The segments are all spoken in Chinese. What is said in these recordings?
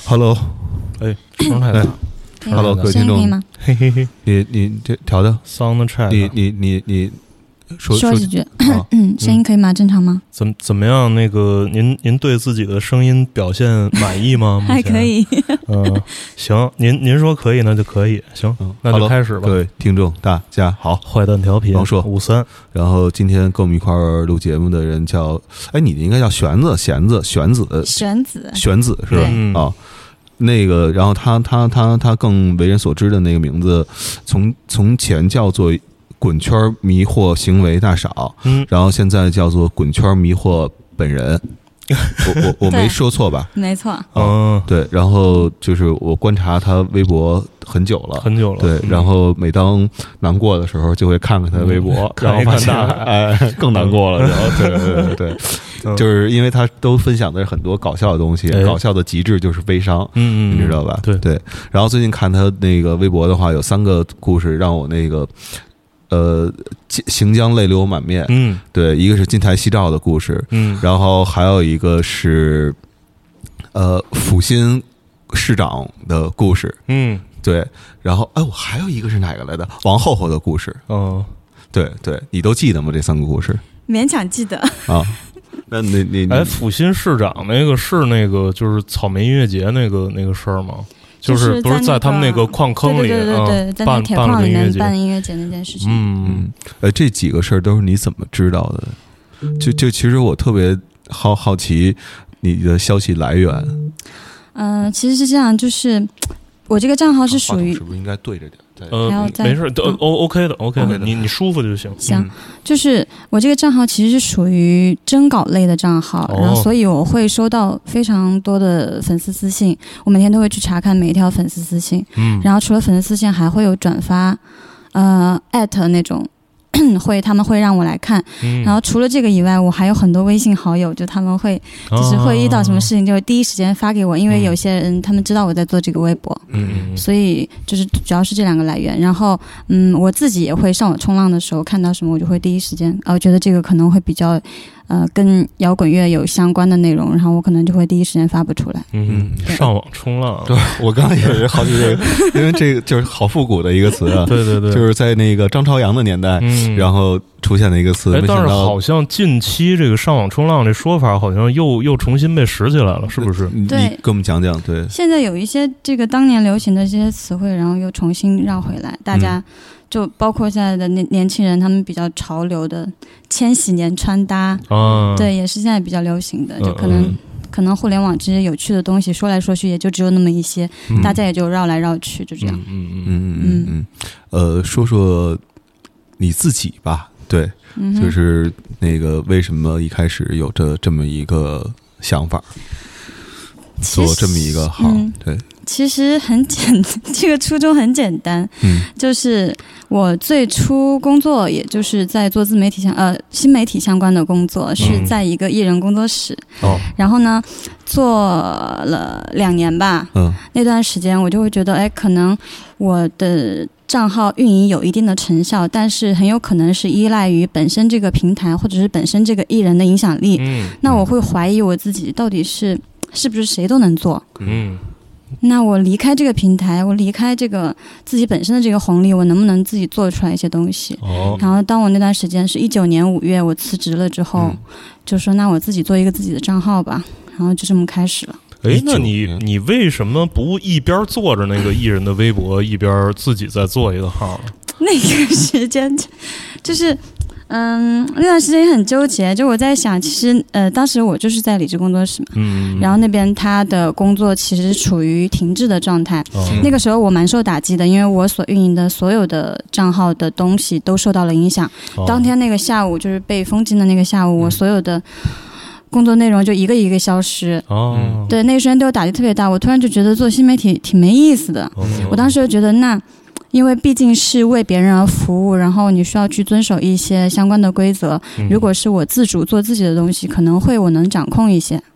Hello， 哎，声太大。 Hello， 各位听众， 嘿嘿嘿， 你这调的 Sound Check， 你说几句，声音可以吗？正常吗？ 怎么样？那个您对自己的声音表现满意吗？ 还可以。 行，您说可以那就可以，行，那就开始吧。 各位听众大家好， 坏蛋调频王硕 53。 然后今天跟我们一块儿录节目的人叫，哎，你应该叫玄子是吧？啊。那个，然后他更为人所知的那个名字，从前叫做滚圈迷惑行为大嫂，然后现在叫做滚圈迷惑本人。我没说错吧？ 没错。 对。然后就是我观察他微博很久了，对。然后每当难过的时候，就会看看他的微博，然后发现更难过了。然后对。就是因为他都分享的是很多搞笑的东西，搞笑的极致就是悲伤，你知道吧？对。然后最近看他那个微博的话，有3个故事让我那个行将泪流满面。对，一个是金台夕照的故事，然后还有一个是阜新市长的故事，对。然后我还有一个是哪个来的？王后后的故事。对，你都记得吗？这3个故事勉强记得啊。那你阜新市长那个是那个就是草莓音乐节那个事儿吗？就是不是在他们那个矿坑里， 对，在那铁矿里面办音乐节那件事情。 这几个事儿都是你怎么知道的？就其实我特别好奇你的消息来源。 其实是这样，就是我这个账号是属于， 是不是应该对着点？ 没事，OK 的，你舒服就行。 行，就是我这个账号其实是属于征稿类的账号，然后所以我会收到非常多的粉丝私信，我每天都会去查看每一条粉丝私信。然后除了粉丝私信，还会有转发@那种他们会让我来看。然后除了这个以外，我还有很多微信好友，就他们会就是会遇到什么事情就第一时间发给我，因为有些人他们知道我在做这个微博，所以就是主要是这2个来源。然后我自己也会上网冲浪的时候看到什么，我就会第一时间觉得这个可能会比较跟摇滚乐有相关的内容，然后我可能就会第一时间发布出来。 上网冲浪， 对，我刚才也是好奇这个，因为这个就是好复古的一个词啊。 对， 就是在那个张朝阳的年代，然后出现的一个词。 但是好像近期这个上网冲浪这说法好像又重新被拾起来了，是不是？ 你跟我们讲讲。对， 现在有一些这个当年流行的这些词汇，然后又重新绕回来，大家。就包括现在的年轻人，他们比较潮流的千禧年穿搭，对，也是现在比较流行的。就可能互联网这些有趣的东西说来说去也就只有那么一些，大家也就绕来绕去，就这样。 说说你自己吧。对，就是那个为什么一开始有这么一个想法，做这么一个号？对。 其实很简单，这个初衷很简单，就是我最初工作，也就是在做自媒体新媒体相关的工作，是在一个艺人工作室。然后呢，做了2年吧。那段时间我就会觉得，可能我的账号运营有一定的成效，但是很有可能是依赖于本身这个平台或者是本身这个艺人的影响力。那我会怀疑我自己到底是不是谁都能做。那我离开这个平台，我离开这个自己本身的这个红利，我能不能自己做出来一些东西？然后当我那段时间是19年5月我辞职了之后，就说那我自己做一个自己的账号吧，然后就这么开始了。 那你为什么不一边做着那个艺人的微博，一边自己再做一个号呢？ 那个时间就是那段时间也很纠结，就我在想，其实当时我就是在理智工作室嘛，然后那边他的工作其实处于停滞的状态。那个时候我蛮受打击的，因为我所运营的所有的账号的东西都受到了影响。当天那个下午就是被封禁的那个下午，我所有的工作内容就一个一个消失。对，那个时间对我打击特别大，我突然就觉得做新媒体挺没意思的。我当时就觉得因为毕竟是为别人而服务，然后你需要去遵守一些相关的规则。如果是我自主做自己的东西，可能我能掌控一些。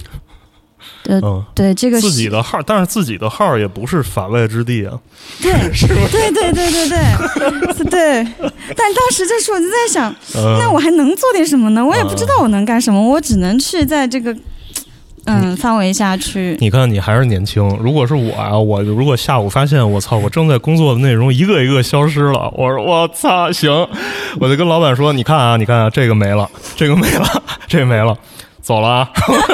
对，这个自己的号，但是自己的号也不是法外之地啊。 对，是吧？对。但当时这时候我就在想，那我还能做点什么呢？我也不知道我能干什么，我只能去在这个范围下去。 你看你还是年轻，如果是我啊，我如果下午发现我操，我正在工作的内容一个一个消失了，我说我操，行，我就跟老板说，你看啊，这个没了，这个没了，这个没了，走了啊。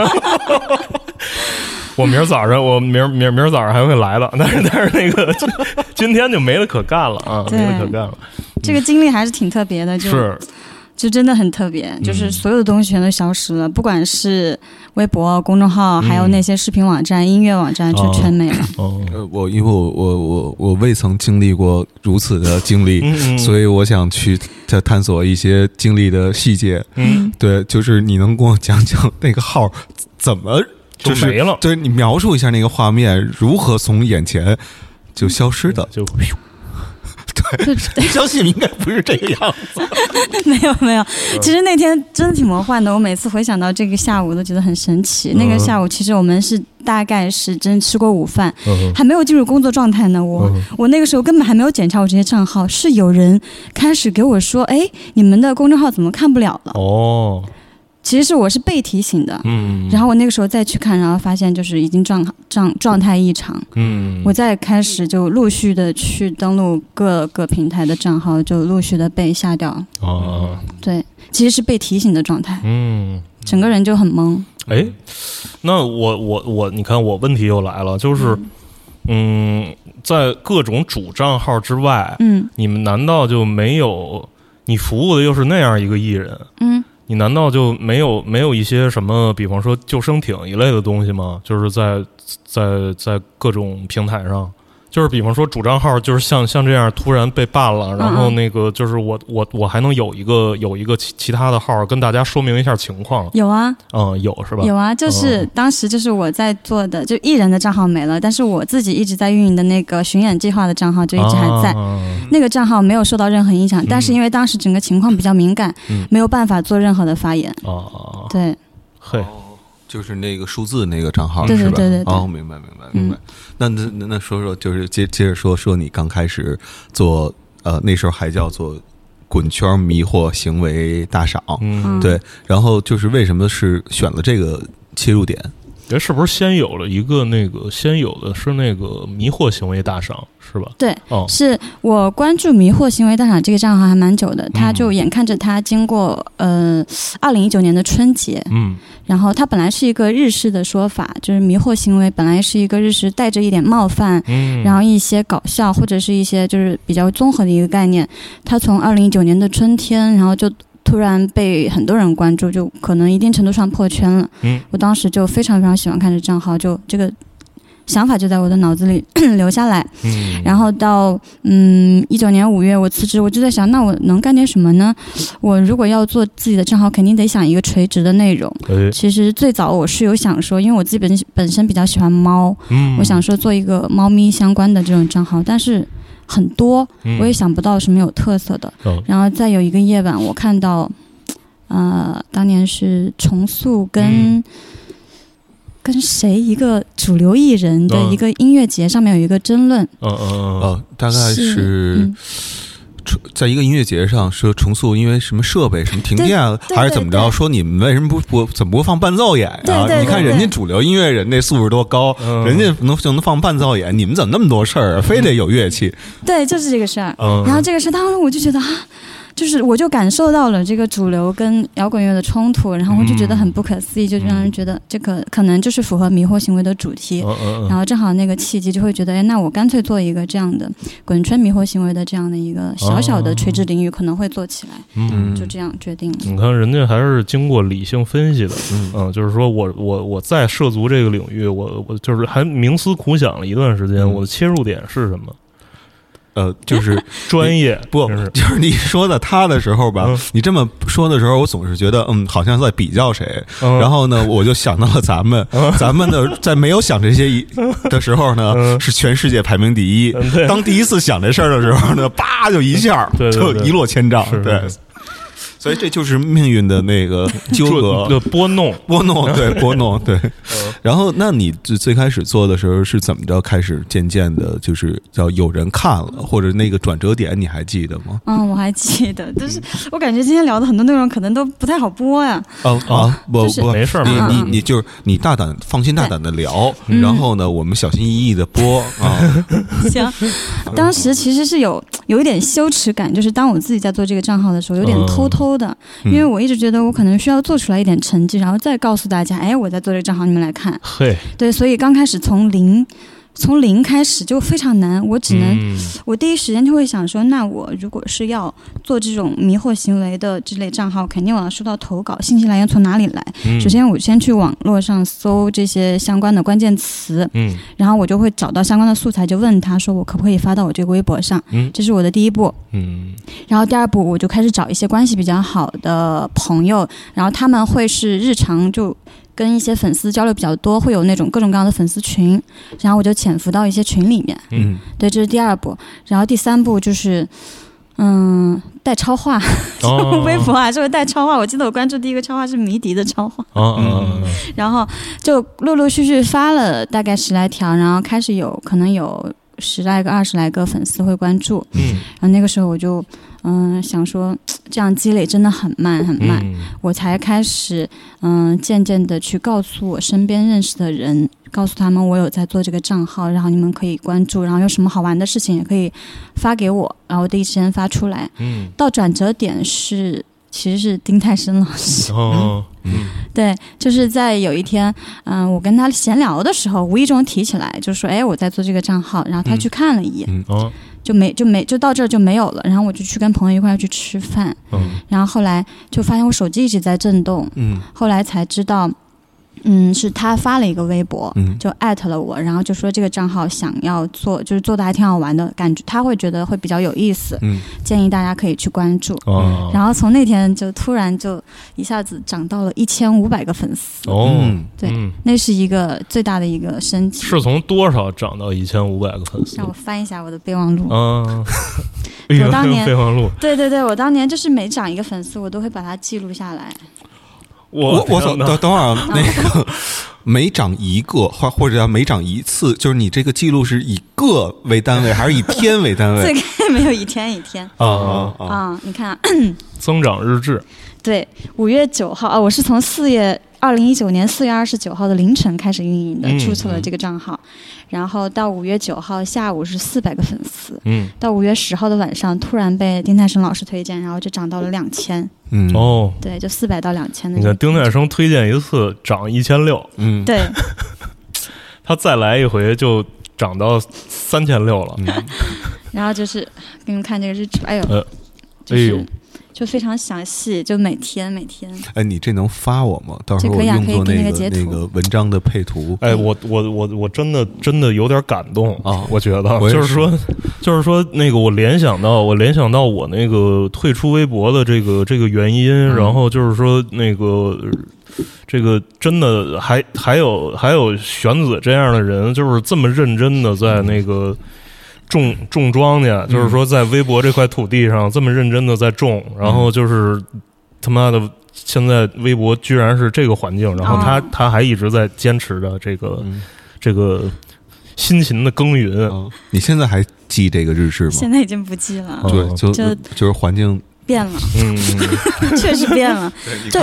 我明儿早上还会来的，但是那个今天就没得可干了啊，没得可干了。 这个经历还是挺特别的，就真的很特别，就是所有的东西全都消失了，不管是微博、公众号，还有那些视频网站、音乐网站，就全没了。 因为我未曾经历过如此的经历，所以我想去再探索一些经历的细节。对，就是你能跟我讲讲那个号怎么就是没了？ 对，你描述一下那个画面如何从眼前就消失的，就。对，相信应该不是这个样子。 没有，其实那天真的挺魔幻的。我每次回想到这个下午都觉得很神奇。那个下午其实我们是大概是真吃过午饭，还没有进入工作状态呢。我那个时候根本还没有检查我这些账号，是有人开始给我说：“哎，你们的公众号怎么看不了了？”哦。其实我是被提醒的，然后我那个时候再去看，然后发现就是已经状态异常，我再开始就陆续的去登录各个平台的账号，就陆续的被下掉。对，其实是被提醒的状态，整个人就很懵。 哎，那我你看我问题又来了，就是在各种主账号之外，你们难道就没有？你服务的又是那样一个艺人，你难道就没有一些什么，比方说救生艇一类的东西吗？就是在各种平台上，就是比方说主账号就是像这样突然被办了，然后那个就是我还能有一个其他的号跟大家说明一下情况。 有啊， 有是吧？ 有啊，就是当时就是我在做的，就艺人的账号没了，但是我自己一直在运营的那个巡演计划的账号就一直还在，那个账号没有受到任何影响，但是因为当时整个情况比较敏感，没有办法做任何的发言。对， 嘿。 就是那个数字那个账号是吧？对， 明白。那说就是接着说你刚开始做那时候还叫做滚圈迷惑行为大赏，对，然后就是为什么是选了这个切入点？ 是不是先有的是那个迷惑行为大赏是吧？ 对，是我关注迷惑行为大赏这个账号还蛮久的，他就眼看着他经过2019年的春节，然后它本来是一个日式的说法，就是迷惑行为本来是一个日式带着一点冒犯，然后一些搞笑或者是一些就是比较综合的一个概念，它从2019年的春天，然后就突然被很多人关注，就可能一定程度上破圈了。我当时就非常非常喜欢看这账号，就这个想法就在我的脑子里留下来。然后到19年5月我辞职，我就在想，那我能干点什么呢？我如果要做自己的账号，肯定得想一个垂直的内容。其实最早我是有想说，因为我自己本身比较喜欢猫，我想说做一个猫咪相关的这种账号，但是很多我也想不到什么有特色的。然后再有一个夜晚我看到当年是重塑跟谁一个主流艺人的一个音乐节上面有一个争论， 大概是在一个音乐节上说重塑因为什么设备什么停电还是怎么着，说你们为什么怎么不放伴奏演啊？你看人家主流音乐人那素质多高，人家就能放伴奏演，你们怎么那么多事儿非得有乐器？ 对，就是这个事儿。然后这个事当时我就觉得就是我就感受到了这个主流跟摇滚乐的冲突，然后我就觉得很不可思议，就让人觉得这个可能就是符合迷惑行为的主题。然后正好那个契机就会觉得，那我干脆做一个这样的滚圈迷惑行为的这样的一个小小的垂直领域，可能会做起来。就这样决定了。 你看人家还是经过理性分析的，就是说我在涉足这个领域，我就是还冥思苦想了一段时间，我的切入点是什么？ 就是专业， 不就是你说的他的时候吧，你这么说的时候，我总是觉得好像在比较谁，然后呢，我就想到了咱们的在没有想这些的时候呢，是全世界排名第一。当第一次想这事儿的时候呢，叭就一下就一落千丈，对。 所以这就是命运的那个纠葛的拨弄， 对拨弄对。然后，那你最开始做的时候是怎么着？开始渐渐的，就是叫有人看了，或者那个转折点，你还记得吗？ 我还记得，就是我感觉今天聊的很多内容可能都不太好播呀。 不， 没事， 你就是你放心大胆的聊，然后呢，我们小心翼翼的播啊。 行，当时其实是有一点羞耻感，就是当我自己在做这个账号的时候，有点偷偷的，因为我一直觉得我可能需要做出来一点成绩，然后再告诉大家，我在做这个账号，你们来看。对，所以刚开始从零开始就非常难，我只能，我第一时间就会想说，那我如果是要做这种迷惑行为的这类账号，肯定我要收到投稿，信息来源从哪里来？首先我先去网络上搜这些相关的关键词，然后我就会找到相关的素材，就问他说我可不可以发到我这个微博上？这是我的第一步。然后第二步我就开始找一些关系比较好的朋友，然后他们会是日常就跟一些粉丝交流比较多，会有那种各种各样的粉丝群，然后我就潜伏到一些群里面。对，这是第二步。然后第三步就是带超话，微博啊，就是带超话。我记得我关注第一个超话是迷笛的超话，然后就陆陆续续发了大概10来条，然后开始可能有10来个、20来个粉丝会关注。然后那个时候我就想说这样积累真的很慢，我才开始渐渐的去告诉我身边认识的人，告诉他们我有在做这个账号，然后你们可以关注，然后有什么好玩的事情也可以发给我，然后第一时间发出来。到转折点其实是丁太升老师。对，就是在有一天我跟他闲聊的时候无意中提起来，就说我在做这个账号，然后他去看了一眼，就到这儿就没有了。然后我就去跟朋友一块去吃饭，然后后来就发现我手机一直在震动，后来才知道是他发了一个微博，就艾特了我，然后就说这个账号想要做，就是做的还挺好玩的，感觉他会觉得会比较有意思，建议大家可以去关注。然后从那天就突然就一下子涨到了1500个粉丝。对，那是一个最大的一个升级。 是从多少涨到1500个粉丝？ 让我翻一下我的备忘录。 我当年备忘录， 对，我当年就是每涨一个粉丝，我都会把它记录下来。 我等会儿那个每涨一个或者叫每涨一次，就是你这个记录是以个为单位还是以天为单位？ 最开没有以天你看增长日志。 对，5月9号我是从2019年4月29号的凌晨开始运营的，注册了这个账号，然后到5月9号下午是400个粉丝，到5月10号的晚上突然被丁太升老师推荐，然后就涨到了2000。对，就400到2000的。 你看丁太升推荐一次涨1600， 对， 他再来一回就涨到3600了。 然后就是给你们看这个日志，就非常详细，就每天。 你这能发我吗？到时候我用作那个文章的配图。 我真的有点感动啊！我觉得就是说那个我联想到我那个退出微博的这个原因，然后就是说那个这个真的还有玄子这样的人，就是这么认真的在那个。种庄稼，就是说在微博这块土地上这么认真的在种，然后就是他妈的现在微博居然是这个环境，然后他还一直在坚持着这个辛勤的耕耘。 你现在还记这个日志吗？ 现在已经不记了。 对，就是环境变了，确实变了。就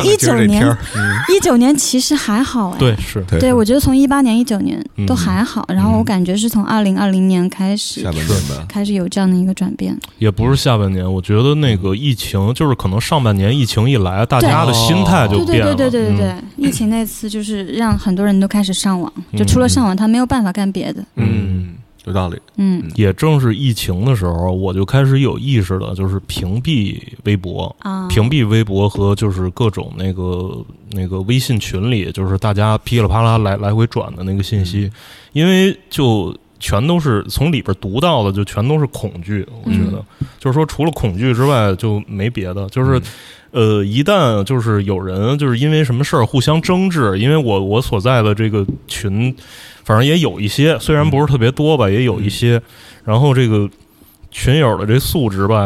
19年其实还好对，是对，我觉得从18年、19年都还好，然后我感觉是从2020年开始， 下半年吧， 开始有这样的一个转变。 也不是下半年，我觉得那个疫情就是可能上半年疫情一来，大家的心态就变了。 对，疫情那次就是让很多人都开始上网，就除了上网，他没有办法干别的。 有道理。 也正是疫情的时候，我就开始有意识的，就是屏蔽微博和就是各种那个微信群里，就是大家噼里啪啦来回转的那个信息，因为就全都是从里边读到的，就全都是恐惧。我觉得就是说，除了恐惧之外就没别的，就是。一旦就是有人就是因为什么事儿互相争执，因为我所在的这个群，反正也有一些，虽然不是特别多吧，也有一些。然后这个群友的这素质吧，也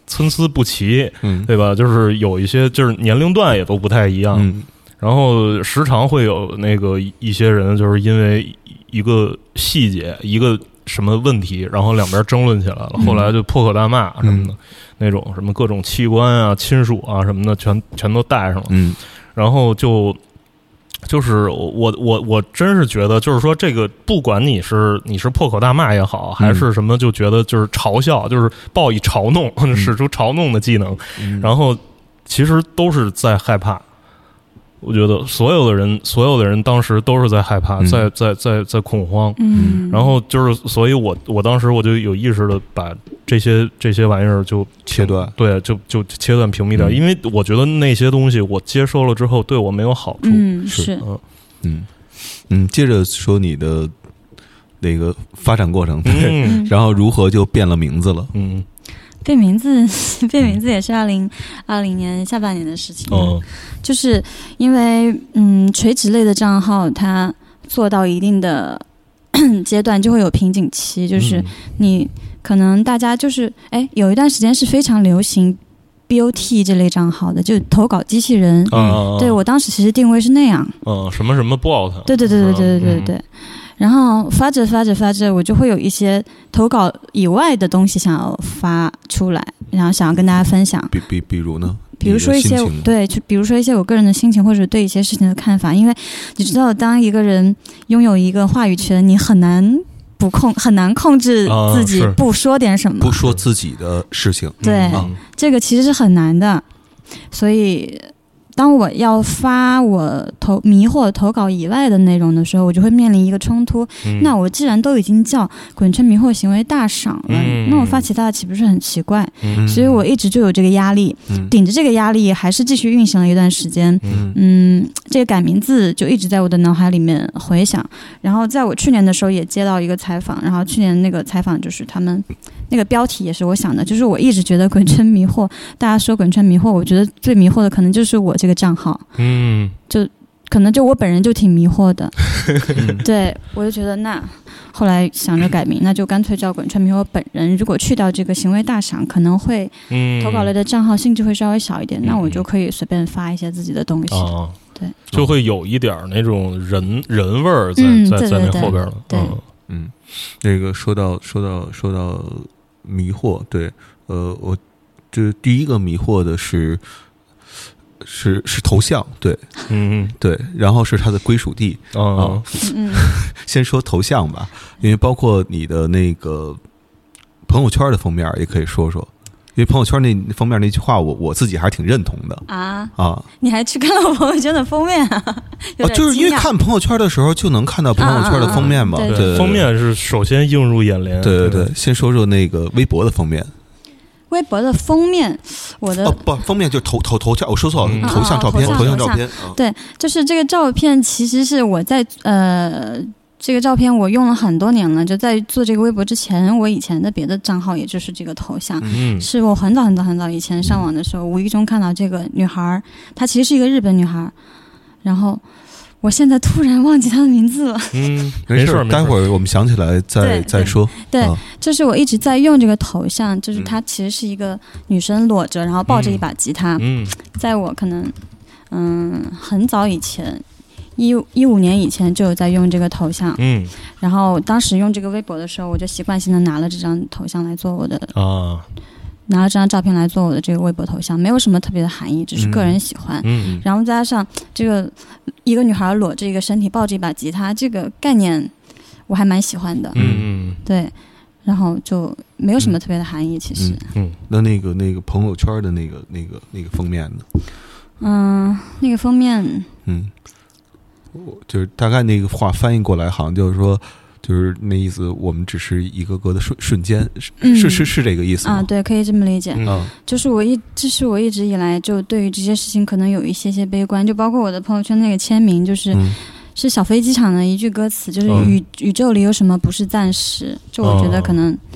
参差不齐，对吧？就是有一些就是年龄段也都不太一样，然后时常会有那个一些人就是因为一个细节一个什么问题，然后两边争论起来了，后来就破口大骂什么的，那种什么各种器官啊、亲属啊什么的全都带上了，然后就是我真是觉得，就是说这个不管你是破口大骂也好，还是什么，就觉得就是嘲笑，就是报以嘲弄，使出嘲弄的技能，然后其实都是在害怕。我觉得所有的人当时都是在害怕，在恐慌，然后就是，所以我当时我就有意识的把这些玩意儿就切断， 对，就切断屏蔽掉，因为我觉得那些东西我接收了之后对我没有好处， 是， 接着说你的那个发展过程，对，然后如何就变了名字了， 变名字也是2020年下半年的事情，就是因为垂直类的账号它做到一定的阶段就会有瓶颈期，就是你可能大家就是有一段时间是非常流行 BOT 这类账号的，就投稿机器人，对，我当时其实定位是那样， 什么什么 bot， 对。然后发着，我就会有一些投稿以外的东西想要发出来，然后想要跟大家分享。 比如呢？ 比如说一些对，就比如说一些我个人的心情，或者对一些事情的看法。因为你知道，当一个人拥有一个话语权，你很难控制自己不说点什么， 不说自己的事情。 对，这个其实是很难的，所以。当我要发我迷惑投稿以外的内容的时候，我就会面临一个冲突。那我既然都已经叫滚圈迷惑行为大赏了，那我发其他的岂不是很奇怪？所以我一直就有这个压力，顶着这个压力还是继续运行了一段时间。这个改名字就一直在我的脑海里面回响。然后在我去年的时候也接到一个采访，然后去年那个采访就是他们那个标题也是我想的，就是我一直觉得滚圈迷惑，大家说滚圈迷惑，我觉得最迷惑的可能就是我这个账号，就可能就我本人就挺迷惑的，对，我就觉得那后来想着改名，那就干脆叫滚圈迷惑本人。如果去掉这个行为大赏，可能会投稿类的账号性质会稍微小一点，那我就可以随便发一些自己的东西，对， 就会有一点那种人味儿在那后边了， 对， 那个说到迷惑，对，我这第一个迷惑的是头像，对，对，然后是它的归属地，先说头像吧，因为包括你的那个朋友圈的封面也可以说说，因为朋友圈那封面那句话我自己还是挺认同的啊！ 你还去看了我朋友圈的封面啊？ 就是因为看朋友圈的时候就能看到朋友圈的封面嘛，对， 封面是首先映入眼帘。 对，先说说那个微博的封面。 微博的封面，我的封面就是头像，我说错了，头像照片， 对，就是这个照片，其实是我在这个照片我用了很多年了，就在做这个微博之前，我以前的别的账号也就是这个头像，是我很早以前上网的时候无意中看到这个女孩，她其实是一个日本女孩，然后我现在突然忘记她的名字了， 没事，待会儿我们想起来再说。 对，就是我一直在用这个头像，就是她其实是一个女生裸着，然后抱着一把吉他，在我可能很早以前。15年以前就有在用这个头像，然后当时用这个微博的时候，我就习惯性的拿了这张头像来做我的拿了这张照片来做我的这个微博头像，没有什么特别的含义，只是个人喜欢。然后再加上这个一个女孩裸着一个身体抱着一把吉他，这个概念我还蛮喜欢的。对，然后就没有什么特别的含义，其实。 那个朋友圈的那个封面呢？ 那个封面， 就是大概那个话翻译过来，好像就是说，就是那意思，我们只是一个个的瞬间，是这个意思吗？ 对，可以这么理解。就是我一直以来就对于这些事情可能有一些悲观，就包括我的朋友圈那个签名，就是小飞机场的一句歌词，就是宇宙里有什么不是暂时？就我觉得可能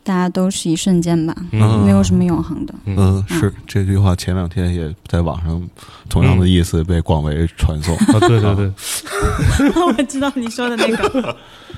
大家都是一瞬间吧，没有什么永恒的。 是这句话前2天也在网上同样的意思被广为传颂。 对对对， 我知道你说的那个。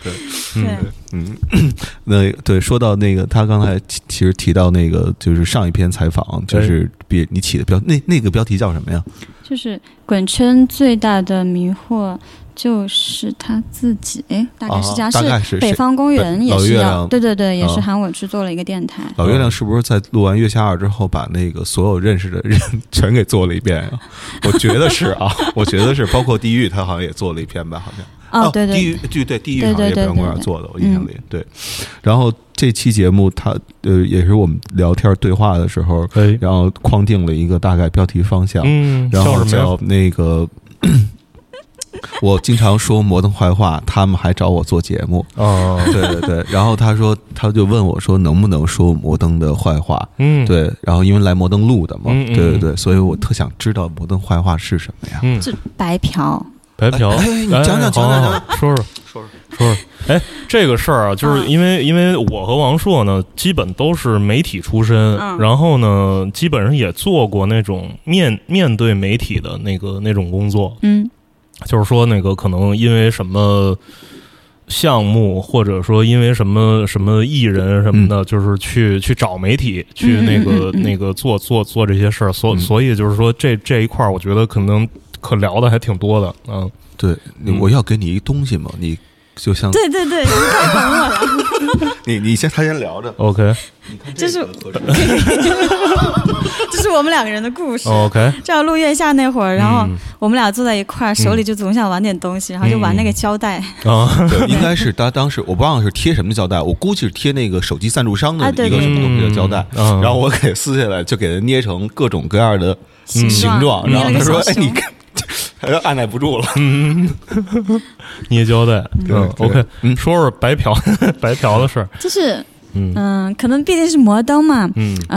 那对，说到那个，他刚才其实提到那个，就是上一篇采访，就是你起的那个标题叫什么呀？ 就是滚圈最大的迷惑就是他自己，大概是这样，是北方公园也是要，对对对，也是喊我去做了一个电台。 老月亮是不是在录完《月下2》之后，把那个所有认识的人全给做了一遍啊？我觉得是啊，我觉得是，包括地狱，他好像也做了一篇吧，好像。 对对， 地狱好像也北方公园做的，我印象里对。然后这期节目它也是我们聊天对话的时候，然后框定了一个大概标题方向，然后叫那个我经常说摩登坏话，他们还找我做节目。对对对。然后他就问我说能不能说摩登的坏话？对。然后因为来摩登录的嘛，对对对，所以我特想知道摩登坏话是什么呀？ 是白嫖。 你讲讲， 说说。这个事儿啊，就是因为我和王硕呢，基本都是媒体出身，然后呢，基本上也做过那种面对媒体的那种工作。就是说那个可能因为什么项目，或者说因为什么艺人什么的，就是去找媒体，去那个做这些事儿。所以就是说这一块，我觉得可能可聊的还挺多的。 对，我要给你一东西嘛，你就像对对对，你太懂我了。 他先聊着 ，OK。 这是我们2个人的故事。 OK。 这要录月下那会儿，然后我们俩坐在一块儿，手里就总想玩点东西，然后就玩那个胶带。 对，应该是当时我不知道是贴什么胶带，我估计是贴那个手机赞助商的一个什么东西的胶带，然后我给撕下来，就给它捏成各种各样的形状，然后他说：“你看。”他就按耐不住了， 捏胶带。OK，说说白嫖的事儿， 就是可能毕竟是摩登嘛，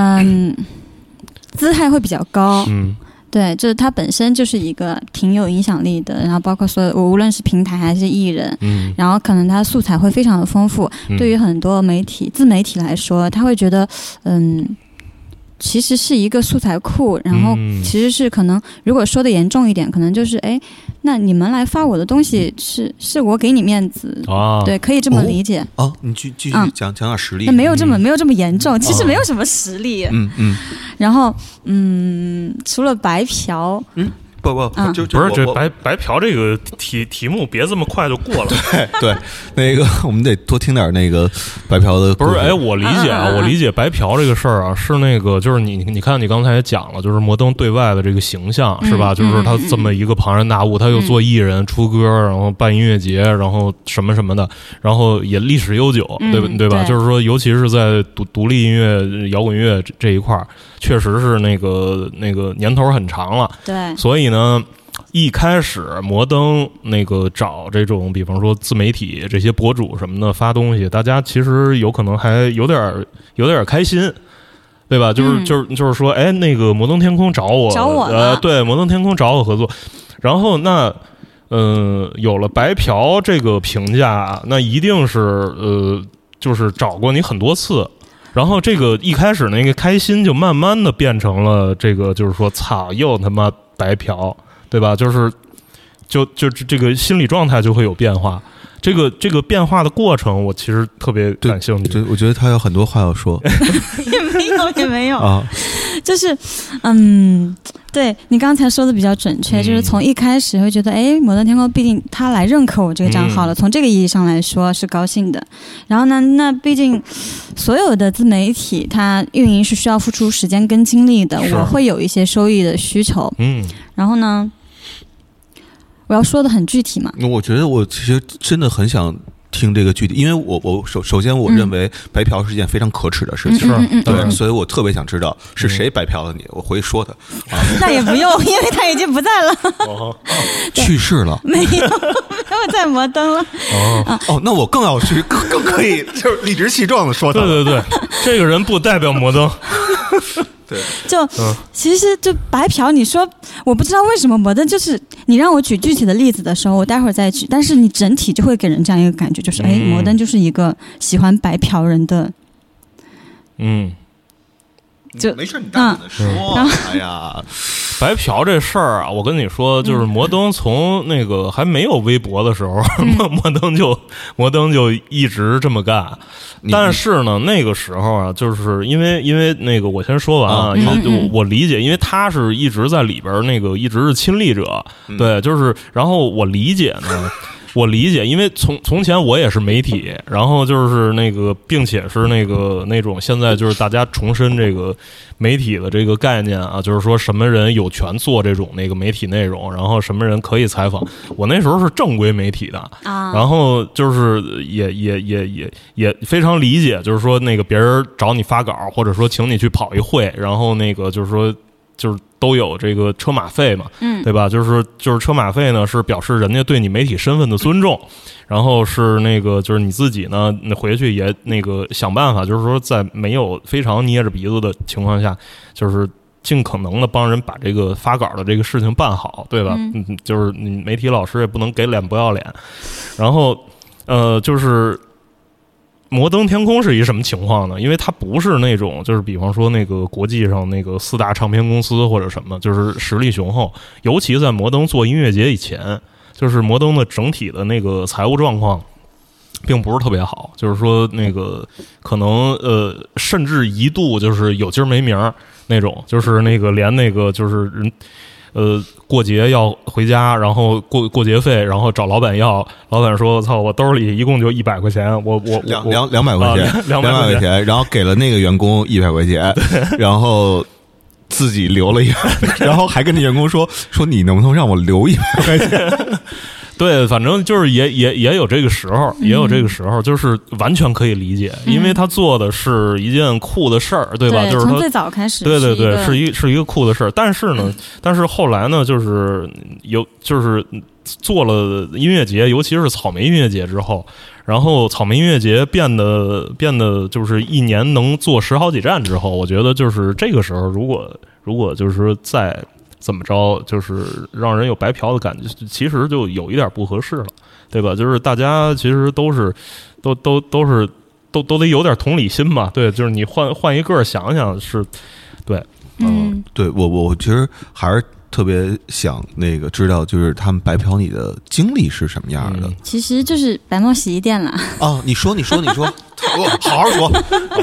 姿态会比较高，对，就是它本身就是一个挺有影响力的，然后包括所有无论是平台还是艺人，然后可能它素材会非常的丰富，对于很多自媒体来说，他会觉得其实是一个素材库，然后其实是可能如果说的严重一点，可能就是那你们来发我的东西是我给你面子，对，可以这么理解。 你继续讲点实例。 那没有这么严重，其实没有什么实例。然后除了白嫖， 不， 不是这白嫖这个题目别这么快就过了。 对，那个我们得多听点那个白嫖的。 不是，我理解啊，我理解白嫖这个事儿啊，是那个就是你看你刚才也讲了，就是摩登对外的这个形象是吧？就是他这么一个庞然大物，他又做艺人出歌，然后办音乐节，然后什么什么的，然后也历史悠久，对吧？就是说，尤其是在独立音乐、摇滚乐这一块儿，确实是那个年头很长了。 对， 所以呢。一开始摩登那个找这种比方说自媒体这些博主什么的发东西，大家其实有可能还有点开心，对吧？就是说，那个摩登天空找我对，摩登天空找我合作，然后那有了白嫖这个评价，那一定是就是找过你很多次。然后这个一开始那个开心就慢慢的变成了这个，就是说操，又他妈白嫖，对吧？就这个心理状态就会有变化。这个变化的过程，我其实特别感兴趣。 我觉得他有很多话要说。 也没有啊，就是对你刚才说的比较准确，就是从一开始会觉得，摩登天空毕竟他来认可我这个账号了，从这个意义上来说是高兴的。然后呢，那毕竟所有的自媒体它运营是需要付出时间跟精力的，我会有一些收益的需求。然后呢，我要说的很具体嘛。 我觉得我其实真的很想听这个具体，因为我首先我认为白嫖是一件非常可耻的事情，对，所以我特别想知道是谁白嫖了你，我回去说他。 那也不用，因为他已经不在了， 去世了， 没有在摩登了。 那我更要去，更可以就是理直气壮的说他。 对，这个人不代表摩登。 对， 其实就白嫖，你说我不知道为什么摩登，就是你让我举具体的例子的时候，我待会儿再举，但是你整体就会给人这样一个感觉，就是摩登就是一个喜欢白嫖人的就没事，你大胆的说。哎呀， 白嫖这事儿啊，我跟你说，就是摩登从那个还没有微博的时候，摩登就一直这么干。但是呢，那个时候啊，就是因为那个我先说完啊，因为我理解，因为他是一直在里边那个一直是亲历者，对，就是然后我理解呢。我理解，因为从前我也是媒体，然后就是那个，并且是那种现在就是大家重申这个媒体的这个概念啊，就是说什么人有权做这种那个媒体内容，然后什么人可以采访。我那时候是正规媒体的啊，然后就是也非常理解，就是说那个别人找你发稿，或者说请你去跑一会，然后那个就是说就是都有这个车马费嘛，对吧？就是车马费呢，是表示人家对你媒体身份的尊重，然后是那个就是你自己呢回去也那个想办法，就是说在没有非常捏着鼻子的情况下，就是尽可能的帮人把这个发稿的这个事情办好，对吧？就是你媒体老师也不能给脸不要脸，然后就是摩登天空是一什么情况呢？因为它不是那种就是比方说那个国际上那个4大唱片公司或者什么，就是实力雄厚。尤其在摩登做音乐节以前，就是摩登的整体的那个财务状况并不是特别好，就是说那个可能甚至一度就是有今儿没明儿那种，就是那个连那个就是人。过节要回家，然后过节费，然后找老板要，老板说：“操，我兜里一共就100块钱，我 200块钱，200块钱，然后给了那个员工100块钱，然后自己留了100，然后还跟那员工说你能不能让我留100块钱？” 对，反正就是也有这个时候，就是完全可以理解，因为他做的是一件酷的事儿，对吧？就是从最早开始， 对，是一个酷的事儿。但是后来呢，就是做了音乐节，尤其是草莓音乐节之后，然后草莓音乐节变得就是一年能做10好几站之后，我觉得就是这个时候，如果就是在怎么着，就是让人有白嫖的感觉，其实就有一点不合适了，对吧？就是大家其实都得有点同理心吧，对，就是你换一个想想是，对， 对我其实还是特别想那个知道，就是他们白嫖你的经历是什么样的。 其实就是白猫洗衣店啦。 啊，你说，好好说。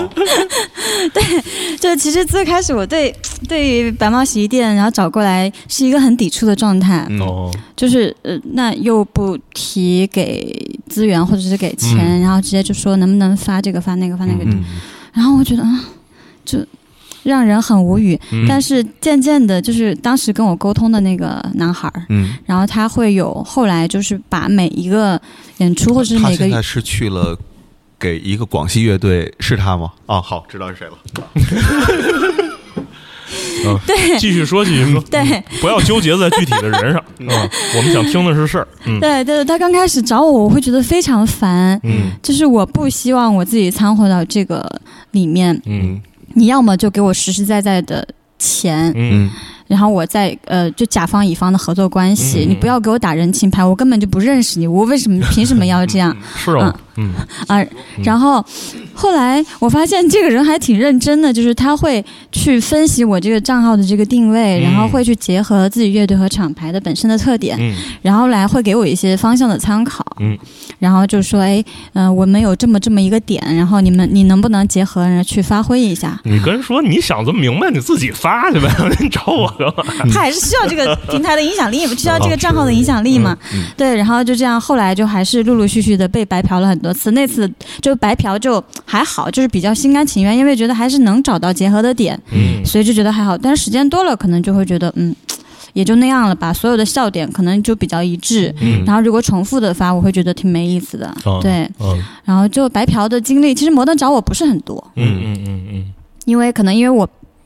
对，就其实最开始我对于白猫洗衣店，然后找过来是一个很抵触的状态。就是那又不提给资源或者是给钱，然后直接就说能不能发这个发那个发那个，然后我觉得就让人很无语。但是渐渐的，就是当时跟我沟通的那个男孩，然后他会有后来就是把每一个演出或者是每个，他现在是去了给一个广西乐队，是他吗？啊，好，知道是谁了。 对， 继续说， 对， 不要纠结在具体的人上。我们想听的是事儿。 对，他刚开始找我会觉得非常烦。就是我不希望我自己掺和到这个里面。你要么就给我实实在在的钱。然后我再就甲方乙方的合作关系，你不要给我打人情牌，我根本就不认识你，我凭什么要这样？ 是啊， 然后后来我发现这个人还挺认真的，就是他会去分析我这个账号的这个定位，然后会去结合自己乐队和厂牌的本身的特点，然后会给我一些方向的参考，然后就说我们有这么一个点，然后你能不能结合去发挥一下？ 你跟人说你想这么明白，你自己发去呗，你找我干嘛？ 他还是需要这个平台的影响力，需要这个账号的影响力嘛？对，然后就这样，后来就还是陆陆续续的被白嫖了很多次。那次就白嫖就还好，就是比较心甘情愿，因为觉得还是能找到结合的点，所以就觉得还好。但是时间多了，可能就会觉得也就那样了吧。所有的笑点可能就比较一致，然后如果重复的发，我会觉得挺没意思的。对，然后就白嫖的经历，其实摩登找我不是很多，因为我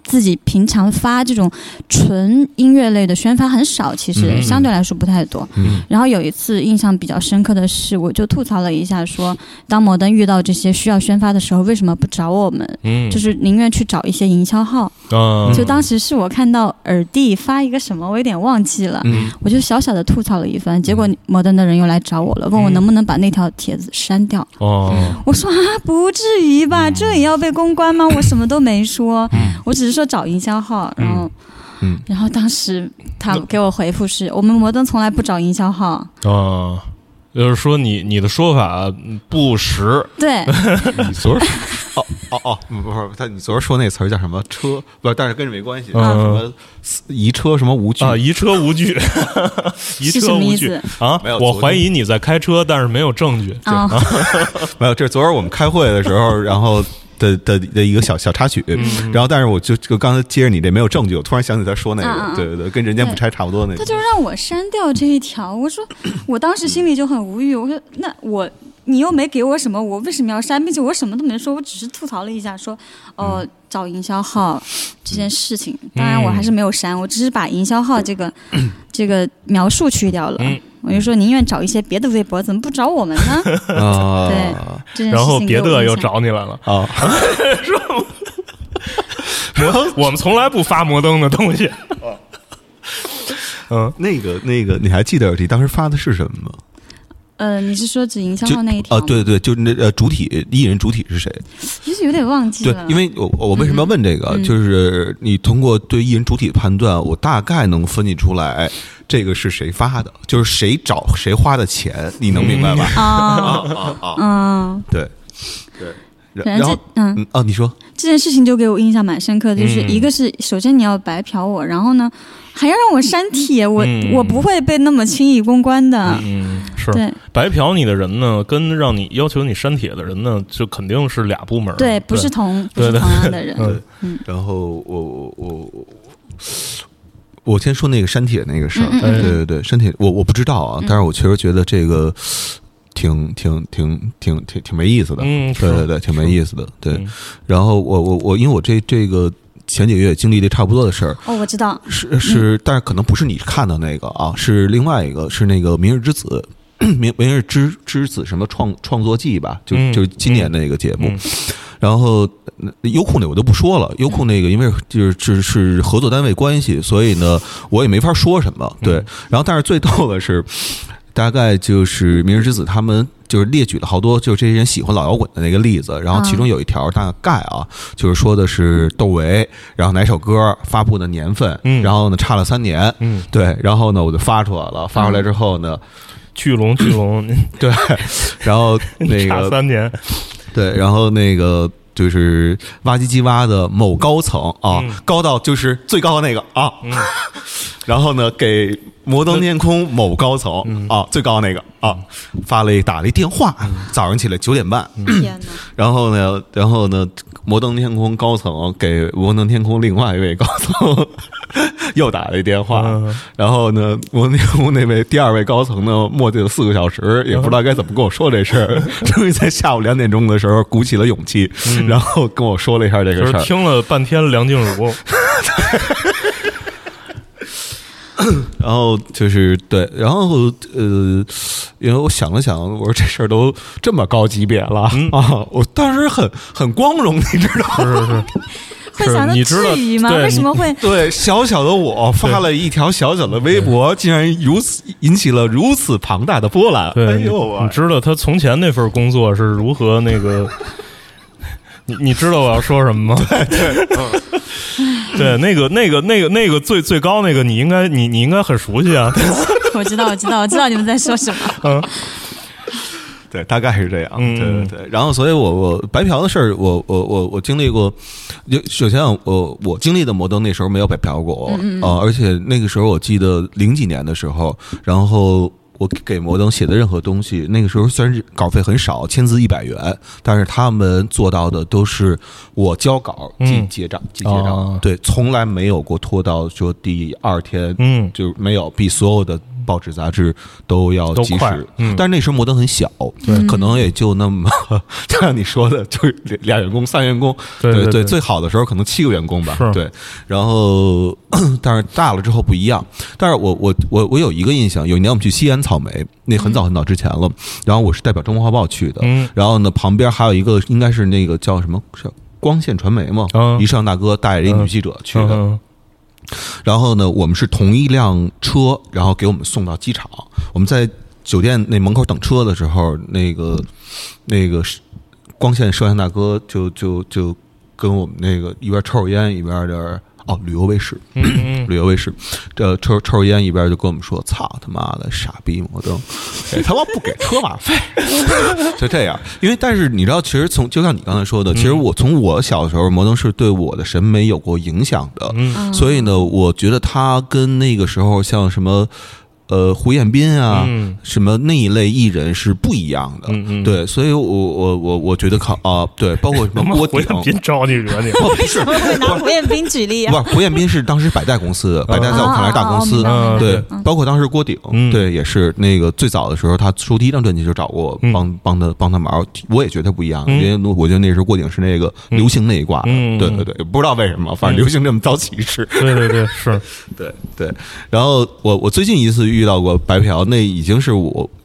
自己平常发这种纯音乐类的宣发很少，其实相对来说不太多。然后有一次印象比较深刻的是，我就吐槽了一下说，当摩登遇到这些需要宣发的时候，为什么不找我们？就是宁愿去找一些营销号。就当时是我看到耳帝发一个什么，我有点忘记了，我就小小的吐槽了一番，结果摩登的人又来找我了，问我能不能把那条帖子删掉。我说不至于吧，这也要被公关吗？我什么都没说，我只是说找营销号，然后当时他给我回复是，我们摩登从来不找营销号。 就是说你的说法不实。 对， 你昨儿不是你昨儿说那词儿叫什么车？不，但是跟这没关系。什么移车什么无据移车无据，移车无据啊！没有，我怀疑你在开车，但是没有证据。 没有，这昨儿我们开会的时候，然后。的一个小插曲，然后但是我就刚才接着你这没有证据，我突然想起他说那个，对对对，跟人间不拆差不多那个。 他就让我删掉这一条，我说我当时心里就很无语，我说那你又没给我什么，我为什么要删？并且我什么都没说，我只是吐槽了一下，说找营销号这件事情。当然我还是没有删，我只是把营销号这个描述去掉了。我就说宁愿找一些别的微博，怎么不找我们呢？对， 然后别的又找你来了啊！我们从来不发摩登的东西。 那个，你还记得你当时发的是什么吗？ 你是说指营销号那一条？ 对对，就是那主体艺人主体是谁？ 其实有点忘记了。 对，因为我为什么要问这个？就是你通过对艺人主体的判断，我大概能分析出来这个是谁发的，就是谁找谁花的钱，你能明白吧？对对。然后你说这件事情就给我印象蛮深刻的，就是一个是首先你要白嫖我，然后呢还要让我删帖，我不会被那么轻易公关的。 是对白嫖你的人呢，跟让你要求你删帖的人呢，就肯定是俩部门。 对，不是同样的人。 然后我先说那个删帖那个事儿。对对对，删帖我不知道啊，但是我确实觉得这个。挺没意思的，对对对，挺没意思的，对。然后我因为我这个前几个月经历的差不多的事儿， 我知道是，但是可能不是你看到那个啊，是另外一个，是那个《明日之子》，明日之子什么创作季吧，就是今年那个节目。然后优酷那我都不说了，优酷那个因为是合作单位关系，所以呢我也没法说什么，对。然后但是最逗的是。大概就是《明日之子》，他们就是列举了好多就这些人喜欢老摇滚的那个例子，然后其中有一条大概就是说的是窦唯，然后哪首歌发布的年份，然后呢差了3年，对，然后呢我就发出来了，发出来之后呢， 巨龙， 对，然后那个差3年， 对，然后那个。就是挖机机挖的某高层高到就是最高的那个然后呢给摩登天空某高层最高的那个打了一电话，早上起来9点半，然后呢摩登天空高层给摩登天空另外一位高层又打了一电话，然后呢摩登天空那位第2位高层呢磨叽了4个小时，也不知道该怎么跟我说这事儿，终于在下午2点钟的时候鼓起了勇气，然后跟我说了一下这个事儿， 听了半天梁静茹然后就是对，然后因为我想了想，我说这事儿都这么高级别了我当时很光荣，你知道吗？ 会想到至于吗？为什么会？ 对，小小的我发了一条小小的微博，竟然引起了如此庞大的波澜。哎呦， 你知道他从前那份工作是如何那个？你知道我要说什么吗？对，那个最高那个，你应该很熟悉啊。 我知道你们在说什么。 对，大概是这样。对对对。然后，所以我白嫖的事儿，我经历过。就首先，我经历的摩登那时候没有白嫖过而且那个时候我记得00几年的时候，然后我给摩登写的任何东西，那个时候虽然稿费很少，签字100元，但是他们做到的都是我交稿即结账，对，从来没有过拖到说第2天，就没有比所有的报纸杂志都要及时。但是那时候摩登很小，可能也就那么像你说的，就是2员工、3员工，对，最好的时候可能7个员工吧，对。然后，但是大了之后不一样。但是我有一个印象，有一年我们去西安草莓，那很早很早之前了。然后我是代表《中国画报》去的，然后呢，旁边还有一个应该是那个叫什么光线传媒嘛，一摄像大哥带着一女记者去的。然后呢，我们是同一辆车，然后给我们送到机场。我们在酒店那门口等车的时候，那个光线摄像大哥就跟我们那个一边抽着烟一边的旅游卫视，旅游卫视，抽着烟一边就跟我们说：“操他妈的傻逼摩登，他妈不给车马费。”就这样，因为但是你知道，其实就像你刚才说的，其实从我小的时候，摩登是对我的审美有过影响的，所以呢，我觉得他跟那个时候像什么。胡彦斌啊，什么那一类艺人是不一样的，对，所以我觉得对，包括什么郭顶， 胡彦斌招你惹你， 不是会拿胡彦斌举例啊？ 不是，胡彦斌是当时百代公司的，百代在我看来大公司，对，包括当时郭顶，对，也是那个最早的时候，他出第一张专辑就找过我帮他忙，我也觉得他不一样，因为我觉得那时候郭顶是那个流行那一挂，对，不知道为什么，反正流行这么早起是， 对，是， 对，然后我最近一次遇到过白嫖，那已经是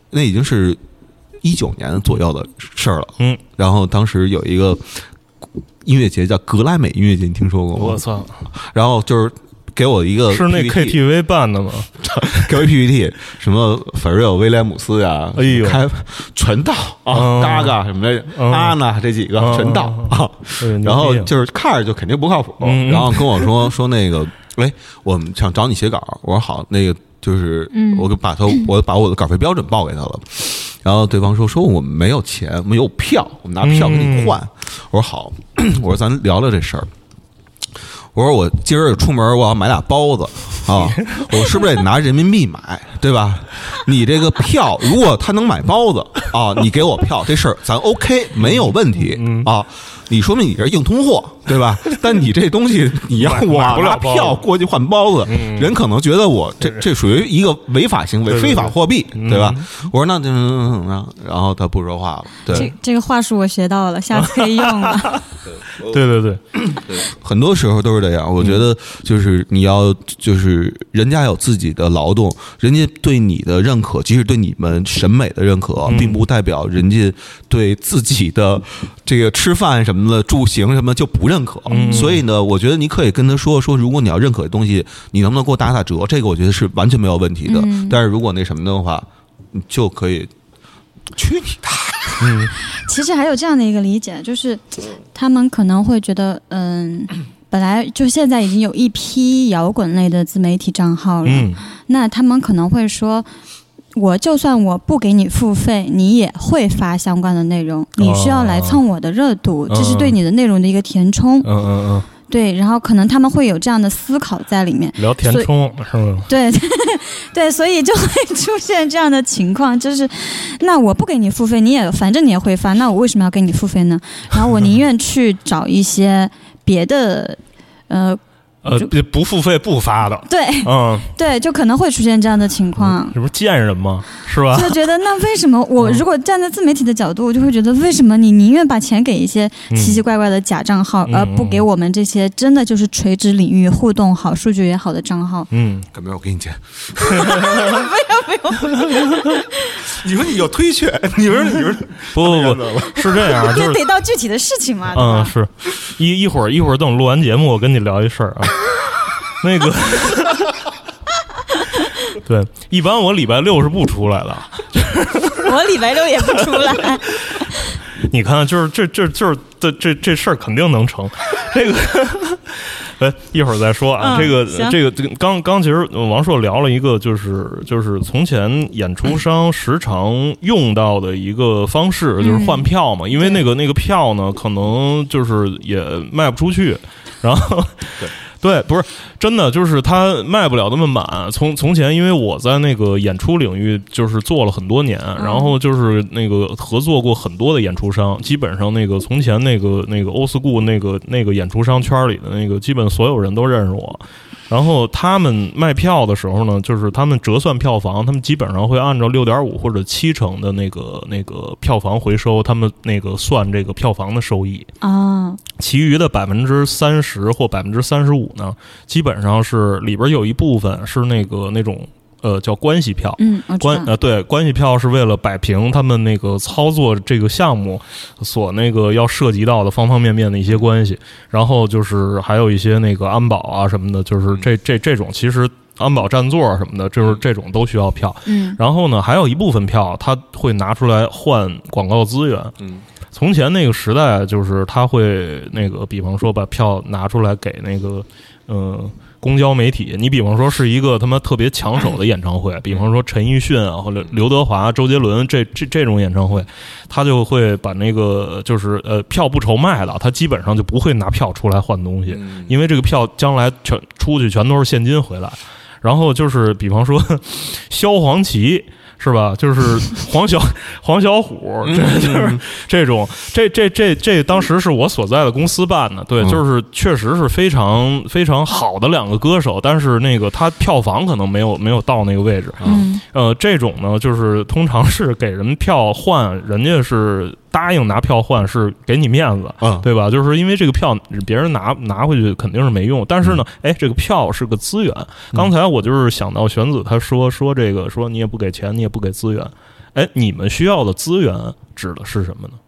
19年左右的事儿了。然后当时有一个音乐节叫格莱美音乐节，你听说过吗？ 我操！然后就是给我一个 PPT, 是那 KTV 办的吗？ 给我 PPT， 什么菲瑞尔威廉姆斯呀， 哎呦， 全到啊，嘎嘎什么的，阿娜这几个全到啊。然后就是看着就肯定不靠谱，然后跟我说那个，我们想找你写稿，我说好，那个。就是我把我的稿费标准报给他了，然后对方说我们没有钱，没有票，我们拿票给你换。我说好，我说咱聊聊这事儿。我说我今儿出门我要买俩包子啊，我是不是得拿人民币买，对吧？你这个票如果他能买包子啊，你给我票这事儿咱 OK 没有问题啊。你说明你这硬通货，对吧？但你这东西你要我拿票过去换包子，人可能觉得我这属于一个违法行为，非法货币，对吧？我说那就然后他不说话了。对， 这个话术我学到了，下次可以用了。 对， 很多时候都是这样。我觉得就是你要就是人家有自己的劳动，人家对你的认可，即使对你们审美的认可，并不代表人家对自己的这个吃饭什么的、住行什么就不认可。所以呢，我觉得你可以跟他说，如果你要认可的东西，你能不能给我打折？这个我觉得是完全没有问题的。但是如果那什么的话，你就可以去你大。 其实还有这样的一个理解，就是他们可能会觉得，本来就现在已经有一批摇滚类的自媒体账号了，那他们可能会说，就算我不给你付费，你也会发相关的内容，你需要来蹭我的热度，这是对你的内容的一个填充。对，然后可能他们会有这样的思考在里面， 聊填充是吗？ 对，所以就会出现这样的情况，就是那我不给你付费，反正你也会发，那我为什么要给你付费呢？然后我宁愿去找一些别的不付费不发的， 对，对，就可能会出现这样的情况。 这不是贱人吗？是吧？ 就觉得那为什么我如果站在自媒体的角度，我就会觉得为什么你宁愿把钱给一些奇奇怪怪的假账号，而不给我们这些真的就是垂直领域互动好、数据也好的账号？ 干嘛我给你钱？ 不要！ 你说你有推却，你说不是这样，就是得到具体的事情嘛。 是一会儿等录完节目，我跟你聊一事儿啊。那个，对，一般我礼拜六是不出来的。 我礼拜六也不出来。 你看，就是这事儿肯定能成。这个，一会儿再说啊。这个刚其实王硕聊了一个，就是从前演出商时常用到的一个方式，就是换票嘛。因为那个票呢，可能就是也卖不出去，然后对，不是真的，就是它卖不了那么满。从前，因为我在那个演出领域就是做了很多年，然后就是那个合作过很多的演出商，基本上那个从前那个old school那个演出商圈里的那个基本所有人都认识我。 然后他们卖票的时候呢，就是他们折算票房，他们基本上会按照6.5%或者70%的那个票房回收，他们那个算这个票房的收益啊。 其余的30%或35%呢，基本上是里边有一部分是那种。叫关系票，对，关系票是为了摆平他们那个操作这个项目所那个要涉及到的方方面面的一些关系，然后就是还有一些那个安保啊什么的，就是这种其实安保占座什么的，就是这种都需要票。然后呢，还有一部分票他会拿出来换广告资源。从前那个时代，就是他会那个，比方说把票拿出来给那个公交媒体，你比方说是一个他妈特别抢手的演唱会，比方说陈奕迅啊或者刘德华、周杰伦这种演唱会，他就会把那个就是票不愁卖了，他基本上就不会拿票出来换东西，因为这个票将来全出去全都是现金回来。然后就是比方说萧煌奇。是吧？就是黄小虎，就是这种，这当时是我所在的公司办的，对，就是确实是非常非常好的2个歌手，但是那个他票房可能没有到那个位置，这种呢，就是通常是给人票换，人家是答应拿票换，是给你面子，对吧？就是因为这个票别人拿回去肯定是没用，但是呢，这个票是个资源。刚才我就是想到玄子他说这个，说你也不给钱，你也不给资源，你们需要的资源指的是什么呢？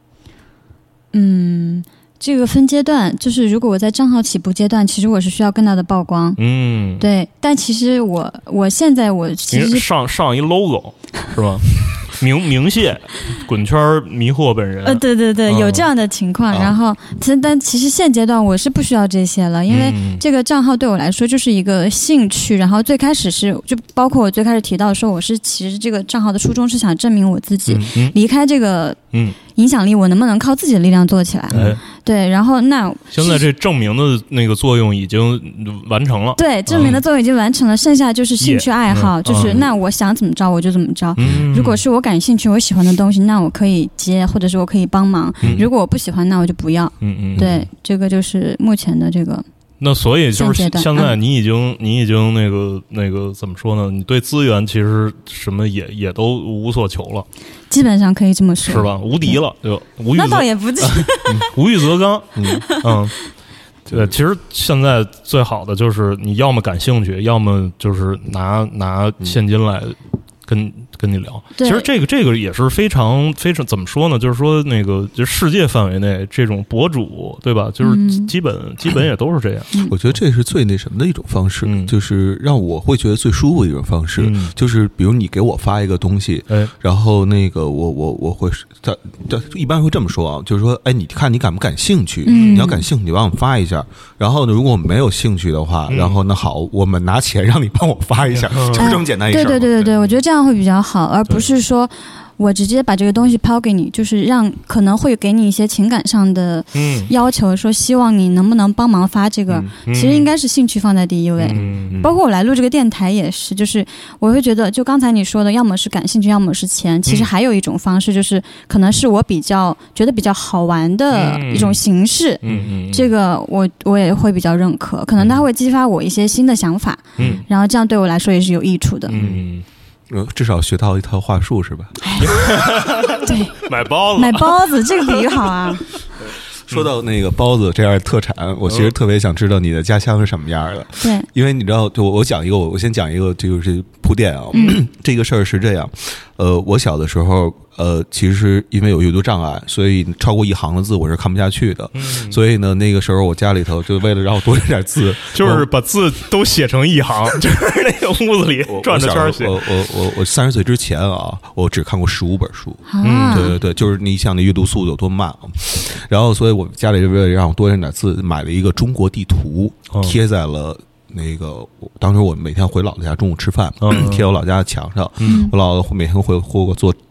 这个分阶段，就是如果我在账号起步阶段，其实我是需要更大的曝光，对。但其实我现在其实上一 logo 是吧？明谢滚圈迷惑本人， 对，有这样的情况。然后，但其实现阶段我是不需要这些了，因为这个账号对我来说就是一个兴趣。然后最开始就包括我最开始提到说，其实这个账号的初衷是想证明我自己，离开这个影响力，我能不能靠自己的力量做起来？对，然后现在这证明的那个作用已经完成了。 对，证明的作用已经完成了，剩下就是兴趣爱好，就是那我想怎么着我就怎么着。如果是我感兴趣我喜欢的东西，那我可以接，或者是我可以帮忙。如果我不喜欢，那我就不要。对，这个就是目前的这个。 那所以就是现在你已经那个怎么说呢？你对资源其实什么也都无所求了， 基本上可以这么说， 是吧？无敌了，就那倒也不至于， 无欲则刚。对，其实现在最好的就是你要么感兴趣，要么就是拿现金来跟你聊。其实这个也是非常非常怎么说呢？就是说那个就世界范围内这种博主，对吧？就是基本也都是这样。 我觉得这是最那什么的一种方式，就是让我会觉得最舒服的一种方式。就是比如你给我发一个东西，然后那个我会一般会这么说啊，就是说，你看你感不感兴趣？你要感兴趣，你帮我发一下。然后呢，如果我没有兴趣的话，然后那好，我们拿钱让你帮我发一下，就是这么简单一事。 对，我觉得这样会比较好，而不是说我直接把这个东西抛给你，就是可能会给你一些情感上的要求，说希望你能不能帮忙发这个。其实应该是兴趣放在第一位。包括我来录这个电台也是，就是我会觉得，就刚才你说的，要么是感兴趣，要么是钱。其实还有一种方式，就是可能是我觉得比较好玩的一种形式。这个我也会比较认可，可能它会激发我一些新的想法。然后这样对我来说也是有益处的。 至少学到一套话术是吧？ 对， 买包子，这个比喻好啊。 说到那个包子这样的特产，我其实特别想知道你的家乡是什么样的。 对， 因为你知道，就我先讲一个，就是铺垫啊。这个事儿是这样，我小的时候，其实因为有阅读障碍，所以超过1行的字我是看不下去的。所以呢，那个时候我家里头就为了让我多点字， 就是把字都写成1行，就是那个屋子里转着圈写。 我30岁之前啊，我只看过15本书。对，就是你想那阅读速度有多慢啊。然后，所以我家里就为了让我多点字，买了一个中国地图，贴在了那个，当时我每天回姥姥家中午吃饭，贴我老家的墙上。我姥姥每天回我做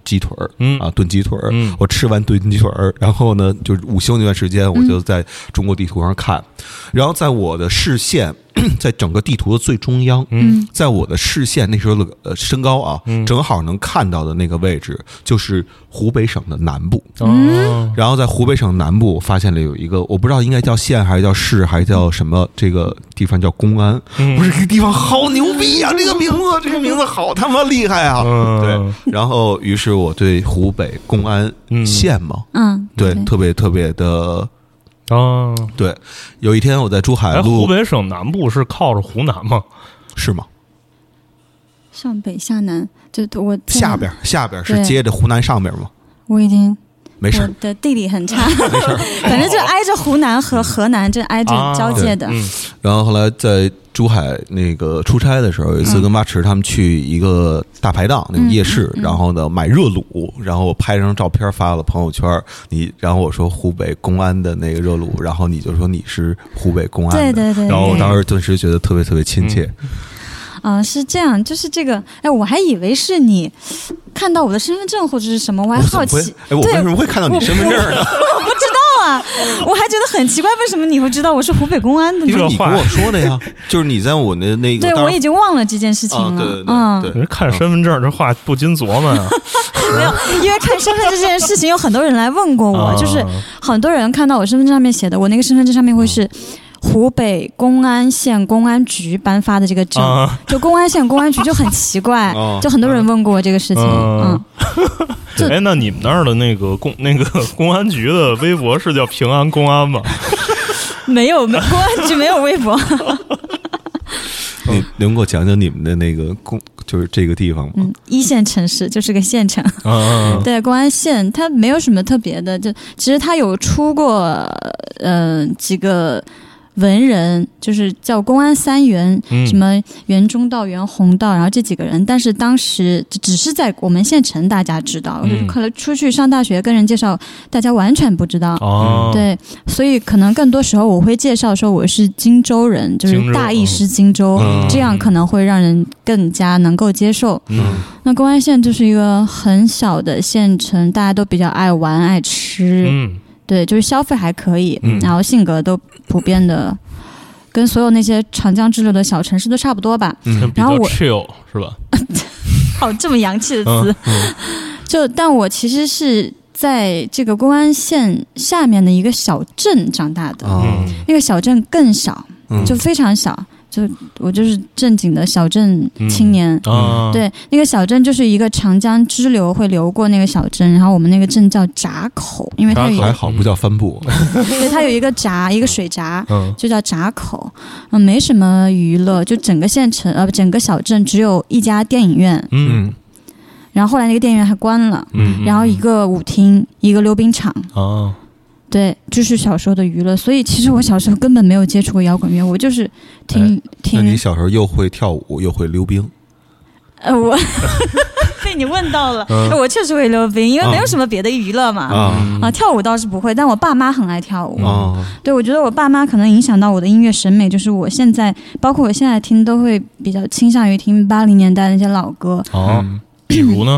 鸡腿炖鸡腿我吃完炖鸡腿然后呢，就是午休那段时间，我就在中国地图上看，然后在我的视线，在整个地图的最中央，在我的视线那时候的身高啊，正好能看到的那个位置，就是湖北省的南部。然后在湖北省南部，发现了有一个，我不知道应该叫县还是叫市还是叫什么，这个地方叫公安。不是，这个地方好牛逼啊！这个名字好他妈厉害啊！对。然后，于是我对湖北公安县嘛，对，特别特别的。对，有一天我在珠海路， 湖北省南部是靠着湖南吗？ 是吗？ 上北下南，就我下边是接着湖南上边吗？ 我已经没事， 我的地理很差，没事，反正就挨着湖南和河南这挨着交界的。 然后后来在珠海那个出差的时候，有一次跟马驰他们去一个大排档那种夜市，然后呢买热卤，然后我拍张照片发了朋友圈，然后我说湖北公安的那个热卤，然后你就说你是湖北公安的，对，然后我当时顿时觉得特别特别亲切。 是这样，就是这个，我还以为是你看到我的身份证或者是什么，我还好奇， 我为什么会看到你身份证呢？ 我不知道啊，我还觉得很奇怪，为什么你会知道我是湖北公安的？ 因为你跟我说的呀，就是你在我的那个， 对，我已经忘了这件事情了。 对， 看身份证这话不禁琢磨啊。 没有，因为看身份证这件事情，有很多人来问过我，就是很多人看到我身份证上面写的，我那个身份证上面会是湖北公安县公安局颁发的这个证，就公安县公安局就很奇怪，就很多人问过我这个事情。 那你们那儿的那个公安局的微博是叫平安公安吗？ 没有，公安局没有微博。 你能给我讲讲你们的那个就是这个地方吗？ 一线城市就是个县城。对，公安县它没有什么特别的，就其实它有出过几个文人，就是叫公安三元，什么袁中道、袁宏道，然后这几个人，但是当时只是在我们县城大家知道，可能出去上大学跟人介绍，大家完全不知道。对，所以可能更多时候我会介绍说我是荆州人，就是大意失荆州，这样可能会让人更加能够接受。那公安县就是一个很小的县城，大家都比较爱玩爱吃。对，就是消费还可以，然后性格都普遍的跟所有那些长江支流的小城市都差不多吧。然后我 chill 是吧？ 好，这么洋气的词。但我其实是在这个公安县下面的一个小镇长大的，那个小镇更小，就非常小。就我就是正经的小镇青年。对，那个小镇就是一个长江支流会流过那个小镇，然后我们那个镇叫闸口，因为它有还好不叫帆布。 对，它有一个闸，一个水闸，就叫闸口。没什么娱乐，就整个县城整个小镇只有一家电影院。然后后来那个电影院还关了。然后一个舞厅，一个溜冰场。对，就是小时候的娱乐，所以其实我小时候根本没有接触过摇滚乐，我就是听。 那你小时候又会跳舞又会溜冰？ 我被你问到了，我确实会溜冰，因为没有什么别的娱乐嘛。跳舞倒是不会，但我爸妈很爱跳舞。对，我觉得我爸妈可能影响到我的音乐审美，就是我现在包括我现在听都会比较倾向于听80年代的那些老歌。 比如呢？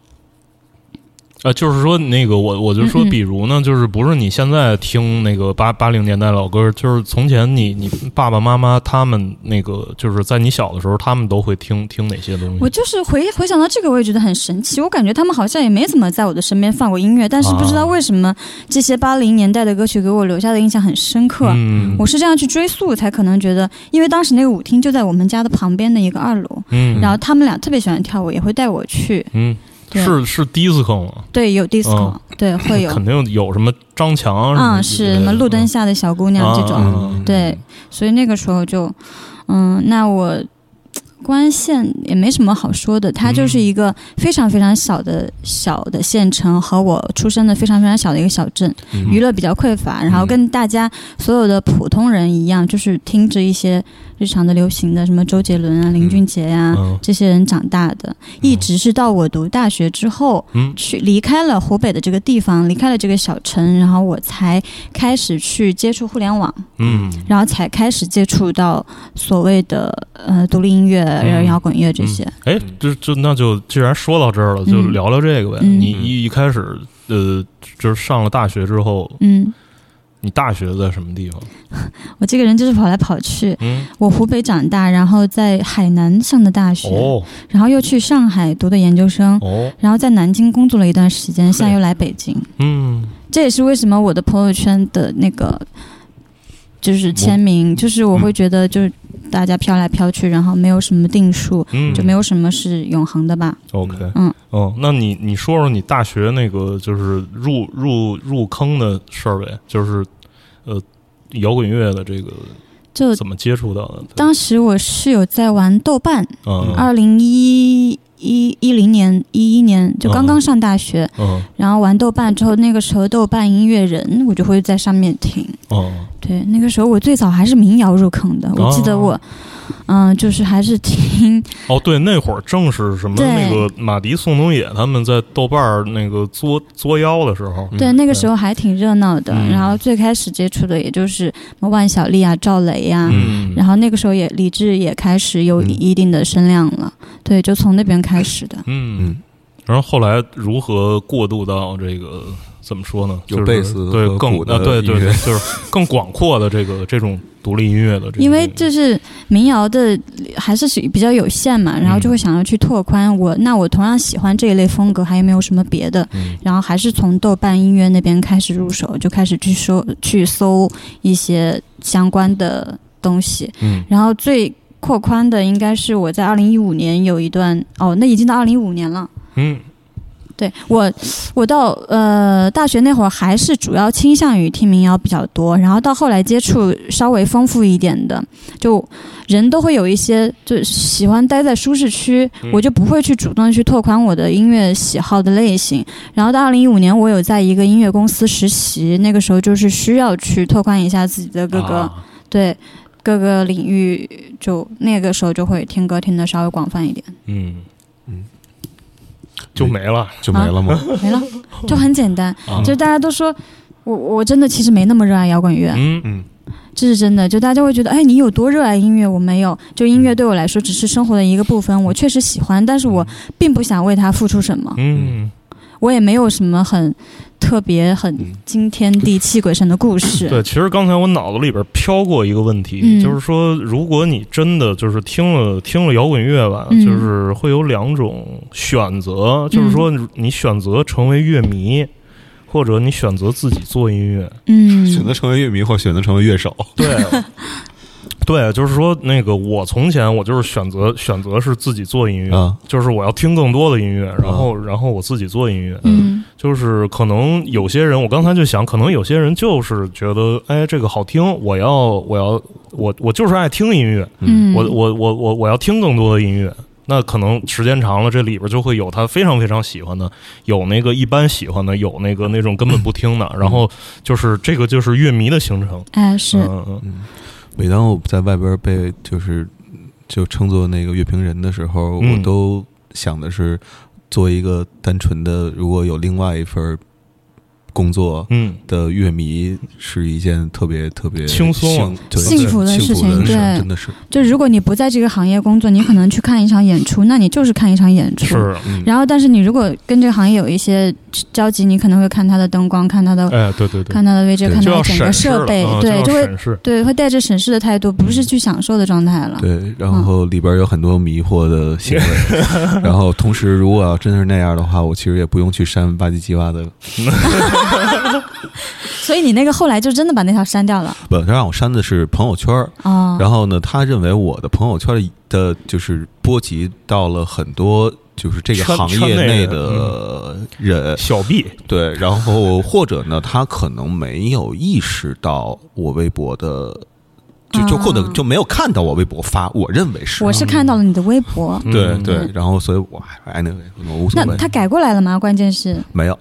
就是说那个我就说，比如呢，就是不是你现在听那个80年代老歌，就是从前你爸爸妈妈他们那个，就是在你小的时候，他们都会听哪些东西？ 我就是回想到这个，我也觉得很神奇。我感觉他们好像也没怎么在我的身边放过音乐，但是不知道为什么这些80年代的歌曲给我留下的印象很深刻。我是这样去追溯，才可能觉得，因为当时那个舞厅就在我们家的旁边的一个2楼，然后他们俩特别喜欢跳舞，也会带我去。 是 disco 吗？ 对，有 disco，对，会有， 肯定有什么张强是什么路灯下的小姑娘这种，对，所以那个时候就，那我公安县也没什么好说的，它就是一个非常非常小的县城，和我出生的非常非常小的一个小镇，娱乐比较匮乏，然后跟大家所有的普通人一样，就是听着一些日常的流行的什么周杰伦啊、林俊杰啊这些人长大的，一直是到我读大学之后，去离开了湖北的这个地方，离开了这个小城，然后我才开始去接触互联网，然后才开始接触到所谓的独立音乐， 摇滚乐这些。 那就既然说到这儿了，就聊聊这个呗。你一开始就是上了大学之后，你大学在什么地方？ 我这个人就是跑来跑去。我湖北长大，然后在海南上的大学，然后又去上海读的研究生，然后在南京工作了一段时间，现在又来北京。这也是为什么我的朋友圈的那个就是签名，就是我会觉得就是大家飘来飘去，然后没有什么定数，就没有什么是永恒的吧。 OK， 那你说说你大学那个就是入坑的事儿呗，就是摇滚乐的这个就怎么接触到的？ 当时我是有在玩豆瓣，2011年就刚刚上大学，然后玩豆瓣之后，那个时候豆瓣音乐人我就会在上面听。对，那个时候我最早还是民谣入坑的，我记得我。就是还是听对，那会儿正是什么那个马迪、宋冬野他们在豆瓣那个作妖的时候， 对，那个时候还挺热闹的。然后最开始接触的也就是万晓利啊、赵雷啊，然后那个时候也李志也开始有一定的声量了，对，就从那边开始的。 然后后来如何过渡到这个怎么说呢？ 有贝斯对更对，就是更广阔的这种独立音乐的。 因为就是民谣的还是比较有限嘛，然后就会想要去拓宽。我同样喜欢这一类风格，还有没有什么别的？然后还是从豆瓣音乐那边开始入手，就开始去搜一些相关的东西。然后最扩宽的应该是我在2015年有一段那已经到2015年了。对，我到大学那会儿还是主要倾向于听民谣比较多，然后到后来接触稍微丰富一点的，就人都会有一些就喜欢待在舒适区，我就不会去主动去拓宽我的音乐喜好的类型。然后到2015年，我有在一个音乐公司实习，那个时候就是需要去拓宽一下自己的各个领域，就那个时候就会听歌听得稍微广泛一点。 就没了吗？ 没了，就很简单。就大家都说我真的其实没那么热爱摇滚乐，这是真的。就大家会觉得，你有多热爱音乐？我没有，就音乐对我来说只是生活的一个部分。我确实喜欢，但是我并不想为它付出什么。我也没有什么很特别、很惊天地泣鬼神的故事。 对，其实刚才我脑子里边飘过一个问题，就是说，如果你真的就是听了摇滚乐吧，就是会有两种选择，就是说你选择成为乐迷，或者你选择自己做音乐。 选择成为乐迷或选择成为乐手。 对，就是说那个我从前我就是选择是自己做音乐，就是我要听更多的音乐，然后我自己做音乐。就是可能有些人，我刚才就想，可能有些人就是觉得，这个好听，我就是爱听音乐，我要听更多的音乐。那可能时间长了，这里边就会有他非常非常喜欢的，有那个一般喜欢的，有那种根本不听的，然后就是这个就是乐迷的形成。 是。 每当我在外边被就称作那个乐评人的时候，我都想的是，作为一个单纯的，如果有另外一份工作的乐迷是一件特别特别轻松幸福的事情。对， 真的是。 就如果你不在这个行业工作，你可能去看一场演出，那你就是看一场演出。 是。 然后，但是你如果跟这个行业有一些交集，你可能会看他的灯光，看他的对， 看他的位置，看他的整个设备，对，就会带着审视的态度，不是去享受的状态了。 对，然后里边有很多迷惑的行为，然后同时，如果要真是那样的话，我其实也不用去删吧唧鸡哇的。 所以你那个后来就真的把那条删掉了？ 不，他让我删的是朋友圈然后呢，他认为我的朋友圈的就是波及到了很多就是这个行业内的人小 B。 对，然后或者呢，他可能没有意识到我微博的。就或者就没有看到我微博发，我认为是我是看到了你的微博， 对，然后所以我anyway我无所谓。 那他改过来了吗？关键是没有，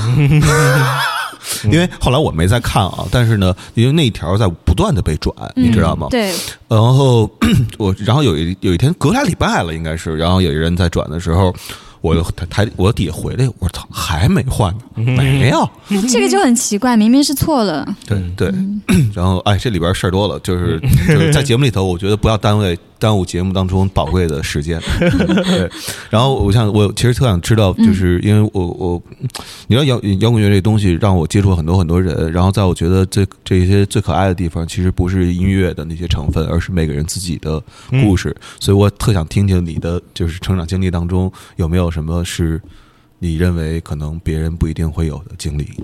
因为后来我没再看啊，但是呢，因为那一条在不断的被转，你知道吗？ 对。 然后然后有一天隔俩礼拜了，应该是，然后有一人在转的时候。我底下回来，我操，还没换呢，没有， 这个就很奇怪，明明是错了。 对，然后这里边事儿多了，就是在节目里头，我觉得不要耽耽误节目当中宝贵的时间。对，然后我其实特想知道，就是因为我你知道摇滚乐这东西让我接触很多人，然后在我觉得这些最可爱的地方，其实不是音乐的那些成分，而是每个人自己的故事。所以我特想听听你的就是成长经历当中有没有什么是你认为可能别人不一定会有的经历。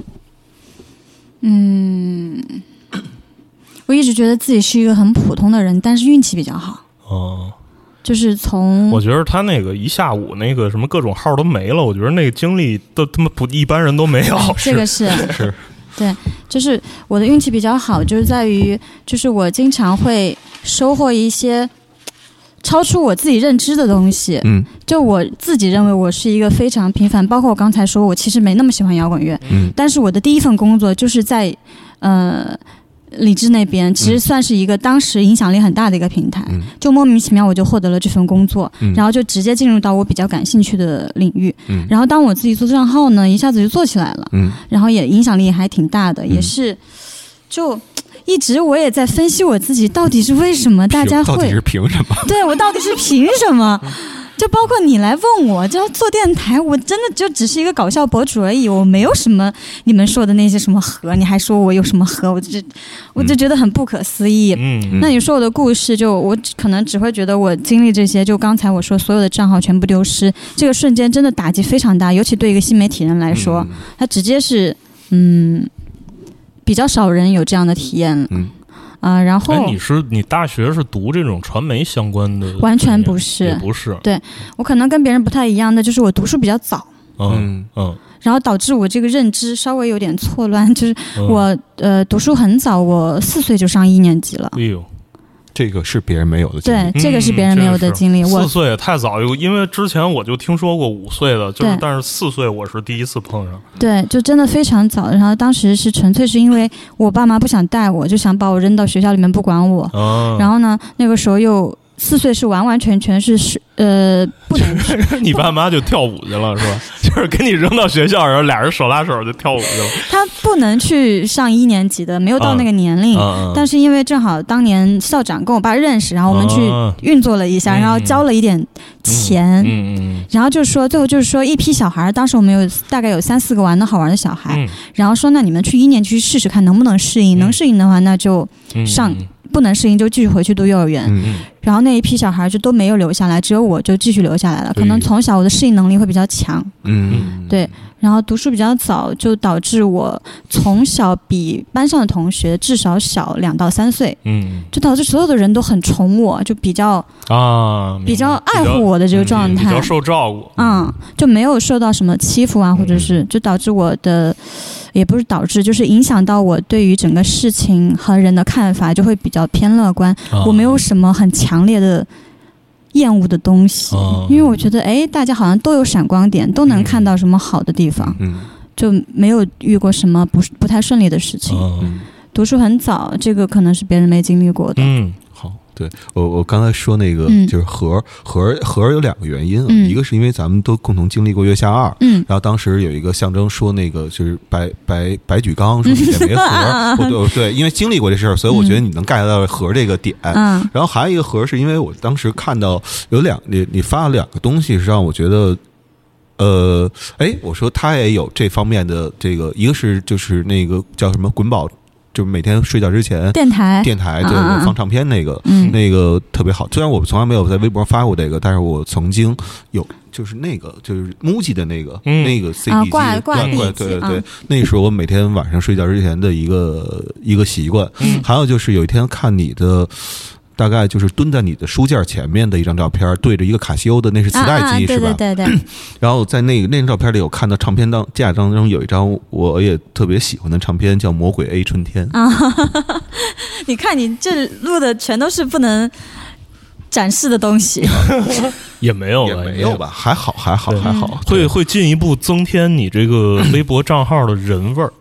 我一直觉得自己是一个很普通的人，但是运气比较好。就是我觉得他那个一下午那个什么各种号都没了，我觉得那个经历都他妈不一般人都没有。 这个是对，就是我的运气比较好，就是在于就是我经常会收获一些超出我自己认知的东西。就我自己认为我是一个非常平凡，包括我刚才说我其实没那么喜欢摇滚乐，但是我的第一份工作就是在理智那边，其实算是一个当时影响力很大的一个平台，就莫名其妙我就获得了这份工作，然后就直接进入到我比较感兴趣的领域，然后当我自己做账号呢，一下子就做起来了，然后也影响力也还挺大的，也是就一直我也在分析我自己到底是为什么大家会， 到底是凭什么？ 对，我到底是凭什么？就包括你来问我，就要做电台，我真的就只是一个搞笑博主而已，我没有什么你们说的那些什么核，你还说我有什么核，我就觉得很不可思议。那你说我的故事，就我可能只会觉得我经历这些，就刚才我说所有的账号全部丢失，这个瞬间真的打击非常大，尤其对一个新媒体人来说，他直接是比较少人有这样的体验。然后你大学是读这种传媒相关的？ 完全不是， 也不是。 对，我可能跟别人不太一样的，就是我读书比较早，然后导致我这个认知稍微有点错乱，就是我读书很早，我4岁就上1年级了。 哎呦， 这个是别人没有的经历。 对，这个是别人没有的经历。 我4岁也太早，因为之前我就听说过5岁的，就是但是4岁我是第一次碰上。 对，就真的非常早。然后当时是纯粹是因为我爸妈不想带我，就想把我扔到学校里面不管我。然后呢，那个时候又4岁是完完全全是不能你爸妈就跳舞去了是吧？就是给你扔到学校，然后俩人手拉手就跳舞去了。 他不能去上1年级的，没有到那个年龄。但是因为正好当年校长跟我爸认识，然后我们去运作了一下，然后交了一点钱。然后就是说，最后就是说一批小孩，当时我们大概有3-4个玩的好玩的小孩，然后说那你们去1年级去试试看能不能适应，能适应的话那就上。不能适应就继续回去读幼儿园。然后那一批小孩就都没有留下来，只有我就继续留下来了。可能从小我的适应能力会比较强。对，然后读书比较早，就导致我从小比班上的同学至少小2到3岁。就导致所有的人都很宠我，就比较爱护我的这个状态， 比较受照顾。 就没有受到什么欺负啊，或者是就导致我的。也不是导致，就是影响到我对于整个事情和人的看法就会比较偏乐观。我没有什么很强烈的厌恶的东西，因为我觉得大家好像都有闪光点，都能看到什么好的地方，就没有遇过什么不太顺利的事情。读书很早，这个可能是别人没经历过的。 对，我刚才说那个就是核有2个原因，一个是因为咱们都共同经历过月下2，然后当时有一个象征说那个就是白举纲说也没核，对，因为经历过这事儿，所以我觉得你能 get 到核这个点。然后还有一个核是因为我当时看到有你发了2个东西是让我觉得。我说他也有这方面的这个，一个是就是那个叫什么滚宝。就是每天睡觉之前，电台对放唱片那个，那个特别好。虽然我从来没有在微博上发过这个，但是我曾经有，就是那个就是 MUJI 的那个CD 机，对，那是我每天晚上睡觉之前的一个习惯。还有就是有一天看你的。大概就是蹲在你的书架前面的一张照片，对着一个卡西欧的，那是磁带机，是吧？对。然后在那张照片里，我看到唱片架当中有一张我也特别喜欢的唱片，叫《魔鬼 A 春天》。 你看你这录的全都是不能展示的东西。 也没有吧？还好， 会进一步增添你这个微博账号的人味儿。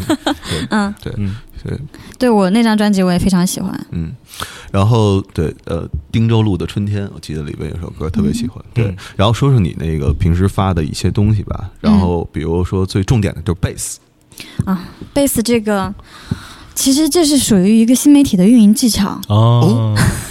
对，我那张专辑我也非常喜欢。 然后对，汀州路的春天，我记得里边有首歌特别喜欢。对，然后说说你那个平时发的一些东西吧。然后比如说最重点的就是贝斯。 贝斯这个，其实这是属于一个新媒体的运营技巧。 我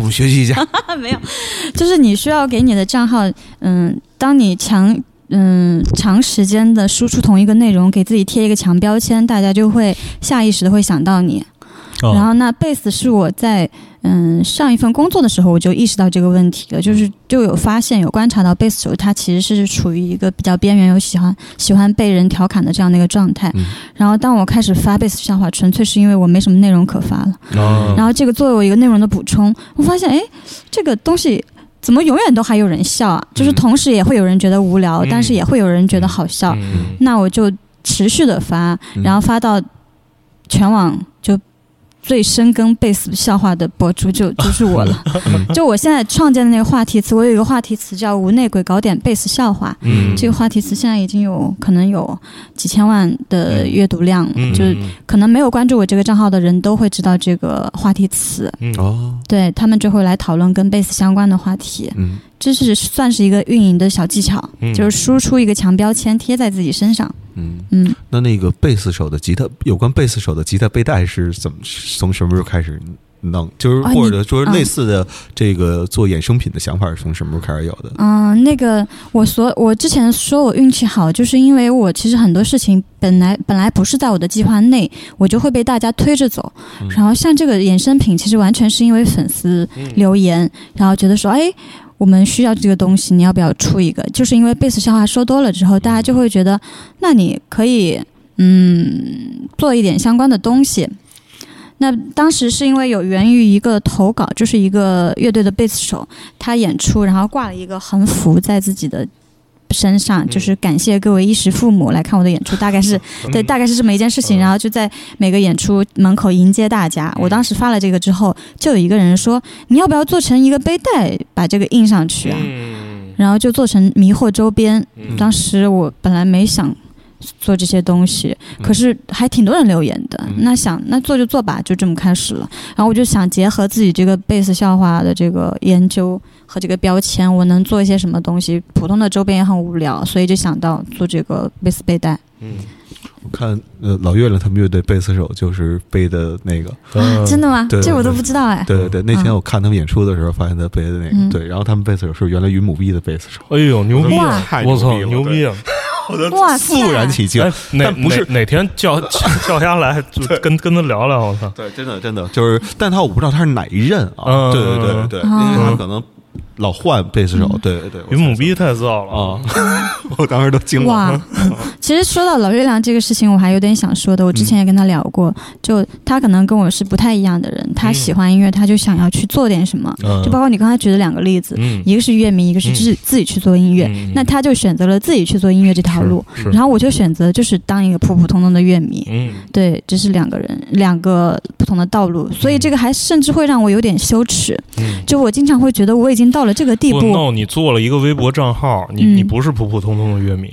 们学习一下。 没有，就是你需要给你的账号，当你长时间的输出同一个内容，给自己贴一个强标签，大家就会下意识的会想到你。然后那 Base 是我在上一份工作的时候我就意识到这个问题了，就有发现有观察到 Base 手他其实是处于一个比较边缘又喜欢被人调侃的这样的一个状态。然后当我开始发 Base 笑话，纯粹是因为我没什么内容可发了。然后这个作为我一个内容的补充，我发现这个东西怎么永远都还有人笑啊？就是同时也会有人觉得无聊，但是也会有人觉得好笑。那我就持续的发，然后发到全网就最深耕Base笑话的博主就是我了。就我现在创建的那个话题词，我有一个话题词叫无内鬼搞点Base笑话。这个话题词现在已经可能有几千万的阅读量，就是可能没有关注我这个账号的人都会知道这个话题词。对，他们就会来讨论跟Base相关的话题。这是算是一个运营的小技巧，就是输出一个强标签贴在自己身上。 那个贝斯手的吉他，有关贝斯手的吉他背带是从什么时候开始弄？就是或者说类似的这个做衍生品的想法是从什么时候开始有的？ 那个我之前说我运气好，就是因为我其实很多事情本来不是在我的计划内，我就会被大家推着走。然后像这个衍生品，其实完全是因为粉丝留言，然后觉得说，我们需要这个东西，你要不要出一个？就是因为Base笑话说多了之后，大家就会觉得，那你可以做一点相关的东西。那当时是因为有源于一个投稿，就是一个乐队的贝斯手，他演出然后挂了一个横幅在自己的身上，就是感谢各位衣食父母来看我的演出，大概是这么一件事情。然后就在每个演出门口迎接大家。我当时发了这个之后，就有一个人说，你要不要做成一个背带把这个印上去啊？然后就做成迷惑周边。当时我本来没想做这些东西，可是还挺多人留言的。那做就做吧，就这么开始了。然后我就想结合自己这个贝斯笑话的这个研究和这个标签，我能做一些什么东西？普通的周边也很无聊，所以就想到做这个贝斯背带。 我看老月亮他们乐队贝斯手就是背的那个真的吗？ 对， 这我都不知道。 对，那天我看他们演出的时候发现他背的那个。对，然后他们贝斯手是原来云母币的贝斯手。 哎呦，牛逼！我操，牛逼！ 我都肃然起敬。但不是哪天叫他来就跟他聊聊。我操， 对，真的就是，但我不知道他是哪一任啊。对，因为他可能老换贝斯手。对， 云母逼太燥了啊！ 我当时都惊了。 哇，其实说到老月亮这个事情，我还有点想说的。我之前也跟他聊过，就他可能跟我是不太一样的人。他喜欢音乐，他就想要去做点什么。就包括你刚才举的两个例子，一个是乐迷，一个是自己去做音乐。那他就选择了自己去做音乐这条路，然后我就选择就是当一个普普通通的乐迷。对，这是两个不同的道路，所以这个还甚至会让我有点羞耻。就我经常会觉得我已经到了这个地步。 那你做了一个微博账号，你不是普普通通的乐迷。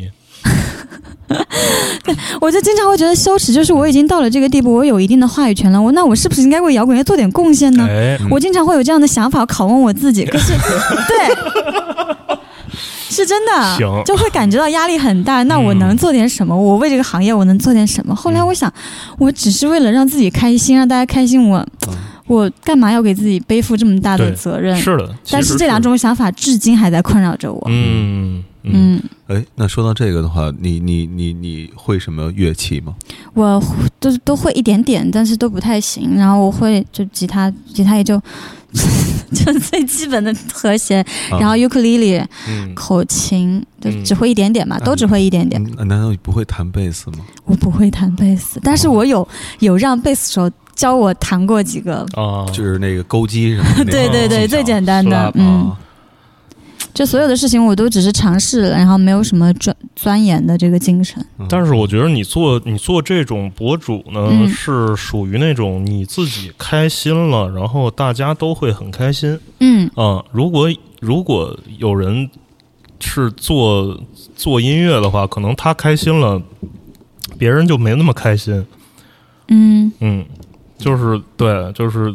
我就经常会觉得羞耻，就是我已经到了这个地步，我有一定的话语权了，那我是不是应该为摇滚乐做点贡献呢？我经常会有这样的想法，拷问我自己。可是，对，是真的，就会感觉到压力很大。那我能做点什么？我为这个行业我能做点什么？后来我想，我只是为了让自己开心，让大家开心，我干嘛要给自己背负这么大的责任？ 是的， 但是这两种想法至今还在困扰着我。 那说到这个的话，你会什么乐器吗？ 我都会一点点，但是都不太行。然后我会就吉他也就最基本的和弦，然后尤克里里、口琴，就只会一点点嘛，都只会一点点。 难道你不会弹贝斯吗？ 我不会弹贝斯，但是我有让贝斯手教我弹过几个， 就是那个钩机什么的。 对，最简单的，就所有的事情我都只是尝试了，然后没有什么钻研的这个精神。 但是我觉得你做这种博主呢，是属于那种你自己开心了，然后大家都会很开心。如果有人是做音乐的话，可能他开心了，别人就没那么开心。就是对，就是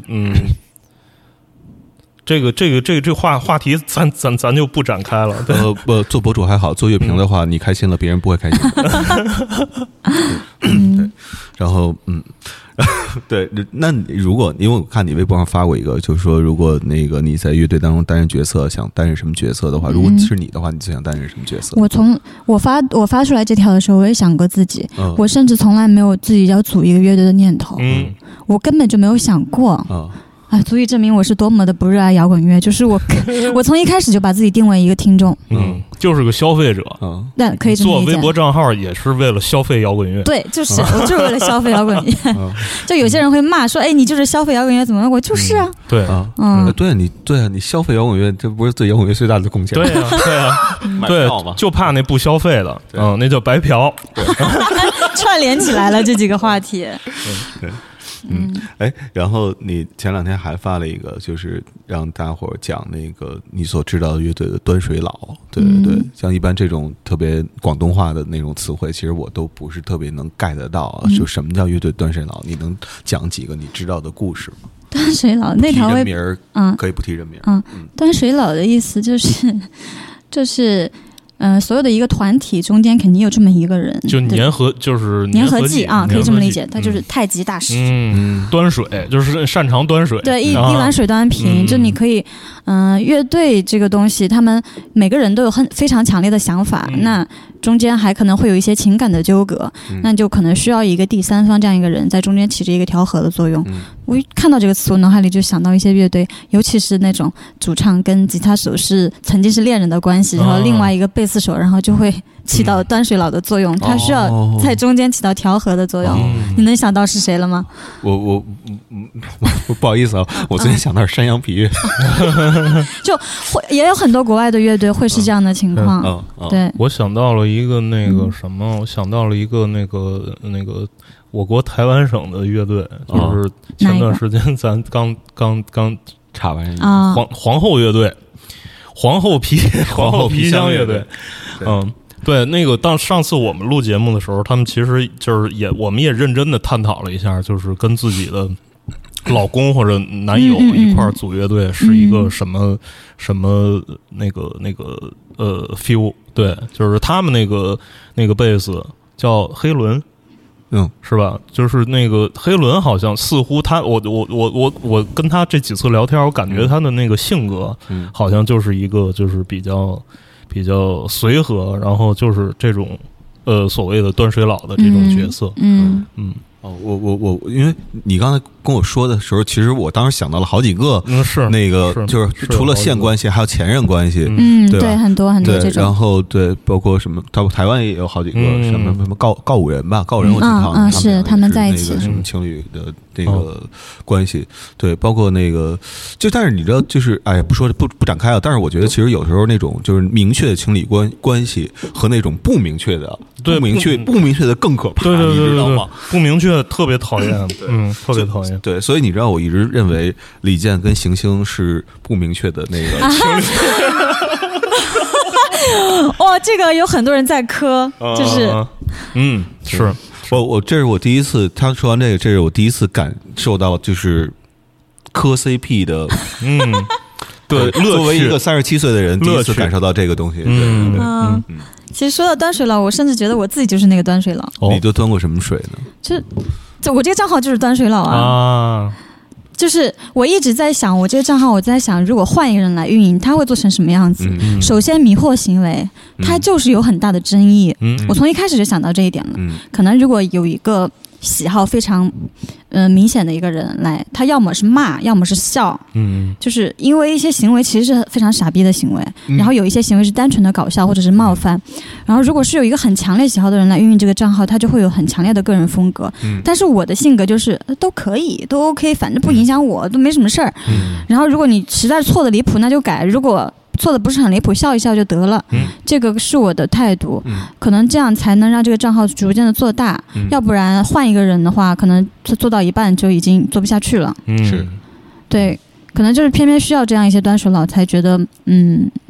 这个话题咱就不展开了。 做博主还好，做乐评的话，你开心了，别人不会开心。对，然后对，那如果因为我看你微博上发过一个，就是说如果那个你在乐队当中担任角色，想担任什么角色的话，如果是你的话，你最想担任什么角色？ 我发出来这条的时候，我也想过自己，我甚至从来没有自己要组一个乐队的念头，我根本就没有想过。足以证明我是多么的不热爱摇滚乐。就是我从一开始就把自己定为一个听众， 就是个消费者。 但可以这么理解。 做微博账号也是为了消费摇滚乐。 对，就是我就是为了消费摇滚乐。就有些人会骂说：“哎，你就是消费摇滚乐，怎么？”我就是啊。 对啊， 你消费摇滚乐，这不是对摇滚乐最大的贡献？ 对啊，对，就怕那不消费的，那叫白嫖。 串联起来了这几个话题。 对。然后你前2天还发了一个，就是让大伙讲那个你所知道的乐队的端水佬，对，像一般这种特别广东话的那种词汇，其实我都不是特别能 get 得到，就什么叫乐队端水佬？你能讲几个你知道的故事吗？ 端水佬那条微名可以不提人名。 端水佬的意思就是所有的一个团体中间肯定有这么一个人， 就粘合剂啊，可以这么理解，他就是太极大师。 端水就是擅长端水， 对，一碗水端平。就你可以，乐队这个东西，他们每个人都有非常强烈的想法，那中间还可能会有一些情感的纠葛，那就可能需要一个第三方这样一个人在中间起着一个调和的作用。我一看到这个词，我脑海里就想到一些乐队，尤其是那种主唱跟吉他手曾经是恋人的关系，然后另外一个贝斯手，然后就会起到端水佬的作用，他需要在中间起到调和的作用。你能想到是谁了吗？ 我不好意思啊，我昨天想到是山羊皮乐， 就也有很多国外的乐队会是这样的情况。对， 我想到了一个那个什么，我想到了一个那个我国台湾省的乐队，就是前段时间咱刚插完皇后乐队，皇后皮箱乐队。对，那个上次我们录节目的时候，他们其实就是我们也认真的探讨了一下，就是跟自己的老公或者男友一块组乐队是一个什么那个feel。对，就是他们那个贝斯叫黑伦。是吧？就是那个黑伦，好像似乎我跟他这几次聊天，我感觉他的那个性格，好像就是一个就是比较随和，然后就是这种所谓的端水佬的这种角色。 我因为你刚才跟我说的时候，其实我当时想到了好几个， 是那个就是除了现关系，还有前任关系， 对，很多这种。 然后对，包括什么，台湾也有好几个什么告五人吧，告五人我经常是他们在一起， 什么情侣的那个关系，对，包括那个但是你知道，就是不展开了。但是我觉得其实有时候那种就是明确的情侣关系和那种不明确的，不明确的更可怕，你知道吗？ 不明确特别讨厌，特别讨厌。 对，所以你知道，我一直认为李健跟行星是不明确的那个情侣。 哇，这个有很多人在磕，就是是这是我第一次，他说完这是我第一次感受到就是磕 CP 的， 对， 作为一个37岁的人，第一次感受到这个东西。 其实说到端水佬，我甚至觉得我自己就是那个端水佬。 你都端过什么水呢？ 就我这个账号就是端水佬啊。就是我一直在想，我这个账号，我在想，如果换一个人来运营，他会做成什么样子？首先，迷惑行为，它就是有很大的争议。我从一开始就想到这一点了。可能如果有一个喜好非常明显的一个人来，他要么是骂，要么是笑，就是因为一些行为其实是非常傻逼的行为，然后有一些行为是单纯的搞笑或者是冒犯，然后如果是有一个很强烈喜好的人来运营这个账号，他就会有很强烈的个人风格。但是我的性格就是都可以，都 OK， 反正不影响我，都没什么事儿。然后如果你实在是错的离谱，那就改；如果错的不是很离谱，笑一笑就得了。这个是我的态度。可能这样才能让这个账号逐渐的做大。要不然换一个人的话，可能做到一半就已经做不下去了。 是， 对，可能就是偏偏需要这样一些端水佬，才觉得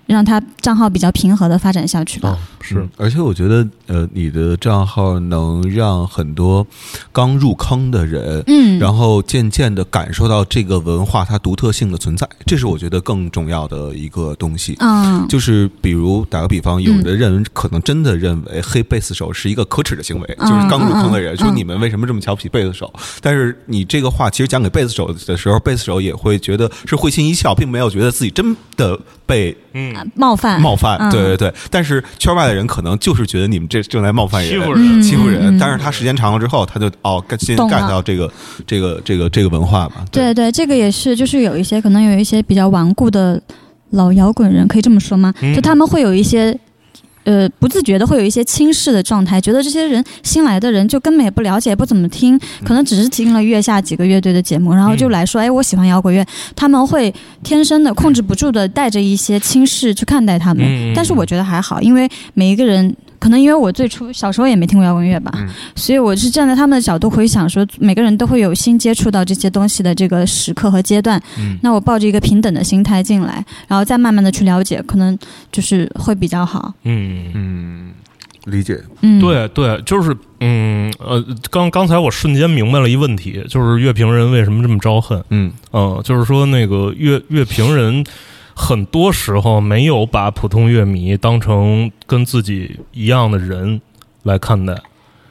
让他账号比较平和的发展下去吧。 是， 而且我觉得你的账号能让很多刚入坑的人，然后渐渐的感受到这个文化它独特性的存在，这是我觉得更重要的一个东西。就是比如打个比方，有的人可能真的认为黑贝斯手是一个可耻的行为，就是刚入坑的人说你们为什么这么瞧不起贝斯手？但是你这个话其实讲给贝斯手的时候，贝斯手也会觉得是会心一笑，并没有觉得自己真的被冒犯。 对对对。但是圈外的人可能就是觉得你们这正在冒犯人、 欺负人。但是他时间长了之后，他就先 get 到这个文化嘛。 对对，这个也是，就是可能有一些比较顽固的老摇滚人，可以这么说吗？就他们会有一些。不自觉的会有一些轻视的状态，觉得这些人新来的人就根本也不了解，也不怎么听，可能只是听了月下几个乐队的节目，然后就来说，我喜欢摇滚乐，他们会天生的控制不住的带着一些轻视去看待他们。但是我觉得还好，因为每一个人。可能因为我最初小时候也没听过摇滚乐吧，所以我是站在他们的角度会想说，每个人都会有新接触到这些东西的这个时刻和阶段。那我抱着一个平等的心态进来，然后再慢慢的去了解，可能就是会比较好。 理解。 对对，就是刚才我瞬间明白了一问题，就是乐评人为什么这么招恨。就是说那个乐评人。很多时候没有把普通乐迷当成跟自己一样的人来看待。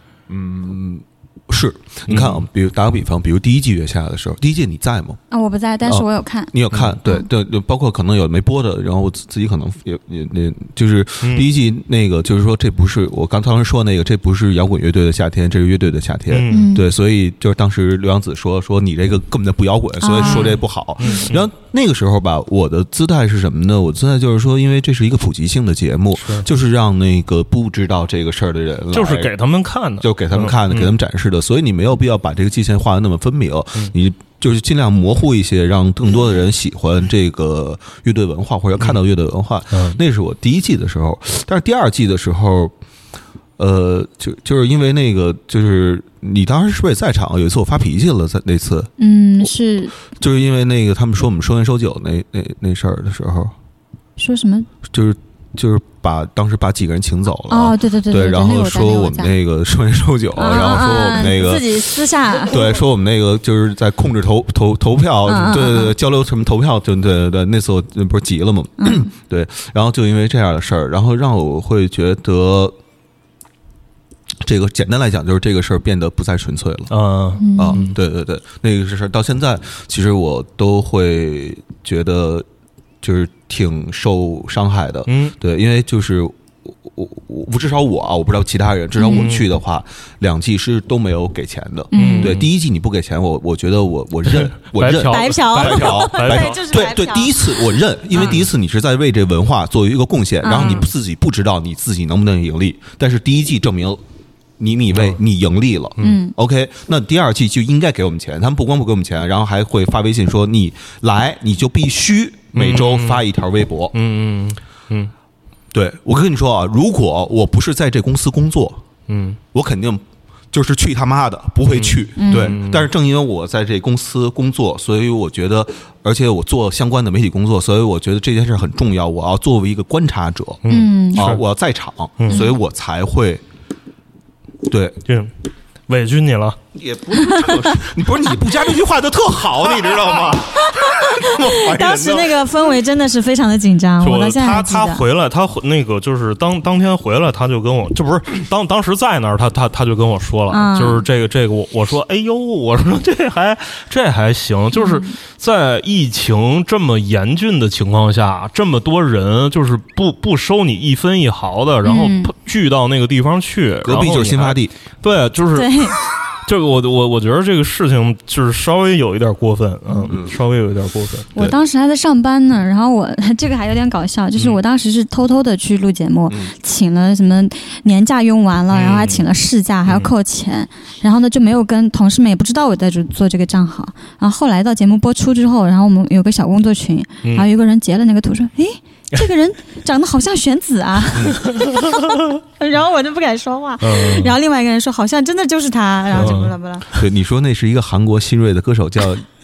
是，你看啊，比如打个比方，比如第一季月下的时候，第一季你在吗？ 我不在，但是我有看。 你有看？对对，包括可能有没播的，然后我自己可能也就是第一季那个，就是说这不是我当时说那个，这不是摇滚乐队的夏天，这是乐队的夏天。对，所以就是当时刘洋子说你这个根本就不摇滚，所以说这不好。然后那个时候吧，我的姿态是什么呢？我姿态就是说，因为这是一个普及性的节目，就是让那个不知道这个事儿的人， 就是给他们看的， 就给他们看的，给他们展示的。所以你没有必要把这个界限画得那么分明，你就是尽量模糊一些，让更多的人喜欢这个乐队文化或者看到乐队文化。那是我第一季的时候，但是第二季的时候，就是因为那个，就是你当时是不是也在场？有一次我发脾气了，在那次， 是， 就是因为那个他们说我们收烟收酒那事儿的时候， 说什么？ 就是当时把几个人请走了。 对对对对， 然后说我们那个收烟收酒，然后说我们那个自己私下对，说我们那个就是在控制投票，对对对，交流什么投票，对对对，那次我不是急了吗？对，然后就因为这样的事儿，然后让我会觉得。这个简单来讲，就是这个事儿变得不再纯粹了。对对对，那个事儿到现在，其实我都会觉得就是挺受伤害的。对，因为就是我至少我不知道其他人，至少我去的话，2季是都没有给钱的。对，第一季你不给钱，我觉得我认白嫖， 对，第一次我认，因为第一次你是在为这文化做一个贡献，然后你自己不知道你自己能不能盈利，但是第一季证明。你盈利了，OK， 那第二季就应该给我们钱。他们不光不给我们钱，然后还会发微信说你来，你就必须每周发一条微博。对，我跟你说啊，如果我不是在这公司工作，我肯定就是去他妈的不会去。对，但是正因为我在这公司工作，所以我觉得，而且我做相关的媒体工作，所以我觉得这件事很重要。我要作为一个观察者，我要在场，所以我才会。对， 委屈你了， 也不是你不是你不加这句话就特好，你知道吗？ 当时那个氛围真的是非常的紧张。我到现在还记得他回来，他那个就是当天回来，他就跟我，就不是当时在那儿，他就跟我说了，就是这个我说，哎呦，我说这还行，就是在疫情这么严峻的情况下，这么多人就是不收你一分一毫的，然后聚到那个地方去， 隔壁就是新发地， 对，就是。这个我觉得这个事情就是稍微有一点过分，稍微有一点过分。 我当时还在上班呢，然后我这个还有点搞笑，就是我当时是偷偷的去录节目，请了什么年假用完了，然后还请了事假，还要扣钱，然后呢就没有跟同事们也不知道我在做这个账号。然后后来到节目播出之后，然后我们有个小工作群，然后有个人截了那个图说，诶。这个人长得好像玄子啊，然后我就不敢说话，然后另外一个人说好像真的就是他，然后就不啦不啦。 对，你说那是一个韩国新锐的歌手叫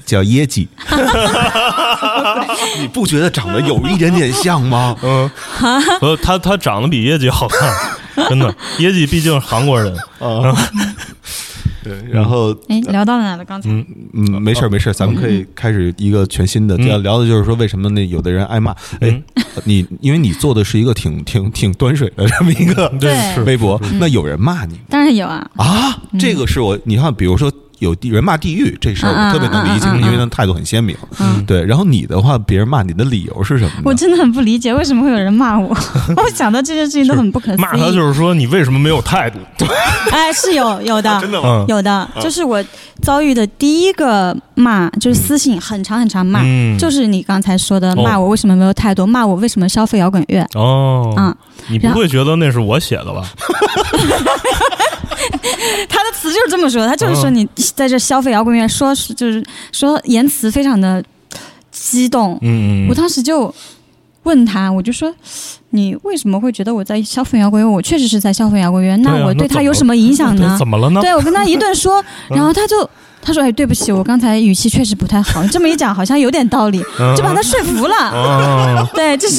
叫椰鸡。你不觉得长得有一点点像吗？ 他长得比椰鸡好看，真的。椰鸡毕竟是韩国人啊。 对，然后聊到哪了？刚才没事，咱们可以开始一个全新的，聊的就是说为什么有的人挨骂。因为你做的是一个挺端水的这么一个微博，那有人骂你？ 当然有啊。 这个是你看，比如说有人骂地狱这事儿，我特别能理解，因为他态度很鲜明。对，然后你的话，别人骂你的理由是什么呢？ 我真的很不理解为什么会有人骂我。我想到这件事情都很不可思议。 骂他就是说你为什么没有态度？ 是有的， 真的吗？ 有的，就是我遭遇的第一个骂，就是私信很长很长骂，就是你刚才说的骂我为什么没有态度，骂我为什么消费摇滚乐。 你不会觉得那是我写的吧？ 他的词就是这么说，他就是说你在这消费摇滚乐，就是说言辞非常的激动。我当时就问他，我就说你为什么会觉得我在消费摇滚乐？我确实是在消费摇滚乐，那我对他有什么影响呢？ 怎么了呢？ 对，我跟他一顿说，然后他说对不起，我刚才语气确实不太好，这么一讲好像有点道理，就把他说服了。对，这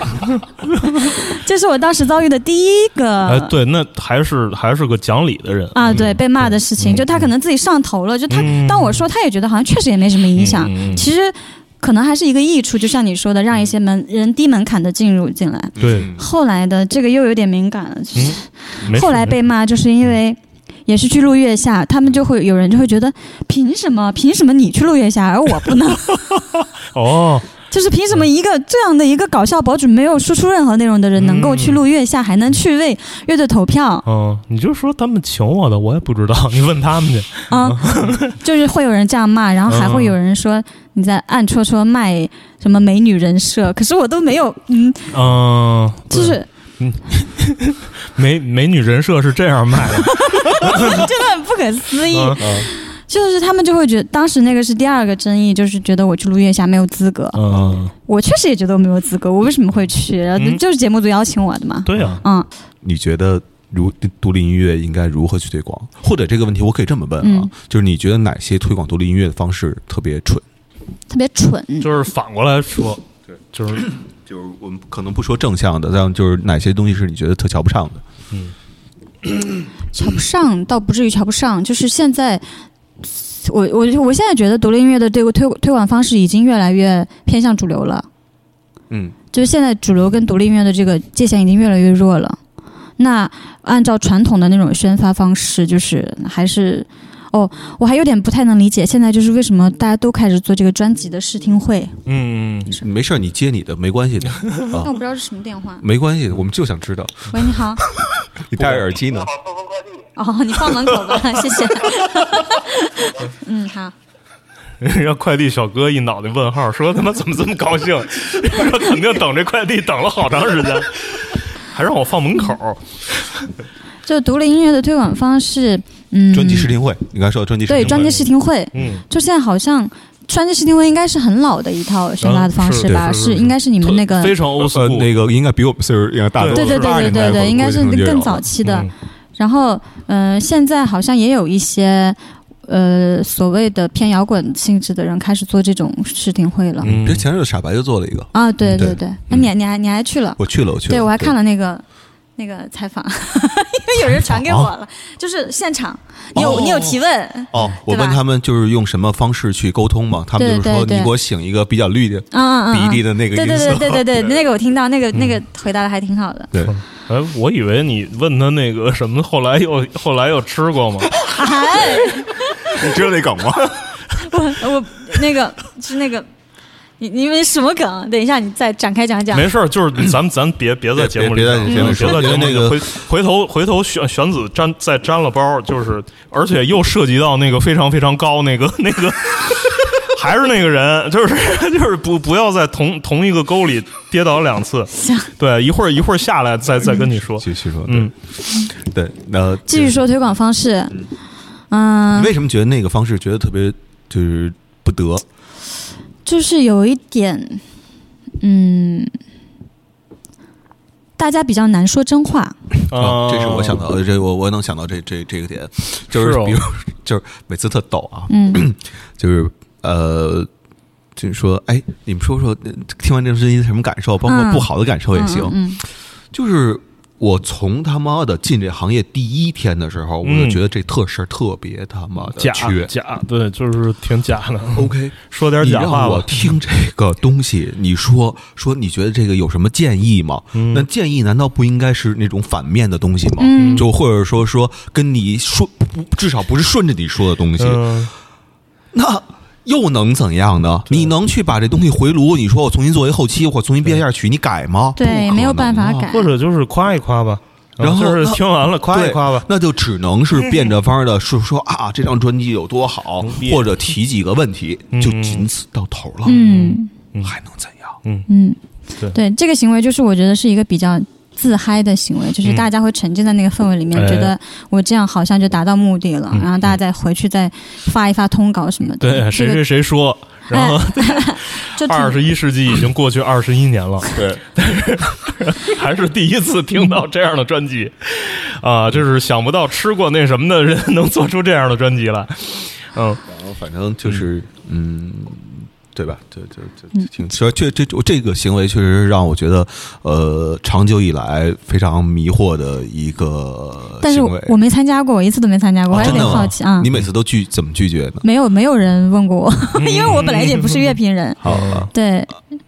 是我当时遭遇的第一个。 对，那还是个讲理的人啊。对，被骂的事情，就他可能自己上头了，就他当我说，他也觉得好像确实也没什么影响。其实可能还是一个益处，就像你说的，让一些人低门槛的进来。 对， 后来的这个又有点敏感了，就是后来被骂，就是因为也是去录月下，他们有人就会觉得凭什么你去录月下而我不能？就是凭什么一个这样的一个搞笑博主没有输出任何内容的人能够去录月下，还能去为乐队投票？ 你就说他们请我的，我也不知道，你问他们去。 就是会有人这样骂，然后还会有人说你在暗戳戳卖什么美女人设，可是我都没有，就是。 美女人设是这样卖的， 真的很不可思议。就是他们就会觉得，当时那个是第二个争议，就是觉得我去录月下没有资格。我确实也觉得我没有资格，我为什么会去？就是节目组邀请我的嘛。 对啊。 你觉得独立音乐应该如何去推广？或者这个问题我可以这么问啊，就是你觉得哪些推广独立音乐的方式特别蠢？ 特别蠢， 就是反过来说，对，就是我们可能不说正向的，但就是哪些东西是你觉得特瞧不上的？ 瞧不上倒不至于瞧不上，就是现在，我现在觉得独立音乐的这个推广方式已经越来越偏向主流了。就是现在主流跟独立音乐的这个界限已经越来越弱了。那按照传统的那种宣发方式，就是还是。我还有点不太能理解，现在就是为什么大家都开始做这个专辑的试听会。 没事，你接你的，没关系的。 但我不知道是什么电话。 没关系，我们就想知道。 喂，你好。 你戴着耳机呢？ 你放门口吧，谢谢。好。 让快递小哥一脑袋问号，说他妈怎么这么高兴？说肯定等这快递等了好长时间，还让我放门口。 就独立音乐的推广方式。 专辑试听会，你刚才说专辑试听会。 对，专辑试听会，就现在好像专辑试听会应该是很老的一套宣发的方式吧？是应该是你们那个非常old school， 那个应该比我们岁数应该大多。 对，应该是更早期的。然后现在好像也有一些所谓的偏摇滚性质的人开始做这种试听会了。 这前阵子傻白就做了一个啊，对，那你还去了？ 我去了， 对，我还看了那个采访，因为有人传给我了，就是现场，你有提问我问他们就是用什么方式去沟通嘛，他们就是说你给我醒一个比较绿的比例的那个音色， 对，那个我听到，那个回答的还挺好的。 对， 我以为你问他那个什么，后来又吃过吗？ 你知道那梗吗？ 我那个是那个。你们什么梗？等一下，你再展开讲讲。 没事，就是咱别在节目里，别在节目里那个回头玄子再沾了包，就是而且又涉及到那个非常非常高那个，还是那个人，就是不要在同一个沟里跌倒2次。对，一会儿下来再跟你说。 继续说，对， 继续说推广方式。 你为什么觉得那个方式觉得特别就是不得？ 就是有一点，大家比较难说真话。 这是我想到的，这我能想到这个点，就是比如就是每次特逗啊，就是就是说，哎，你们说听完这张专辑什么感受？包括不好的感受也行。就是我从他妈的进这行业第一天的时候，我就觉得这事儿特别他妈的假，对，就是挺假的。 OK， 说点假话吧。 你让我听这个东西，你说你觉得这个有什么建议吗？那建议难道不应该是那种反面的东西吗？就或者说跟你说，至少不是顺着你说的东西。那又能怎样呢？你能去把这东西回炉？你说我重新做一后期，或重新编一下曲，你改吗？ 对，没有办法改。 或者就是夸一夸吧，然后就是听完了夸一夸吧， 那就只能是变着法的说啊，这张专辑有多好，或者提几个问题，就仅此到头了。还能怎样？ 对，这个行为就是我觉得是一个比较自嗨的行为，就是大家会沉浸在那个氛围里面，觉得我这样好像就达到目的了，然后大家再回去再发一发通稿什么的。 对，谁说，然后21世纪已经过去21年了，对，但是还是第一次听到这样的专辑啊，就是想不到吃过那什么的人能做出这样的专辑来。 然后反正就是对吧？就挺说这个行为确实让我觉得，长久以来非常迷惑的一个行为。 但是我没参加过，我一次都没参加过，我还有点好奇啊。 你每次都怎么拒绝呢？ 没有人问过我，因为我本来也不是乐评人。对。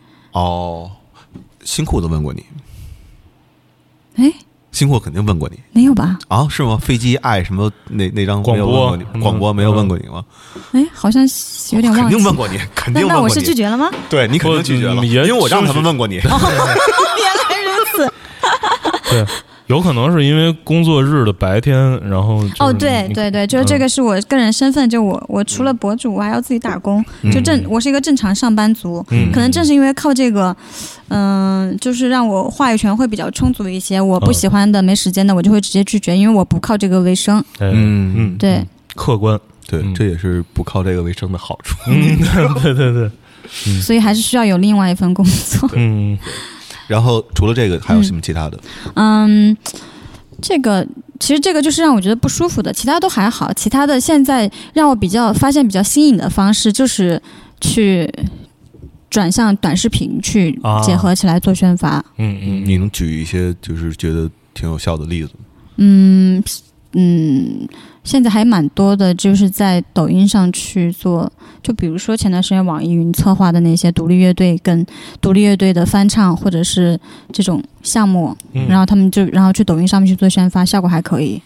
新裤子问过你？ 哎。 新货肯定问过你， 没有吧？ 啊，是吗？飞机爱什么那张没有问过你？广播没有问过你吗？ 哎，好像有点忘记。 肯定问过你，肯定问过你。 那我是拒绝了吗？ 对，你肯定拒绝了，因为我让他们问过你。 原来如此。 对。有可能是因为工作日的白天，然后对，就是这个是我个人身份，就我除了博主，我还要自己打工，我是一个正常上班族，可能正是因为靠这个，就是让我话语权会比较充足一些。我不喜欢的、没时间的，我就会直接拒绝，因为我不靠这个为生。对， 客观， 对，这也是不靠这个为生的好处。 对， 所以还是需要有另外一份工作。 然后除了这个还有什么其他的？ 其实这个就是让我觉得不舒服的，其他都还好。其他的现在让我发现比较新颖的方式，就是去转向短视频去结合起来做宣发。 你能举一些就是觉得挺有效的例子吗？ 现在还蛮多的，就是在抖音上去做，就比如说前段时间网易云策划的那些独立乐队跟独立乐队的翻唱或者是这种项目，然后他们然后去抖音上面去做宣发，效果还可以。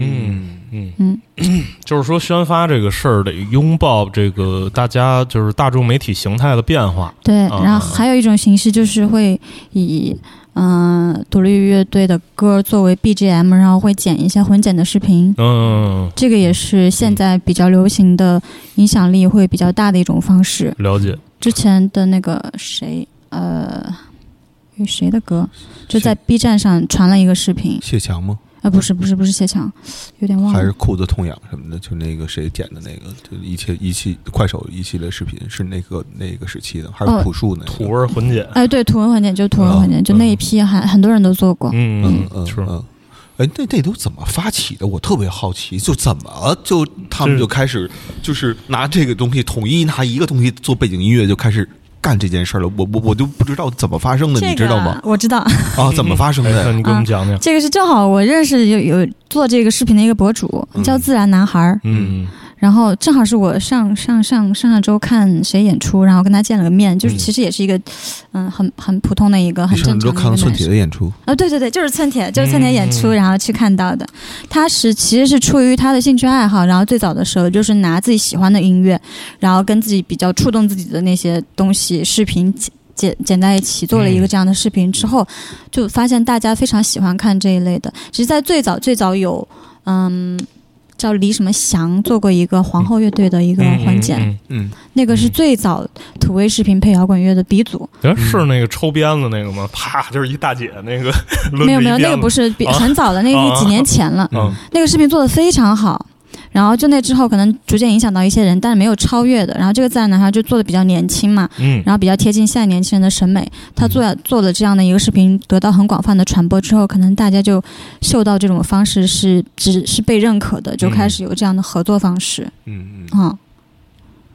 就是说宣发这个事儿得拥抱这个大家就是大众媒体形态的变化。 对，然后还有一种形式就是会以独立乐队的歌作为 BGM， 然后会剪一些混剪的视频。这个也是现在比较流行的，影响力会比较大的一种方式。 了解。 之前的那个谁有谁的歌，就在 B 站上传了一个视频。 谢强吗？ 不是谢强，有点忘了。 还是裤子痛痒什么的，就那个谁剪的那个，就一期快手一系列视频，是那个时期的，还是朴树那个土味混剪？ 哎，对，土味混剪就土味混剪，就那一批很多人都做过。 哎，那都怎么发起的？我特别好奇，就怎么他们就开始就是拿这个东西统一拿一个东西做背景音乐就开始干这件事了，我就不知道怎么发生的，你知道吗？ 我知道啊，怎么发生的？ 你给我们讲讲。 这个是正好我认识有做这个视频的一个博主，叫自然男孩。然后正好是我上周看谁演出，然后跟他见了个面，就是其实也是一个很普通的一个很正常的一个男生。 看了寸铁的演出啊，对，就是寸铁演出，然后去看到的。他其实是出于他的兴趣爱好，然后最早的时候就是拿自己喜欢的音乐，然后跟自己比较触动自己的那些东西视频剪在一起，做了一个这样的视频之后，就发现大家非常喜欢看这一类的。其实在最早有叫李什么祥做过一个皇后乐队的一个混剪，那个是最早土味视频配摇滚乐的鼻祖。 是那个抽鞭子那个吗？啪，就是一大姐那个。 没有，那个不是，很早的，那个是几年前了。那个视频做得非常好。然后就那之后可能逐渐影响到一些人，但是没有超越的。然后这个自然男孩就做的比较年轻嘛，然后比较贴近现在年轻人的审美。他做了这样的一个视频，得到很广泛的传播之后，可能大家就嗅到这种方式是被认可的，就开始有这样的合作方式。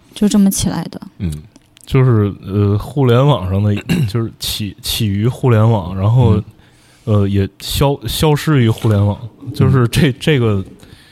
就这么起来的。 就是互联网上的，就是起于互联网，然后也消失于互联网，就是这个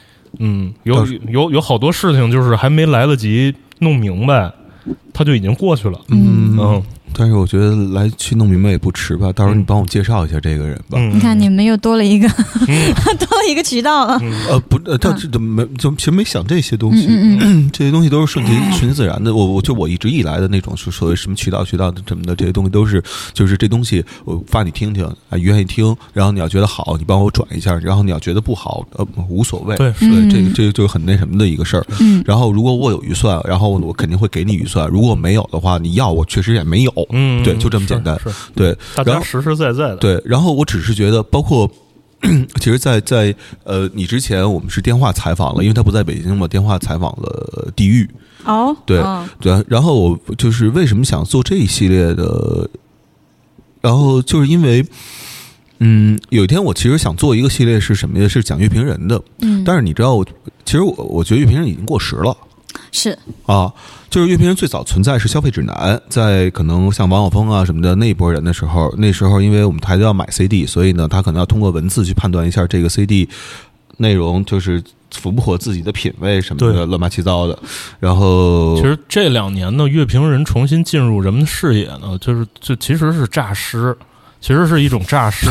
有好多事情就是还没来得及弄明白，它就已经过去了。 但是我觉得来去弄明白也不迟吧，到时候你帮我介绍一下这个人吧。 你看你们又多了一个多了一个渠道了。 他其实没想这些东西，这些东西都是顺其自然的。我一直以来的那种所谓什么渠道什么的，这些东西都是就是这东西我发你听听啊，愿意听，然后你要觉得好，你帮我转一下，然后你要觉得不好，无所谓。 对， 这个就是很那什么的一个事儿。然后如果我有预算，然后我肯定会给你预算；如果没有的话，你要我确实也没有。对，就这么简单。对， 大家实实在在的。 对，然后我只是觉得，包括其实在你之前我们是电话采访了，因为他不在北京嘛，电话采访了地狱。对，然后我就是为什么想做这一系列的，然后就是因为有一天我其实想做一个系列是什么呀？是讲乐评人的。但是你知道其实我觉得乐评人已经过时了。 是啊，就是乐评人最早存在是消费指南，在可能像王晓峰啊什么的那一波人的时候，那时候因为我们台都要买 CD， 所以呢，他可能要通过文字去判断一下这个 CD 内容就是符不符合自己的品味什么的，乱八七糟的。然后， 其实这2年呢，乐评人重新进入人们的视野呢，就其实是诈尸，其实是一种诈尸。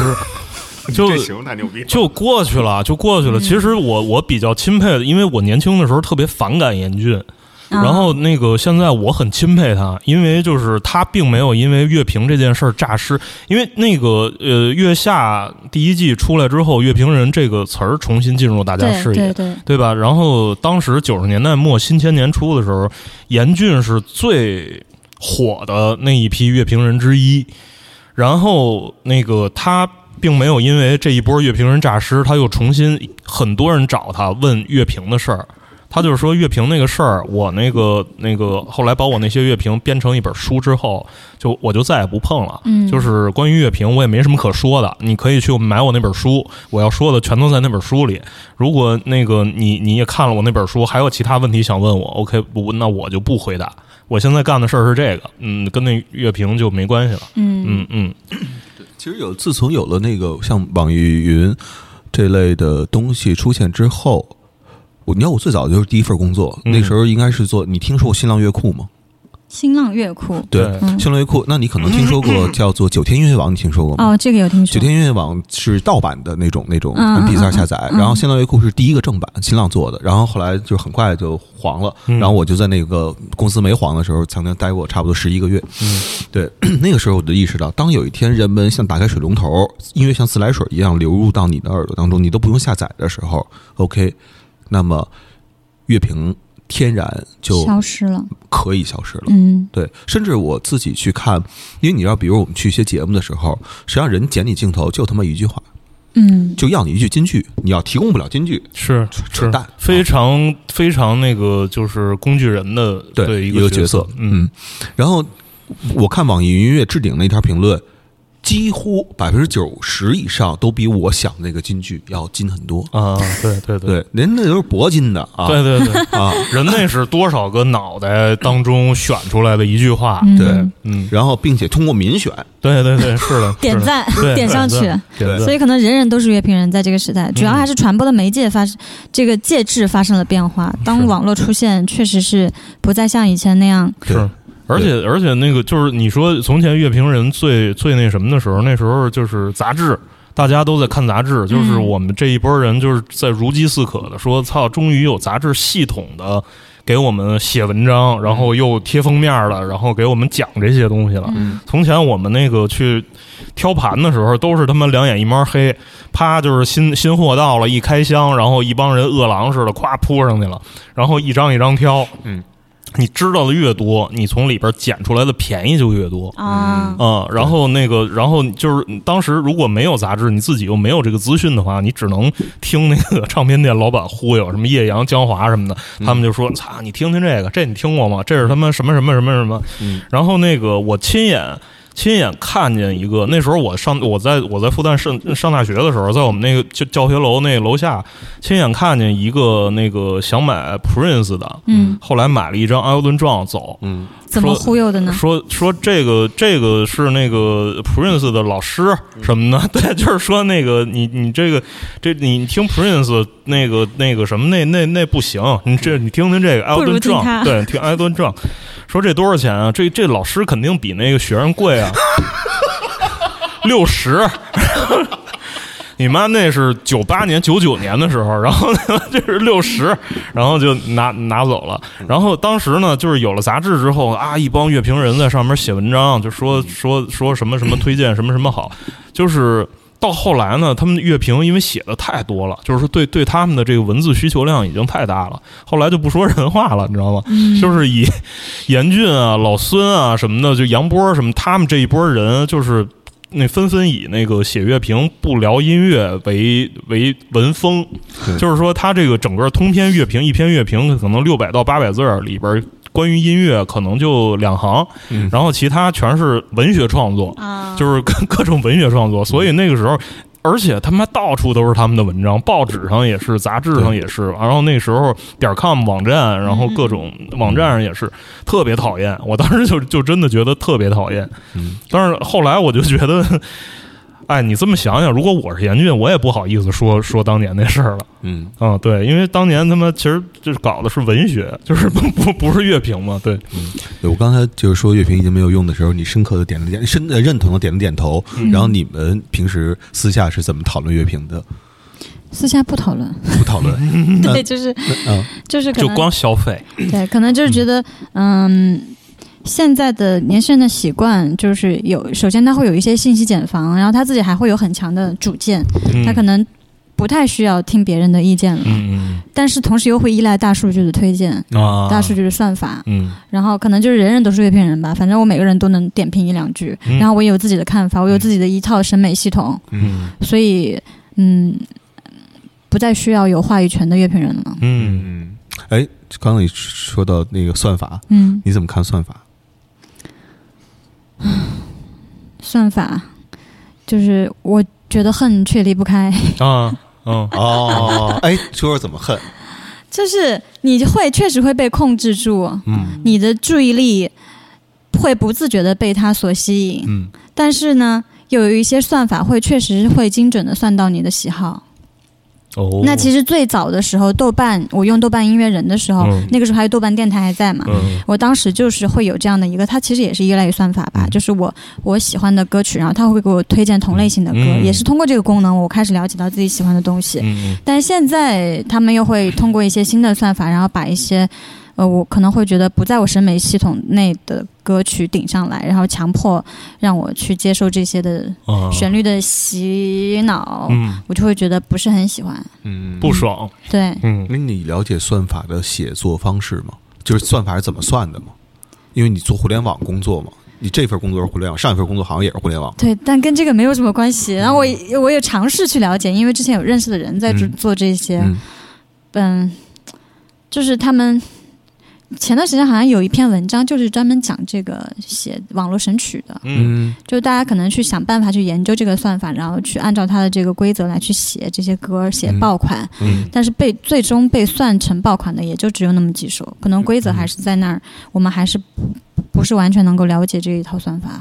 就过去了。其实我比较钦佩的，因为我年轻的时候特别反感严峻，然后那个现在我很钦佩他，因为就是他并没有因为乐评这件事儿诈尸，因为那个月下第1季出来之后，乐评人这个词儿重新进入大家视野，对吧？然后当时90年代末新千年初的时候，严峻是最火的那一批乐评人之一，然后那个他并没有因为这一波乐评人诈尸，他又重新很多人找他问乐评的事儿。他就是说乐评那个事儿，我那个后来把我那些乐评编成一本书之后，我就再也不碰了。就是关于乐评我也没什么可说的，你可以去买我那本书，我要说的全都在那本书里。如果那个你也看了我那本书，还有其他问题想问我 ，OK， 不，那我就不回答。我现在干的事儿是这个，跟那乐评就没关系了。 其实自从有了那个像网易云这类的东西出现之后，你知道我最早就是第一份工作，那时候应该是做，你听说过新浪乐库吗？ 新浪乐库， 对，新浪乐库，那你可能听说过叫做9天音乐网，你听说过吗？ 这个有听说。 9天音乐网是盗版的那种 MP3 下载，然后新浪乐库是第一个正版，新浪做的，然后后来就很快就黄了，然后我就在那个公司没黄的时候，曾经待过差不多11个月。对，那个时候我就意识到，当有一天人们像打开水龙头，音乐像自来水一样流入到你的耳朵当中，你都不用下载的时候 ，OK， 那么乐评天然就消失了， 可以消失了。对，甚至我自己去看，因为你知道，比如我们去一些节目的时候，实际上人剪你镜头就他妈一句话，就要你一句金句，你要提供不了金句， 是扯淡， 非常非常那个就是工具人的对一个角色。 然后我看网易云音乐置顶那条评论，几乎90%以上都比我想那个金句要金很多啊！对， 人那都是铂金的啊！ 对啊，人那是多少个脑袋当中选出来的一句话， 对，然后并且通过民选， 对，是的， 点赞点上去， 对， 所以可能人人都是乐评人，在这个时代，主要还是传播的媒介这个介质发生了变化。当网络出现，确实是不再像以前那样是。而且那个就是你说从前乐评人最那什么的时候，那时候就是杂志，大家都在看杂志，就是我们这一波人就是在如饥似渴的说，操，终于有杂志系统的给我们写文章，然后又贴封面了，然后给我们讲这些东西了。从前我们那个去挑盘的时候，都是他们两眼一抹黑，啪就是新货到了，一开箱，然后一帮人饿狼似的咵扑上去了，然后一张一张挑。你知道的越多，你从里边捡出来的便宜就越多然后就是当时如果没有杂志，你自己又没有这个资讯的话，你只能听那个唱片店老板忽悠，什么叶阳、江华什么的，他们就说：“操，你听听这个，这你听过吗？这是他妈什么什么什么什么。”然后那个我亲眼亲眼看见一个，那时候我在复旦上大学的时候，在我们那个教学楼那个楼下，亲眼看见一个那个想买 Prince 的，后来买了一张 Elton John 走， 怎么忽悠的呢？ 说这个是那个 Prince 的老师什么的，对，就是说那个你你听 Prince 那个什么那不行，你听听这个 Elton John， 对，听 Elton John。说这多少钱啊？这老师肯定比那个学生贵啊，60。你妈那是98年、99年的时候，然后这是60，然后就拿走了。然后当时呢，就是有了杂志之后啊，一帮乐评人在上面写文章，就说什么什么推荐什么什么好，就是。到后来呢，他们乐评因为写的太多了，就是说对他们的这个文字需求量已经太大了，后来就不说人话了，你知道吗？就是以严俊啊、老孙啊什么的，就杨波什么，他们这一波人就是那纷纷以那个写乐评不聊音乐为文风，就是说他这个整个通篇乐评，一篇乐评可能600到800字里边。关于音乐可能就2行，然后其他全是文学创作，就是各种文学创作。所以那个时候，而且他们到处都是他们的文章，报纸上也是，杂志上也是。然后那时候.com 网站，然后各种网站上也是，特别讨厌。我当时就真的觉得特别讨厌。但是后来我就觉得。哎，你这么想想，如果我是严俊，我也不好意思说当年那事儿了。对，因为当年他们其实就是搞的是文学，就是不是乐评嘛。对， 对，我刚才就是说乐评已经没有用的时候，你深刻的认同的点了点头。然后你们平时私下是怎么讨论乐评的？ 私下不讨论，对，就是可能就光消费。 对，可能就是觉得现在的年轻人的习惯就是首先他会有一些信息茧房，然后他自己还会有很强的主见，他可能不太需要听别人的意见了，但是同时又会依赖大数据的推荐，大数据的算法，然后可能就是人人都是乐评人吧，反正我每个人都能点评1-2句，然后我也有自己的看法，我有自己的一套审美系统，所以不再需要有话语权的乐评人了。 哎，刚刚你说到那个算法，你怎么看算法？ 算法就是我觉得恨却离不开哎，说说怎么恨？ 就是你确实会被控制住，你的注意力会不自觉的被它所吸引，但是呢，有一些算法确实会精准的算到你的喜好。那其实最早的时候，我用豆瓣音乐人的时候，那个时候还有豆瓣电台还在嘛，我当时就是会有这样的一个，它其实也是依赖于算法吧，就是我喜欢的歌曲，然后它会给我推荐同类型的歌，也是通过这个功能，我开始了解到自己喜欢的东西。但是现在他们又会通过一些新的算法，然后把一些我可能会觉得不在我审美系统内的歌曲顶上来，然后强迫让我去接受这些的旋律的洗脑，我就会觉得不是很喜欢， 不爽。 对， 那你了解算法的写作方式吗？就是算法是怎么算的吗？因为你做互联网工作嘛，你这份工作是互联网，上一份工作好像也是互联网。 对，但跟这个没有什么关系。然后我有尝试去了解，因为之前有认识的人在做这些，就是他们。前段时间好像有一篇文章，就是专门讲这个写网络神曲的，就大家可能去想办法去研究这个算法，然后去按照它的这个规则来去写这些歌，写爆款，但是最终被算成爆款的也就只有那么几首，可能规则还是在那儿，我们还是不是完全能够了解这一套算法。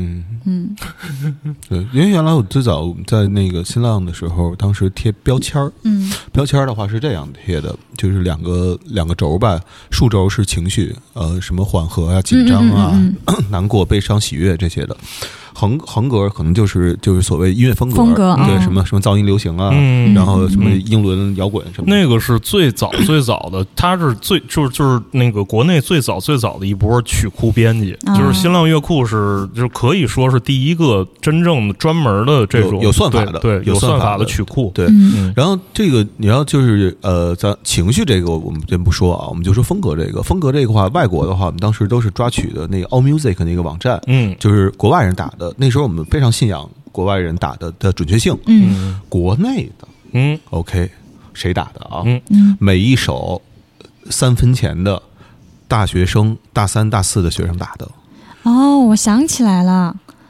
对，因为原来我最早在那个新浪的时候，当时贴标签儿，标签的话是这样贴的，就是两个轴吧，竖轴是情绪，什么缓和啊、紧张啊、难过、悲伤、喜悦这些的。横格可能就是所谓音乐风格，对，什么噪音流行啊，然后什么英伦摇滚什么的， 那个是最早的，它是就是那个国内最早的一波曲库编辑，就是新浪乐库就可以说是第一个真正的专门的这种有算法的， 对，有算法的曲库。 对，然后这个你要就是咱情绪这个我们先不说啊，我们就说风格这个话，外国的话，我们当时都是抓取的那个 AllMusic 那个网站，就是国外人打的。那时候我们非常信仰国外人打的准确性，国内的，OK， 谁打的啊？每一首3分钱的大学生大3大4的学生打的。 哦，我想起来了，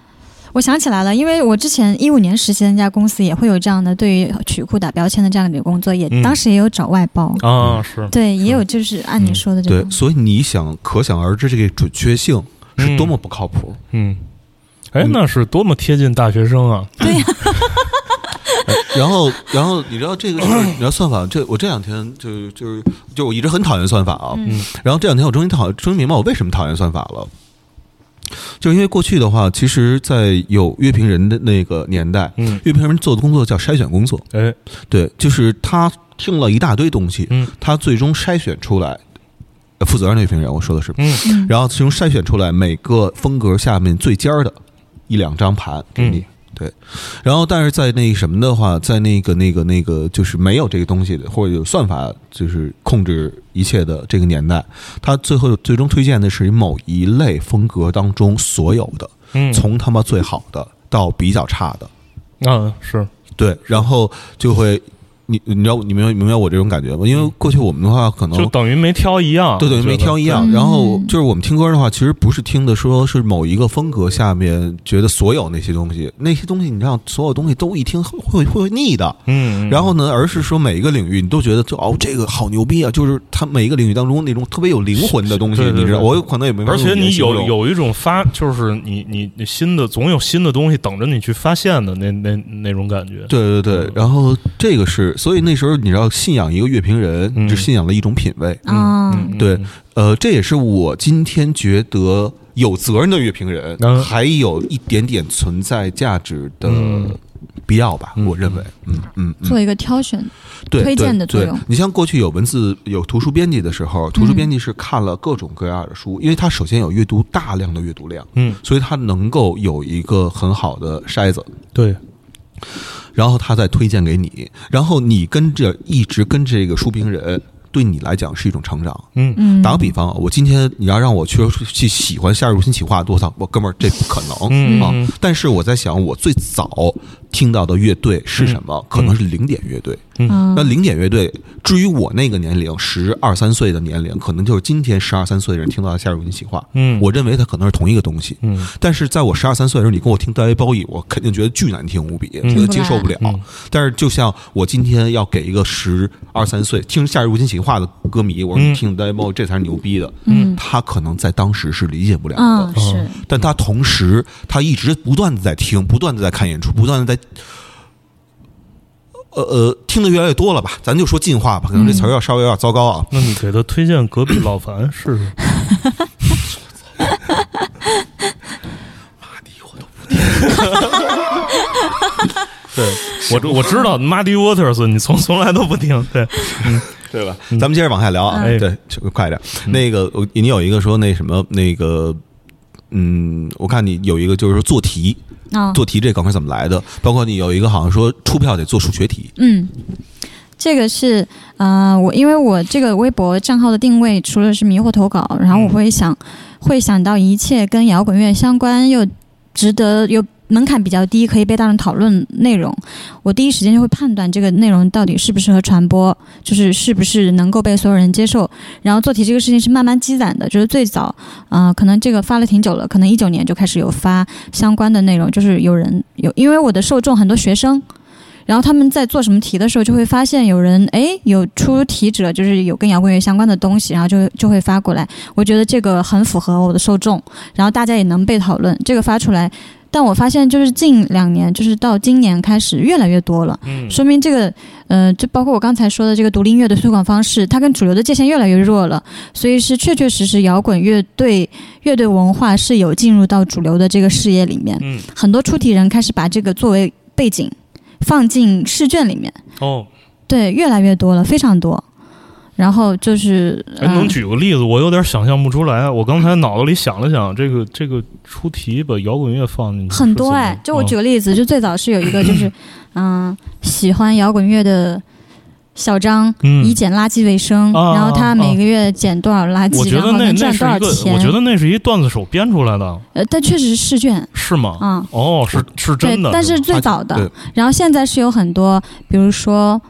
我想起来了，因为我之前15年实习的那家公司也会有这样的对于曲库打标签的这样的工作，也当时也有找外包啊，是对，也有就是按你说的这种。 对，所以你可想而知这个准确性是多么不靠谱。 那是多么贴近大学生啊！ 对呀。 然后你知道这个，你知道算法，我这2天就是我一直很讨厌算法啊。然后这2天我终于明白我为什么讨厌算法了。就是因为过去的话，其实在有乐评人的那个年代，乐评人做的工作叫筛选工作。对，就是他听了一大堆东西，他最终筛选出来，负责任的乐评人，我说的是，然后最终筛选出来每个风格下面最尖的1-2张盘给你。对，然后但是在那什么的话，在那个就是没有这个东西的，或者有算法就是控制一切的这个年代，他最终推荐的是某一类风格当中所有的，从他妈最好的到比较差的， 是对，然后就会。你知道你明白我这种感觉吗？因为过去我们的话可能就等于没挑一样， 对，等于没挑一样。然后就是我们听歌的话，其实不是听的说是某一个风格下面觉得所有那些东西，你知道所有东西都一听会腻的，然后呢，而是说每一个领域你都觉得这个好牛逼啊，就是它每一个领域当中那种特别有灵魂的东西，你知道，我可能也没法。 而且你有一种就是你新的总有新的东西等着你去发现的那种感觉。 对，然后这个是。所以那时候你知道，信仰一个乐评人，你就信仰了一种品味。对，这也是我今天觉得有责任的乐评人，还有一点点存在价值的必要吧。我认为， 做一个挑选、推荐的作用。 你像过去有文字、有图书编辑的时候，图书编辑是看了各种各样的书，因为他首先有大量的阅读量，所以他能够有一个很好的筛子。 对。 然后他再推荐给你，然后你一直跟这个书评人，对你来讲是一种成长。打个比方，我今天你要让我去喜欢夏日入侵企划，我哥们儿这不可能啊！但是我在想，我最早听到的乐队是什么？可能是零点乐队。那零点乐队，至于我那个年龄12、13岁的年龄，可能就是今天12、13岁的人听到的夏日入侵企划。我认为它可能是同一个东西。但是在我12、13岁的时候，你跟我听大卫鲍伊，我肯定觉得巨难听无比，觉得接受不了。但是就像我今天要给一个12、13岁听夏日入侵企划的歌迷，我说你听大卫鲍伊这才是牛逼的。他可能在当时是理解不了的。 是， 但他同时他一直不断的在听，不断的在看演出，不断的在。听得越来越多了吧？咱就说进化吧，可能这词儿稍微有点糟糕啊。 那你给他推荐隔壁老樊试试。 妈的，我都不听。 对，我知道 Muddy Waters， 你从来都不听，对， 对吧？咱们接着往下聊啊，对，快点。那个你有一个说那什么那个，我看你有一个就是说做题。做题这梗是怎么来的？包括你有一个好像说出票得做数学题。 这个是因为我这个微博账号的定位除了是迷惑投稿，然后我会想到一切跟摇滚乐相关又值得又门槛比较低可以被大众讨论内容，我第一时间就会判断这个内容到底适不适合传播，就是是不是能够被所有人接受。然后做题这个事情是慢慢积攒的，就是最早可能这个发了挺久了，可能19年就开始有发相关的内容，就是因为我的受众很多学生，然后他们在做什么题的时候就会发现有人有出题者就是有跟摇滚乐相关的东西，然后就会发过来，我觉得这个很符合我的受众，然后大家也能被讨论，这个发出来。但我发现就是近2年，就是到今年开始越来越多了，说明这个就包括我刚才说的这个独立音乐的推广方式，它跟主流的界限越来越弱了，所以是确确实实摇滚乐队文化是有进入到主流的这个视野里面，很多出题人开始把这个作为背景放进试卷里面。对，越来越多了，非常多。然后就是能举个例子？我有点想象不出来。我刚才脑子里想了想，这个出题把摇滚乐放进去很多就我举个例子，就最早是有一个就是喜欢摇滚乐的小张以捡垃圾为生，然后他每个月捡多少垃圾，然后能赚多少钱。 我觉得那是一段子手编出来的。 但确实是试卷。 是吗？是真的。 但是最早的。然后现在是有很多，比如说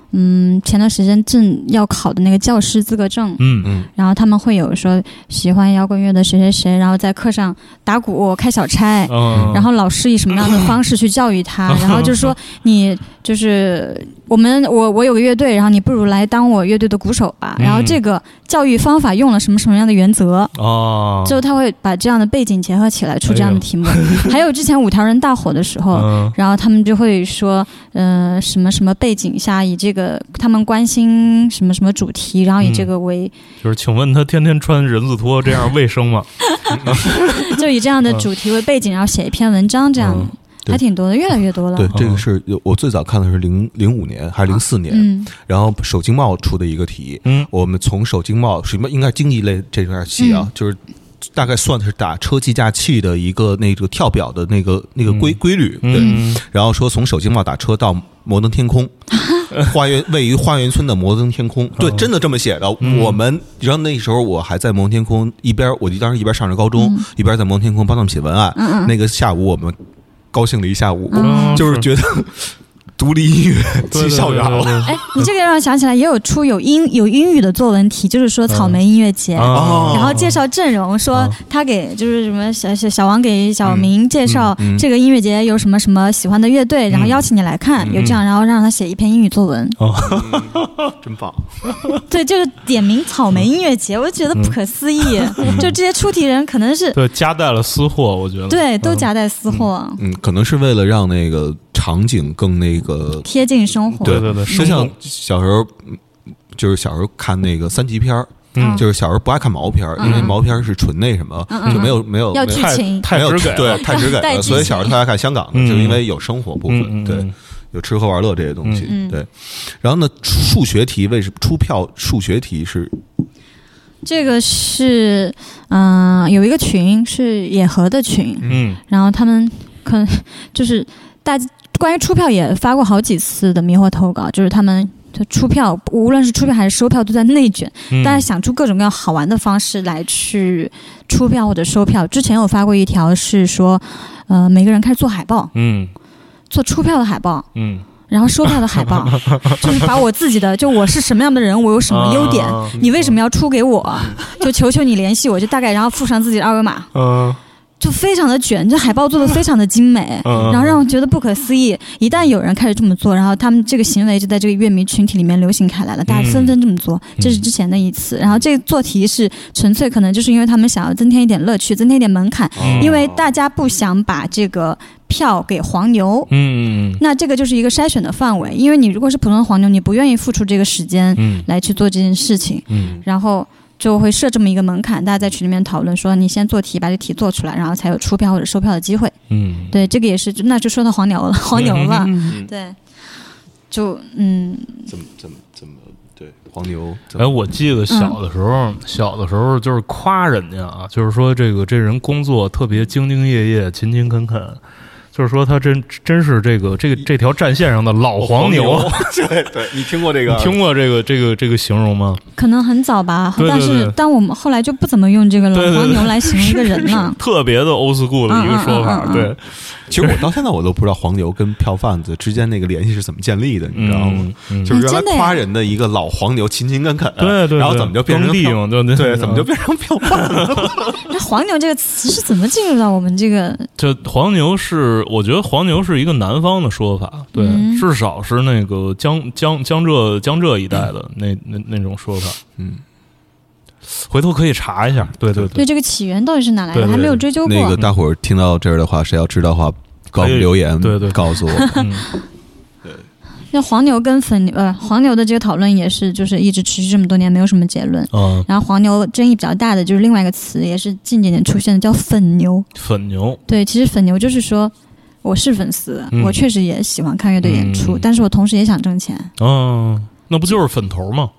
前段时间正要考的那个教师资格证，然后他们会有说喜欢摇滚乐的谁谁谁，然后在课上打鼓开小差，然后老师以什么样的方式去教育他，然后就是说你就是我有个乐队，然后你不如来当我乐队的鼓手吧，然后这个教育方法用了什么样的原则，之后他会把这样的背景结合起来出这样的题目。还有之前五条人大火的时候，然后他们就会说什么什么背景下以这个他们关心什么什么主题，然后以这个为就是请问他天天穿人字拖这样卫生吗？ 就以这样的主题为背景，然后写一篇文章，这样还挺多的，越来越多了。 对，这个是我最早看的是05年还是04年，然后首经贸出的一个题，我们从首经贸什么应该是经济类这块戏啊，就是大概算的是打车计价器的一个那个跳表的那个规律，对，然后说从首经贸打车到摩登天空。位于花园村的摩登天空，对，真的这么写的。我们然后那时候我还在摩登天空我当时一边上着高中，一边在摩登天空帮他们写文案。那个下午我们高兴了一下午，就是觉得独立音乐进校园了。 哎，你这个让我想起来，也有英语的作文题，就是说草莓音乐节，然后介绍阵容，说他给就是什么小王给小明介绍这个音乐节有什么什么喜欢的乐队，然后邀请你来看，有这样，然后让他写一篇英语作文。 真棒！ 对，就是点名草莓音乐节，我就觉得不可思议。就这些出题人可能是对夹带了私货，我觉得对，都夹带私货。 可能是为了让那个场景更那个贴近生活。 对， 就像小时候看那个3级片，就是小时候不爱看毛片，因为毛片是纯那什么，就没有要剧情， 太直给， 对，太直给了，所以小时候特爱看香港的，就是因为有生活部分，对，有吃喝玩乐这些东西，对。然后呢，数学题为什么出票？数学题是这个是有一个群是野河的群，然后他们可能就是关于出票也发过好几次的迷惑投稿，就是他们就出票，无论是出票还是收票都在内卷，大家想出各种各样好玩的方式来去出票或者收票。之前有发过一条是说每个人开始做海报，做出票的海报，然后收票的海报，就是把我自己的，就我是什么样的人，我有什么优点，你为什么要出给我，就求求你联系我，就大概然后附上自己的二维码，就非常的卷，这海报做的非常的精美，然后让我觉得不可思议。一旦有人开始这么做，然后他们这个行为就在这个乐迷群体里面流行开来了，大家纷纷这么做。这是之前的一次，然后这个做题是纯粹可能就是因为他们想要增添一点乐趣，增添一点门槛，因为大家不想把这个票给黄牛，那这个就是一个筛选的范围，因为你如果是普通的黄牛，你不愿意付出这个时间来去做这件事情，然后就会设这么一个门槛，大家在群里面讨论说，你先做题，把这题做出来，然后才有出票或者收票的机会。对，这个也是，那就说到黄牛了，对，就怎么对黄牛？ 哎，我记得小的时候就是夸人家啊，就是说这人工作特别兢兢业业、勤勤恳恳。就是说他真是这条战线上的老黄牛。 对，你听过这个？ 听过这个形容吗？ 可能很早吧， 对， 但我们后来就不怎么用这个老黄牛来形容一个人了， 特别的 old school 的一个说法。对， 其实我到现在我都不知道黄牛跟票贩子之间那个联系是怎么建立的，你知道吗？就是原来夸人的一个老黄牛勤耕恳， 对， 然后怎么就变成对，怎么就变成票贩子了？ 那黄牛这个词是怎么进入到我们这个？ 这黄牛是，我觉得黄牛是一个南方的说法，对，至少是那个江浙一带的那种说法，回头可以查一下，对， 这个起源到底是哪来的，还没有追究过。 那个大伙儿听到这儿的话，谁要知道的话，给我们留言， 对， 告诉我。 对，那黄牛跟黄牛的这个讨论也是，就是一直持续这么多年，没有什么结论。然后黄牛争议比较大的就是另外一个词，也是近几年出现的，叫粉牛。 粉牛， 对，其实粉牛就是说，我是粉丝，我确实也喜欢看乐队演出，但是我同时也想挣钱。 那不就是粉头吗？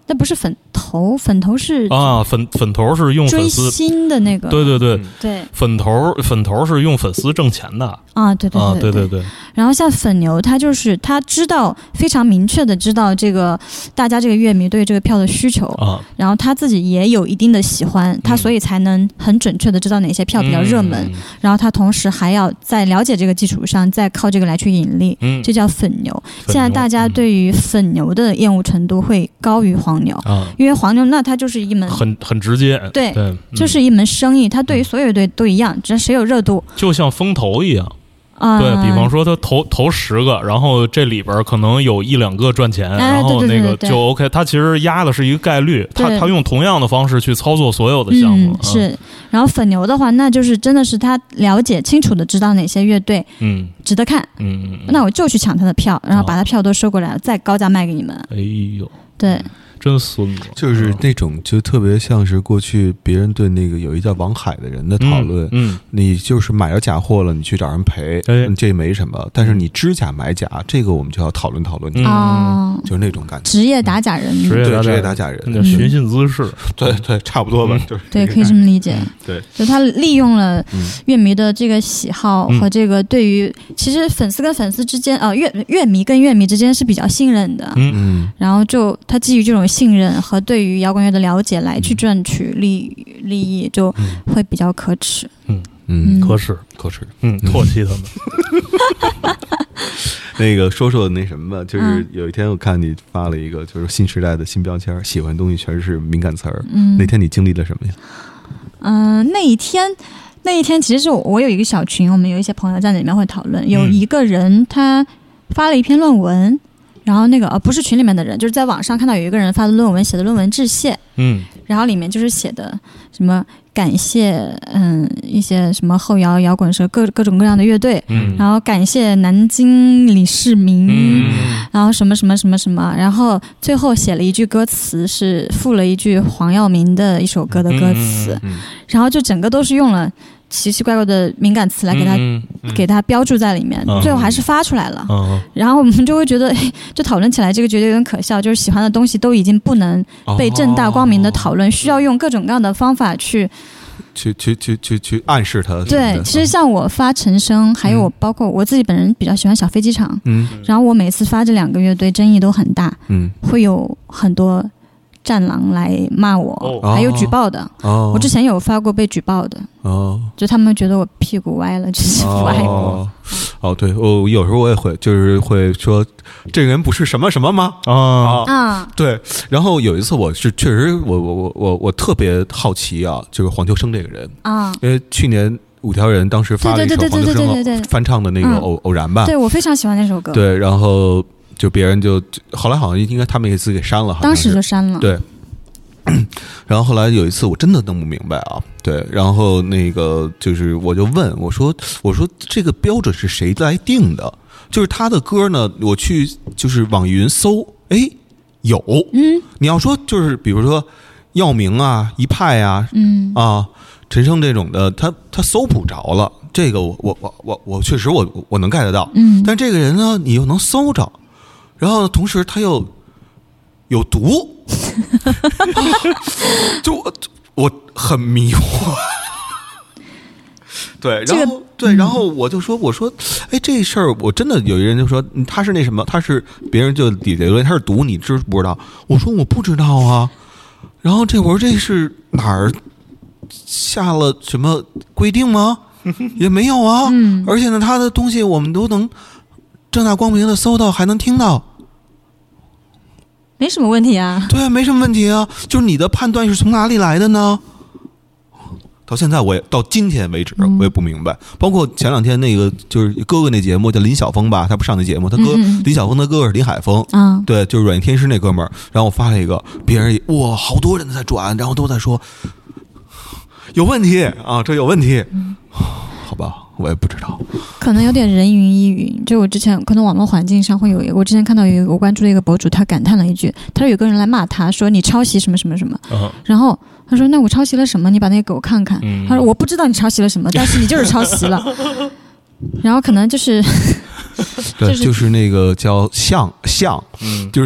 那不是粉头是啊，粉头是用粉丝追星的那个， 对，粉头是用粉丝挣钱的啊，对。然后像粉牛，他就是他知道非常明确的知道这个大家这个乐迷对这个票的需求啊，然后他自己也有一定的喜欢，他所以才能很准确的知道哪些票比较热门，然后他同时还要在了解这个基础上再靠这个来去引力，这叫粉牛。现在大家对于粉牛的厌恶程度会高于黄牛啊，因为黄牛那它就是一门很直接， 对，就是一门生意，它对于所有乐队都一样，只要谁有热度， 就像风投一样。对，比方说他投10个，然后这里边可能有1-2个赚钱，然后那个就 OK。他其实压的是一个概率，他用同样的方式去操作所有的项目。 是，然后粉牛的话，那就是真的是他了解清楚的知道哪些乐队值得看，那我就去抢他的票，然后把他票都收过来，再高价卖给你们。 哎呦， 对。 真孙子， 就是那种就特别像是过去别人对那个有一叫王海的人的讨论，你就是买着假货了，你去找人赔，这没什么，但是你知假买假，这个我们就要讨论就是那种感觉， 职业打假人， 职业打假人， 寻衅滋事， 对，差不多吧，就是对，可以这么理解， 对， 就他利用了乐迷的这个喜好和这个对于其实粉丝跟粉丝之间乐迷跟乐迷之间是比较信任的，然后就他基于这种信任和对于摇滚乐的了解来去赚取利益，就会比较可耻。 可耻，唾弃他们。 那个说那什么吧，就是有一天我看你发了一个，就是新时代的新标签，喜欢的东西全是敏感词儿。那天你经历了什么呀？ 那一天其实是我有一个小群，我们有一些朋友在里面会讨论，有一个人他发了一篇论文。然后那个不是群里面的人，就是在网上看到有一个人发的论文，写的论文致谢，然后里面就是写的什么感谢一些什么后摇滚社各种各样的乐队，然后感谢南京李世民，然后什么什么什么什么，然后最后写了一句歌词，是附了一句黄耀明的一首歌的歌词，然后就整个都是用了奇奇怪怪的敏感词来给他标注在里面，最后还是发出来了。然后我们就会觉得，就讨论起来，这个觉得有点可笑，就是喜欢的东西都已经不能被正大光明的讨论，需要用各种各样的方法去暗示他。 对，其实像我发陈升，还有我包括我自己本人比较喜欢小飞机场，然后我每次发这2个乐队争议都很大，会有很多战狼来骂我，还有举报的。我之前有发过被举报的，就他们觉得我屁股歪了，就是不爱国。 对，我有时候我也会，就是会说这个人不是什么什么吗？对。然后有一次我是确实我特别好奇啊，就是黄秋生这个人因为去年5条人当时发了一首黄秋生翻唱的那个偶然吧， 对，我非常喜欢那首歌。 对，然后就别人就后来好像应该他们也自己给删了， 当时就删了。 对。然后后来有一次我真的弄不明白啊，对，然后那个就是我就问我说这个标准是谁来定的？就是他的歌呢，我去就是网易云搜，有，你要说就是比如说耀明啊、一派啊，陈升这种的，他搜不着了。这个我确实我能 get 到，但这个人呢，你又能搜着，然后同时他又有毒。就我很迷惑，对，然后然后我说，这事儿我真的有一人就说他是那什么，他是别人就底下留言他是毒，你知不知道？我说我不知道啊。然后我说这是哪儿下了什么规定吗？也没有啊。而且呢，他的东西我们都能正大光明的搜到，还能听到。 没什么问题啊， 对，没什么问题啊，就是你的判断是从哪里来的呢？到现在到今天为止我也不明白。包括前2天那个就是哥哥那节目叫林晓峰吧，他不上那节目，他哥林晓峰的哥哥是林海峰，对，就是软天师那哥们儿。然后我发了一个，别人哇，好多人在转，然后都在说有问题啊，这有问题，好吧。我也不知道， 可能有点人云亦云。就我之前可能网络环境上会有一个，我之前看到有一个我关注的一个博主，他感叹了一句，他说有个人来骂他说你抄袭什么什么什么，然后他说那我抄袭了什么？你把那个给我看看。他说我不知道你抄袭了什么，但是你就是抄袭了。然后可能就是对，就是那个叫像，就是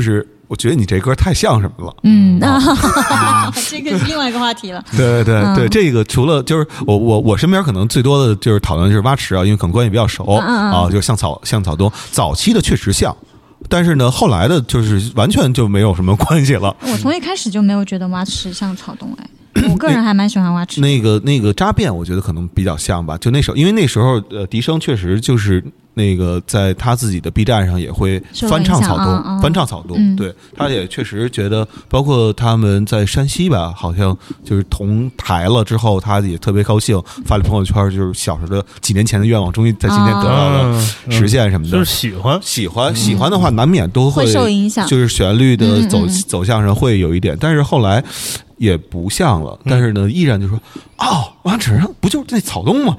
我觉得你这歌太像什么了。 这个是另外一个话题了。 对，这个除了就是我身边可能最多的就是讨论就是蛙池啊，因为可能关系比较熟啊，就像草东早期的确实像。但是呢，后来的就是完全就没有什么关系了。 我从一开始就没有觉得蛙池像草东我个人还蛮喜欢蛙池。 那个扎变，我觉得可能比较像吧。就那时候，因为那时候笛声确实就是那个在他自己的 B 站上也会翻唱草东，翻唱草东。对，他也确实觉得，包括他们在山西吧，好像就是同台了之后，他也特别高兴，发了朋友圈，就是小时候的几年前的愿望，终于在今天得到了实现什么的。 就是喜欢的话，难免都会受影响， 就是旋律的走向上会有一点，但是后来也不像了。但是呢，依然就说蛙池上不就是那草东吗？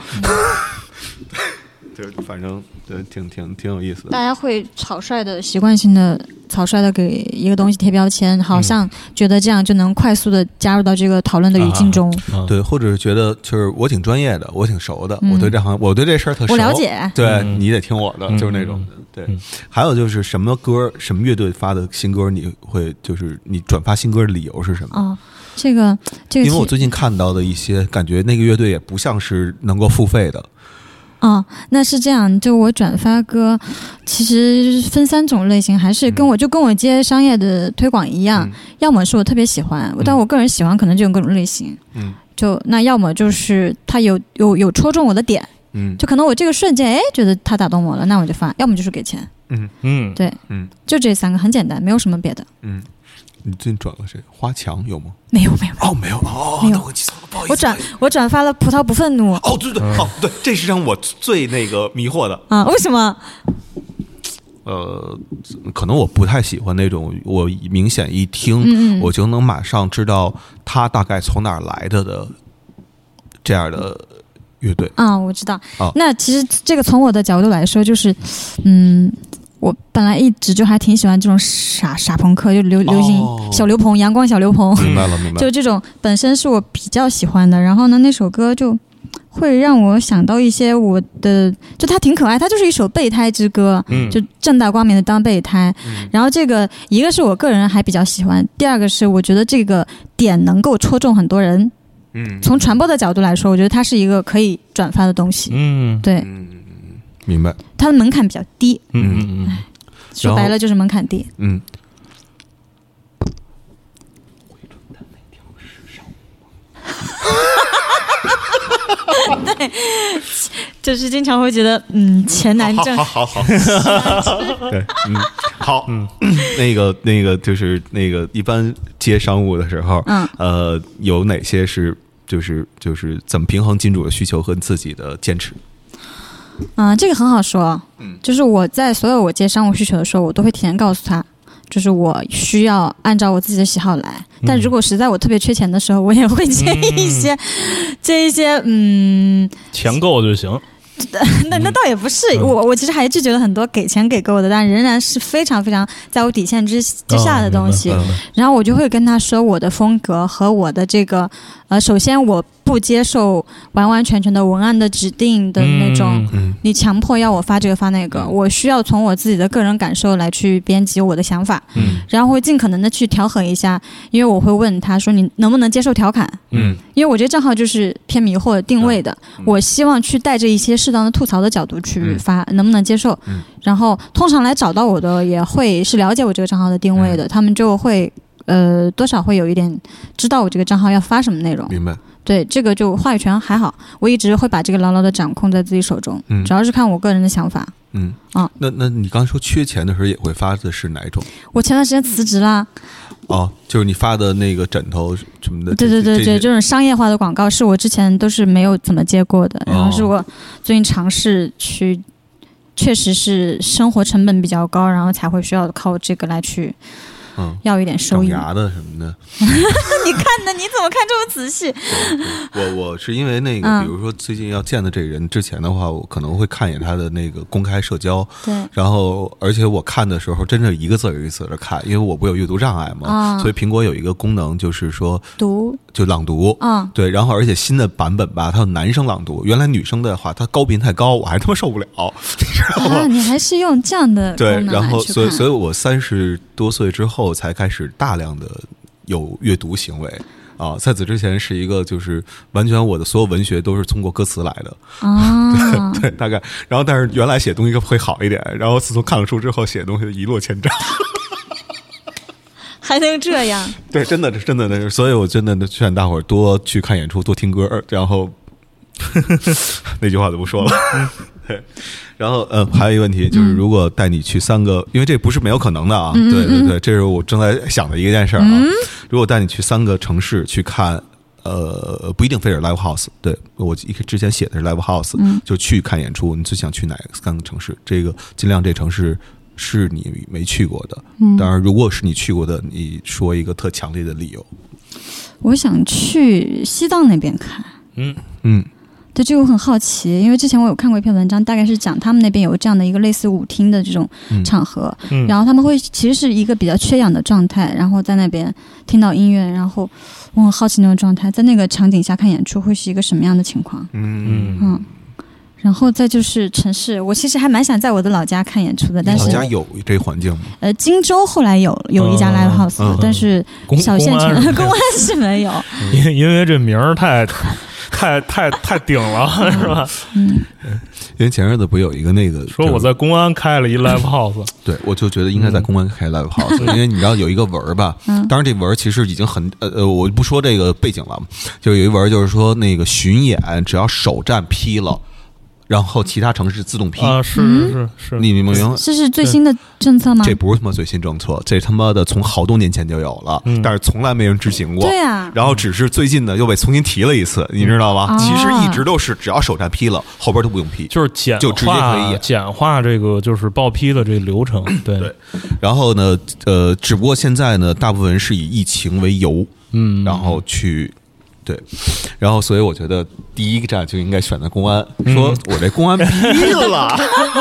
就反正对，挺有意思的。 大家会习惯性的草率的给一个东西贴标签，好像觉得这样就能快速的加入到这个讨论的语境中。 对，或者是觉得就是我挺专业的，我挺熟的，我对这事儿特熟， 我了解。 对，你得听我的，就是那种的。对，还有就是什么歌、什么乐队发的新歌，你会就是你转发新歌的理由是什么？ 这个， 因为我最近看到的一些，感觉那个乐队也不像是能够付费的。 那是这样，就我转发歌其实分3种类型，还是跟我接商业的推广一样，要么是我特别喜欢，但我个人喜欢可能就有各种类型，就那要么就是他有戳中我的点，就可能我这个瞬间觉得他打动我了，那我就发，要么就是给钱，对，就这3个很简单，没有什么别的。 你最近转了谁？花墙有吗？ 没有。 没有那我记错了，不好意思。 我转发了葡萄不愤怒。 对，这是让我最那个迷惑的为什么？ 可能我不太喜欢那种我明显一听我就能马上知道他大概从哪儿来的这样的乐队我知道。那其实这个从我的角度来说，就是我本来一直就还挺喜欢这种傻朋克，就流行小刘鹏，阳光小刘鹏。 明白了。 就这种本身是我比较喜欢的，然后呢，那首歌就会让我想到一些我的，就它挺可爱，它就是一首备胎之歌，就正大光明的当备胎。然后这个一个是我个人还比较喜欢，第二个是我觉得这个点能够戳中很多人。从传播的角度来说，我觉得它是一个可以转发的东西。对。 明白， 它的门槛比较低。说白了就是门槛低。对，就是经常会觉得钱难挣。 好。对，好。那个就是那个一般接商务的时候，有哪些是就是怎么平衡金主的需求和自己的坚持？ 这个很好说。就是我在所有我接商务需求的时候，我都会提前告诉他，就是我需要按照我自己的喜好来。但如果实在我特别缺钱的时候，我也会接一些钱够就行。 那倒也不是，我其实还是觉得很多给钱给够的，但仍然是非常非常在我底线之下的东西。然后我就会跟他说我的风格和我的这个首先我不接受完完全全的文案的指定的那种，你强迫要我发这个发那个，我需要从我自己的个人感受来去编辑我的想法，然后会尽可能的去调和一下，因为我会问他说你能不能接受调侃，因为我这个账号就是偏迷惑定位的，我希望去带着一些适当的吐槽的角度去发，能不能接受？然后通常来找到我的也会是了解我这个账号的定位的，他们就会多少会有一点知道我这个账号要发什么内容。 明白。 对，这个就话语权还好，我一直会把这个牢牢的掌控在自己手中，主要是看我个人的想法。 那你刚才说缺钱的时候也会发的是哪一种？ 我前段时间辞职啦。 就是你发的那个枕头什么的。 对，这种商业化的广告是我之前都是没有怎么接过的，然后是我最近尝试去，确实是生活成本比较高，然后才会需要靠这个来去要一点收益。 长牙的什么的。 你看的你怎么看这么仔细？ 我是因为那个比如说最近要见的这个人之前的话，我可能会看一眼他的那个公开社交。 对。 然后而且我看的时候真的一个字一个字的看，因为我不有阅读障碍嘛，所以苹果有一个功能就是说读就朗读，对，然后而且新的版本吧，它有男生朗读，原来女生的话，它高频太高，我还他妈受不了，你知道吗？ 你还是用这样的对，然后所以我30多岁之后才开始大量的有阅读行为啊，在此之前是一个就是完全我的所有文学都是通过歌词来的啊，对，大概，然后但是原来写东西会好一点，然后自从看了书之后，写东西一落千丈。 还能这样？ 对，真的，所以我真的劝大伙儿多去看演出，多听歌，然后那句话就不说了。对，然后还有一个问题就是，如果带你去3个，因为这不是没有可能的啊，对，这是我正在想的一件事啊。如果带你去3个城市去看，不一定非是 live house， 对，我之前写的是 live house，就去看演出，你最想去哪3个城市？这个尽量这城市是你没去过的，当然如果是你去过的，你说一个特强烈的理由。 我想去西藏那边看。对，这个我很好奇，因为之前我有看过一篇文章，大概是讲他们那边有这样的一个类似舞厅的这种场合，然后他们会其实是一个比较缺氧的状态，然后在那边听到音乐，然后我很好奇那种状态在那个场景下看演出会是一个什么样的情况。然后再就是城市，我其实还蛮想在我的老家看演出的，但是老家有这环境吗？ 荆州后来有一家 live house，但是小县城公安是没有， 因为这名儿太顶了，是吧？ 因为前日子不有一个那个说我在公安开了一 live house， 对，我就觉得应该在公安开 live house，因为你知道有一个文吧，当然这文其实已经很我不说这个背景了，就有一文就是说那个巡演只要首站批了。然后其他城市自动批啊，是， 你明白？ 这是最新的政策吗？ 这不是他妈最新政策，这他妈的从好多年前就有了，但是从来没人执行过。 对啊， 然后只是最近呢又被重新提了一次，你知道吗？其实一直都是只要首站批了，后边都不用批， 就是就直接可以简化这个就是报批的这个流程。对， 然后呢，只不过现在呢，大部分人是以疫情为由，然后去。对，然后所以我觉得第一个站就应该选择公安，说我这公安批了，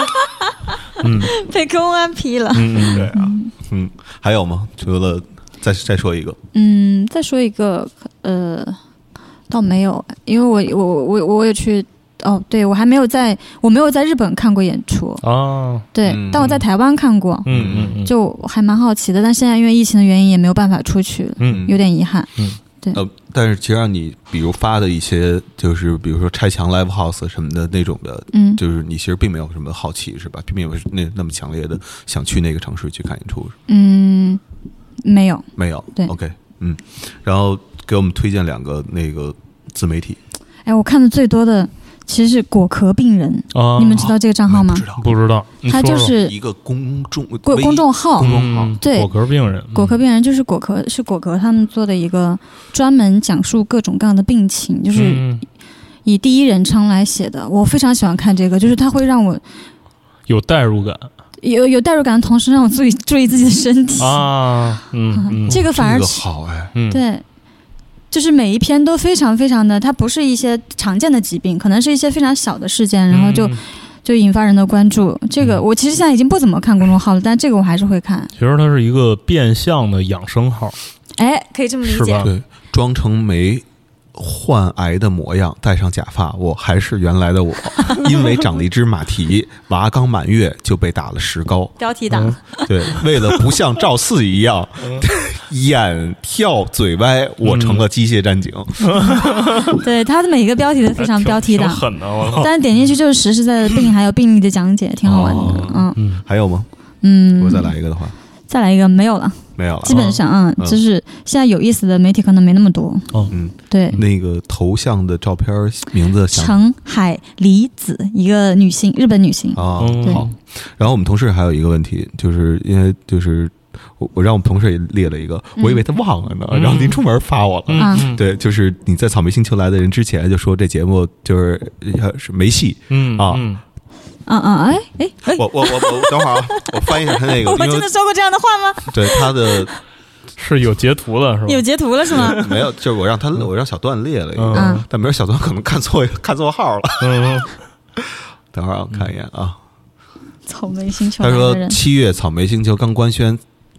被公安批了， 对啊，还有吗？除了再说一个， 再说一个，倒没有，因为我也去，对我没有在日本看过演出啊，对，但我在台湾看过，就还蛮好奇的，但现在因为疫情的原因也没有办法出去，有点遗憾，对， 但是其实让你比如发的一些，就是比如说拆墙 live house 什么的那种的，就是你其实并没有什么好奇是吧？并没有那么强烈的想去那个城市去看演出， 没有，对 ，OK， 然后给我们推荐2个那个自媒体。 我看的最多的其实是果壳病人，你们知道这个账号吗？ 不知道， 它就是一个公众号，对， 果壳病人， 果壳病人就是果壳他们做的一个专门讲述各种各样的病情，就是以第一人称来写的。我非常喜欢看这个，就是它会让我有代入感， 有代入感的同时让我注意自己的身体啊， 这个反而好对。就是每一篇都非常非常的，它不是一些常见的疾病，可能是一些非常小的事件，然后就引发人的关注。这个我其实现在已经不怎么看公众号了，但这个我还是会看。 其实它是一个变相的养生号， 可以这么理解。 对，装成没患癌的模样，戴上假发，我还是原来的我。因为长了一只马蹄，娃刚满月就被打了石膏。 标题党， 对，为了不像赵四一样眼跳嘴歪，我成了机械战警。 对，他的每一个标题都非常标题党， 狠的我。 但是点进去就是实实在在的病，还有病例的讲解，挺好玩的。 还有吗？我再来一个的话， 再来一个没有了。基本上就是现在有意思的媒体可能没那么多。对， 那个头像的照片名字陈海梨子，一个女性，日本女性啊。好，然后我们同事还有一个问题，就是因为就是我让我们同事也列了一个，我以为他忘了呢，然后临出门发我了。对，就是你在草莓星球来的人之前就说这节目就是没戏我等会儿我翻一下他那个。 我真的说过这样的话吗？ 对，他的是有截图的，是吧？ 有截图了是吗？ 没有，就是我让小段列了一个，但没准小段可能看错号了。等会儿我看一眼啊。 草莓星球， 他说7月草莓星球刚官宣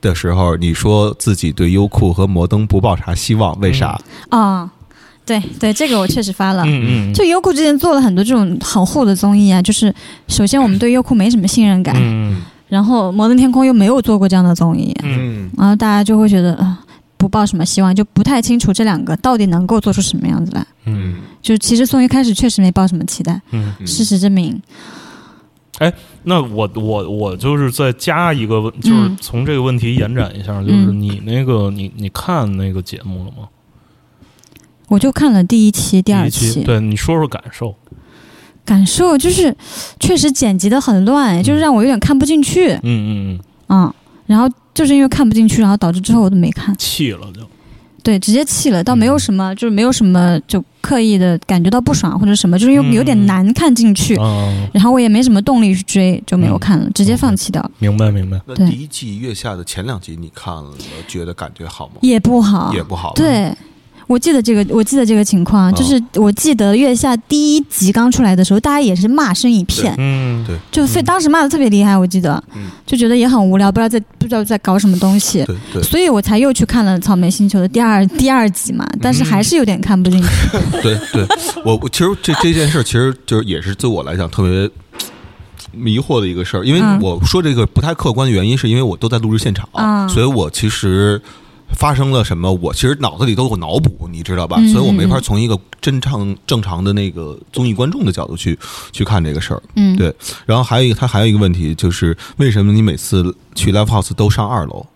的时候，你说自己对优酷和摩登不抱啥希望，为啥？ 对对，这个我确实发了。就优酷之前做了很多这种很糊的综艺啊，就是首先我们对优酷没什么信任感，然后摩登天空又没有做过这样的综艺，然后大家就会觉得不抱什么希望，就不太清楚这两个到底能够做出什么样子来。就其实从一开始确实没抱什么期待，事实证明。 那我就是再加一个，就是从这个问题延展一下，就是你那个你看那个节目了吗？ 我就看了第一期、第二期。 对，你说说感受。 感受就是确实剪辑的很乱，就是让我有点看不进去。然后就是因为看不进去，然后导致之后我都没看， 气了就。 对，直接气了，倒没有什么，就是没有什么就刻意的感觉到不爽或者什么，就是有点难看进去，然后我也没什么动力去追，就没有看了，直接放弃掉。 明白。 那第一季月下的前2集你看了，觉得感觉好吗？ 也不好。对。我记得这个情况，就是我记得月下第1集刚出来的时候，大家也是骂声一片， 对， 就当时骂的特别厉害，我记得，就觉得也很无聊，不知道在搞什么东西， 对， 所以我才又去看了《草莓星球》的第二集嘛，但是还是有点看不进去。 对，我其实这件事其实就是也是对我来讲特别迷惑的一个事儿，因为我说这个不太客观的原因，是因为我都在录制现场，所以我其实。发生了什么？我其实脑子里都有脑补，你知道吧？所以我没法从一个正常的那个综艺观众的角度去看这个事儿。对。然后他还有一个问题，就是为什么你每次去 Live House 都上2楼？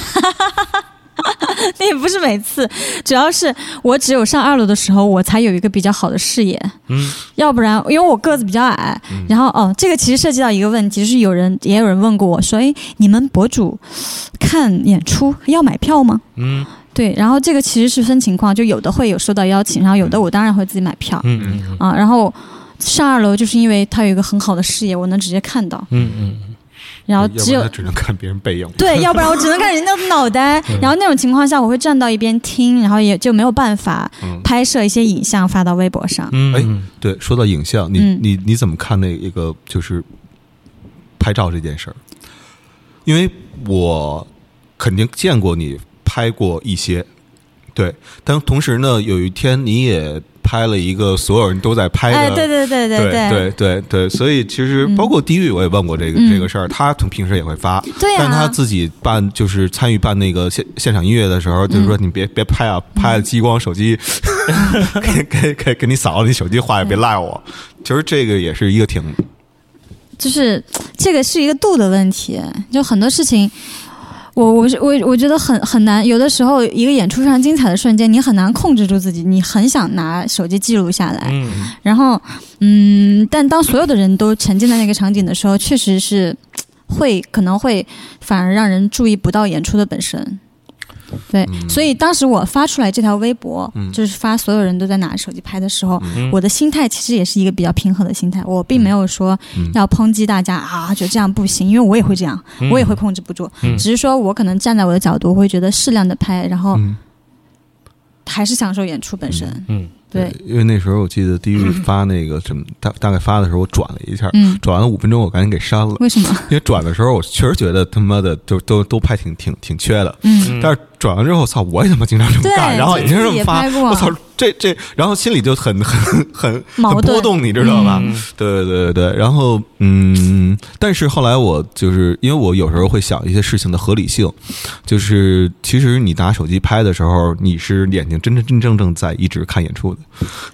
那也不是每次，主要是我只有上2楼的时候，我才有一个比较好的视野。要不然因为我个子比较矮，然后这个其实涉及到一个问题，就是也有人问过我说，你们博主看演出要买票吗？对，然后这个其实是分情况，就有的会有收到邀请，然后有的我当然会自己买票。然后上2楼就是因为它有一个很好的视野，我能直接看到。然后只能看别人背影， 对，要不然我只能看人家的脑袋。然后那种情况下，我会站到一边听，然后也就没有办法拍摄一些影像发到微博上。 对，说到影像，你怎么看那一个就是拍照这件事儿？因为我肯定见过你拍过一些，对，但同时呢，有一天你也拍了一个所有人都在拍的，对，所以其实包括地狱我也问过这个事儿，他平时也会发， 对啊， 但他自己办就是参与办那个现场音乐的时候，就是说你别拍啊，拍了激光手机给你扫了，你手机坏了别赖我。其实这个也是一个就是这个是一个度的问题，就很多事情。我觉得很难，有的时候一个演出非常精彩的瞬间，你很难控制住自己，你很想拿手机记录下来，然后但当所有的人都沉浸在那个场景的时候，确实是可能会反而让人注意不到演出的本身。对，所以当时我发出来这条微博，就是发所有人都在拿手机拍的时候，我的心态其实也是一个比较平和的心态，我并没有说要抨击大家就这样不行，因为我也会这样，我也会控制不住，只是说我可能站在我的角度，我会觉得适量的拍，然后还是享受演出本身。对， 因为那时候我记得地狱发那个什么大概发的时候，我转了一下，转完了5分钟，我赶紧给删了。 为什么？因为转的时候我确实觉得他妈的都拍挺缺的，但是转完之后，操，我也他妈经常这么干，然后也经常这么发，我操，这，然后心里就很波动，你知道吧？对，然后但是后来我就是因为我有时候会想一些事情的合理性，就是其实你拿手机拍的时候，你是眼睛真正在一直看演出的。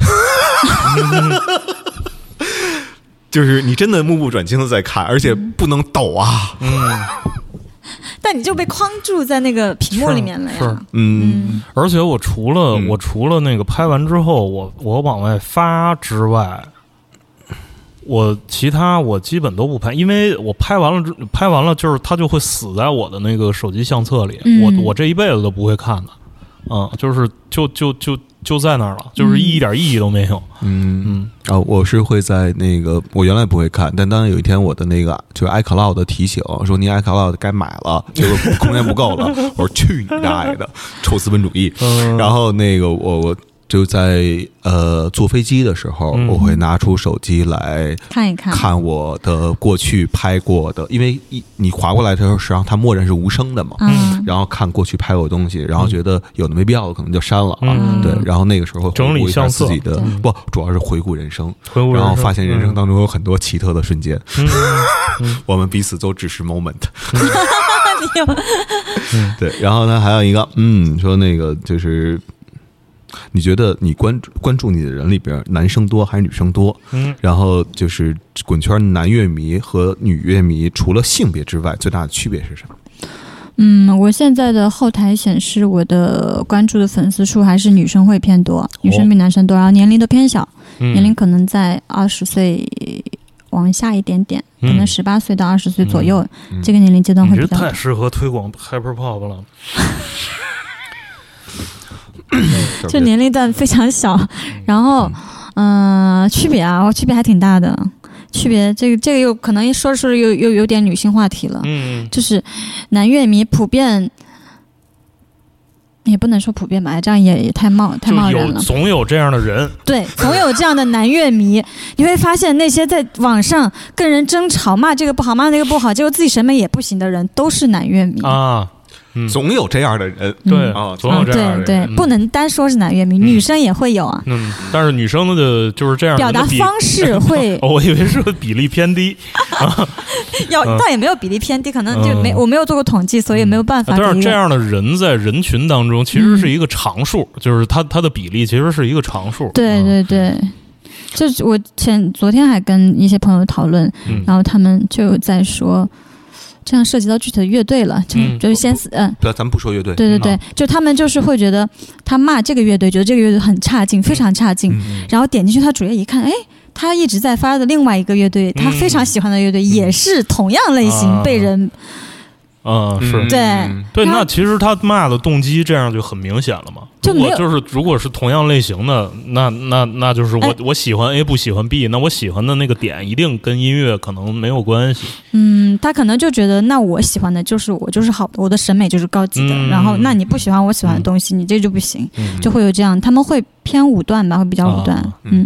就是你真的目不转睛的在看，而且不能抖啊。 但你就被框住在那个屏幕里面了呀。 而且我除了那个拍完之后，我往外发之外，其他我基本都不拍，因为我拍完了，就是它就会死在我的那个手机相册里，我这一辈子都不会看的。就是就在那儿了，就是一点意义都没有。 我是会在那个，我原来不会看，但当有一天我的那个就是 iCloud 的提醒说你 iCloud 该买了，这个空间不够了，我说去你大爷的，臭资本主义！然后那个我就在坐飞机的时候，我会拿出手机来看一看， 看我的过去拍过的，因为你划过来的时候，实际上它默认是无声的嘛，然后看过去拍过的东西，然后觉得有的没必要的可能就删了啊，对，然后那个时候会整理相册， 自己的不，主要是回顾人生，然后发现人生当中有很多奇特的瞬间，我们彼此都只是 moment。对，然后呢，还有一个，说那个就是，你觉得你关注你的人里边，男生多还是女生多？然后就是滚圈男乐迷和女乐迷，除了性别之外，最大的区别是什么？ 我现在的后台显示，我的关注的粉丝数还是女生会偏多，女生比男生多，然后年龄都偏小，年龄可能在20岁。往下一点点，可能18岁到20岁左右，这个年龄阶段会比较。 你这太适合推广 Hyperpop 了。 就年龄段非常小，然后区别还挺大的。区别这个又可能说又有点女性话题了。就是男乐迷普遍。也不能说普遍吧，这样也太贸然了。 总有这样的人， 对，总有这样的男乐迷。你会发现，那些在网上跟人争吵、骂这个不好、骂那个不好，结果自己审美也不行的人，都是男乐迷啊。 总有这样的人， 对啊，总有这样的人， 对，不能单说是男乐迷，女生也会有啊。 但是女生的就是这样表达方式会， 我以为是比例偏低， 倒也没有比例偏低，可能就我没有做过统计，所以没有办法。 但是这样的人在人群当中其实是一个常数，就是他的比例其实是一个常数。 对对对，就是我昨天还跟一些朋友讨论，然后他们就在说。这样涉及到具体的乐队了，就是先对，咱们不说乐队。 对对对，就他们就是会觉得他骂这个乐队，觉得这个乐队很差劲，非常差劲，然后点进去他主页一看，哎，他一直在发的另外一个乐队，他非常喜欢的乐队，也是同样类型被人。 是对，那其实他骂的动机这样就很明显了嘛。如果是同样类型的，那就是我喜欢 A 不喜欢 B， 那我喜欢的那个点一定跟音乐可能没有关系。 他可能就觉得那我喜欢的就是我就是好的，我的审美就是高级的，然后那你不喜欢我喜欢的东西，你这就不行，就会有这样，他们会偏武断吧，会比较武断。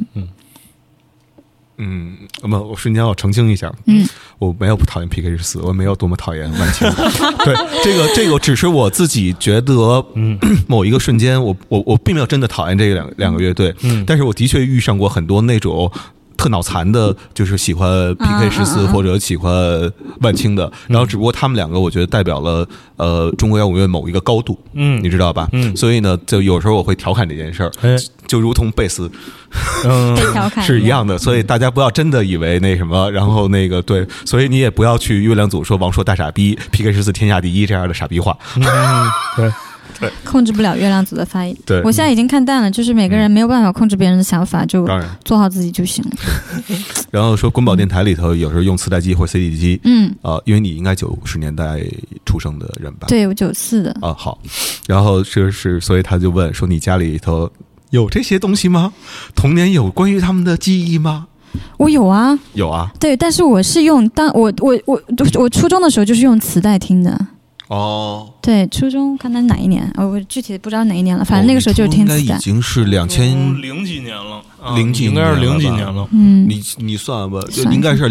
我瞬间要澄清一下，我没有不讨厌 PK14，我没有多么讨厌万青。对，这个只是我自己觉得，某一个瞬间，我并没有真的讨厌这两个乐队，但是我的确遇上过很多那种特脑残的，就是喜欢 PK14或者喜欢万青的，然后只不过他们两个，我觉得代表了中国摇滚乐某一个高度，你知道吧？所以呢，就有时候我会调侃这件事儿，就如同贝斯。是一样的，所以大家不要真的以为那什么，然后那个对，所以你也不要去月亮组说王朔大傻逼 PK14天下第一这样的傻逼话。对， 控制不了月亮组的发言。 对， 我现在已经看淡了，就是每个人没有办法控制别人的想法，就做好自己就行了。 然后说滚宝电台里头有时候用磁带机或 CD 机，因为你应该90年代出生的人吧？ 对，我94的。 好，然后所以他就问说你家里头有这些东西吗？童年有关于他们的记忆吗？ 我有啊， 有啊。 对，但是我是用我初中的时候就是用磁带听的。对，初中看他哪一年，我具体不知道哪一年了，反正那个时候就是听磁带。 应该已经是 2000几年了，0几应该是 0几年了。 你算吧，就应该是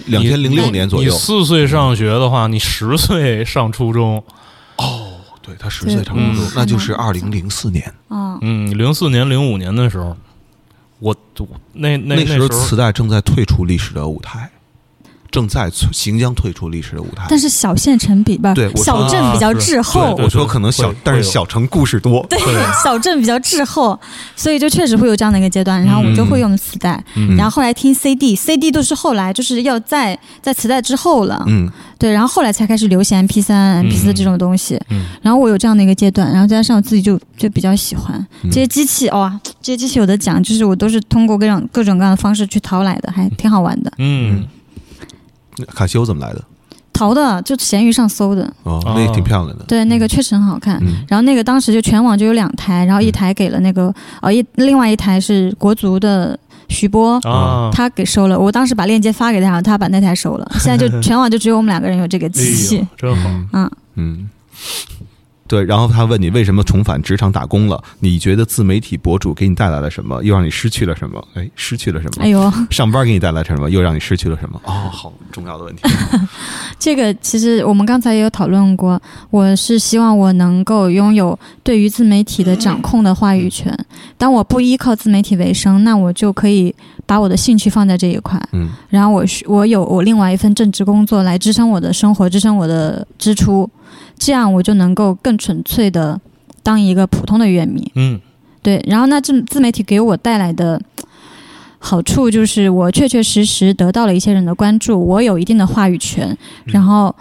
2006年左右。 你4岁上学的话，你10岁上初中。 对，他10岁上初中，那就是2004年。 04年、05年的时候，我那时候磁带正在退出历史的舞台。正在行将退出历史的舞台， 但是小县城比吧，小镇比较滞后。 我说可能但是小城故事多。 对，小镇比较滞后，所以就确实会有这样的一个阶段。然后我就会用磁带，然后后来听 CD 都是后来就是要在磁带之后了。对，然后后来才开始流行 MP3、MP4 这种东西。然后我有这样的一个阶段，然后加上我自己就比较喜欢这些机器。这些机器有的讲，就是我都是通过各种各样的方式去淘来的，还挺好玩的。 卡西欧怎么来的？ 淘的，就闲鱼上搜的。 那也挺漂亮的。 对，那个确实很好看。然后那个当时就全网就有2台，然后一台给了那个另外一台是国足的徐波，他给收了。我当时把链接发给他，然后他把那台收了。现在就全网就只有我们2个人有这个机器， 真好。 对，然后他问你为什么重返职场打工了？你觉得自媒体博主给你带来了什么？又让你失去了什么？哎，失去了什么？ 哎呦， 上班给你带来什么？又让你失去了什么？哦，好重要的问题。 这个其实我们刚才也有讨论过，我是希望我能够拥有对于自媒体的掌控的话语权。当我不依靠自媒体为生，那我就可以把我的兴趣放在这一块，然后我有另外一份正职工作来支撑我的生活，支撑我的支出，这样我就能够更纯粹的当一个普通的乐迷。对。然后那自媒体给我带来的好处就是我确确实实得到了一些人的关注，我有一定的话语权，然后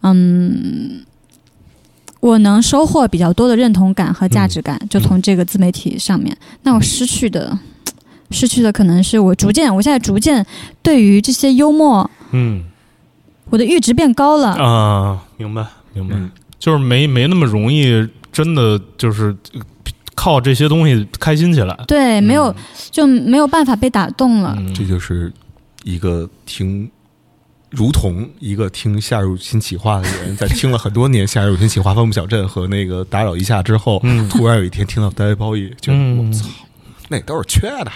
我能收获比较多的认同感和价值感，就从这个自媒体上面。那我失去的可能是我现在逐渐对于这些幽默，我的阈值变高了啊。明白，就是没那么容易，真的就是靠这些东西开心起来。 对，没有办法被打动了。 这就是一个如同一个听夏日入侵企划的人，在听了很多年夏日入侵企划《风不小镇》和那个打扰一下之后，突然有一天听到大卫鲍伊，觉得我操，那都是缺的。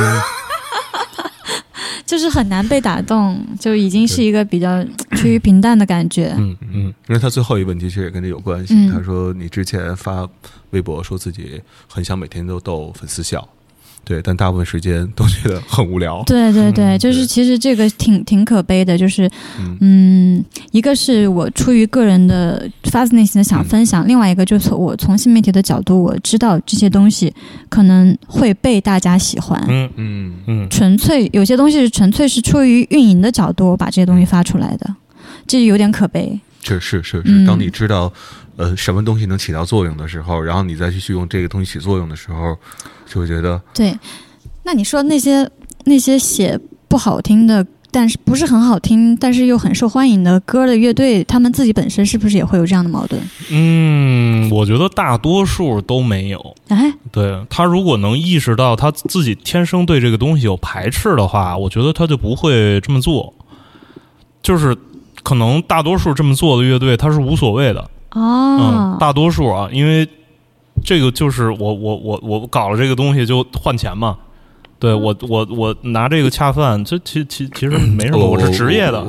就是很难被打动，就已经是一个比较趋于平淡的感觉。 因为他最后一个问题其实也跟这有关系。他说你之前发微博说自己很想每天都逗粉丝笑，对，但大部分时间都觉得很无聊。 对，就是其实这个挺可悲的，就是一个是我出于个人的发自内心的想分享，另外一个就是我从新媒体的角度，我知道这些东西可能会被大家喜欢。纯粹有些东西是纯粹是出于运营的角度，我把这些东西发出来的，这有点可悲。 是，当你知道什么东西能起到作用的时候，然后你再去用这个东西起作用的时候，就会觉得对。那你说那些写不好听的，但是不是很好听，但是又很受欢迎的歌的乐队，他们自己本身是不是也会有这样的矛盾？ 我觉得大多数都没有。对，他如果能意识到他自己天生对这个东西有排斥的话，我觉得他就不会这么做。就是可能大多数这么做的乐队，他是无所谓的。大多数啊，因为这个就是我搞了这个东西就换钱嘛。对，我拿这个恰饭，这其实没什么，我是职业的。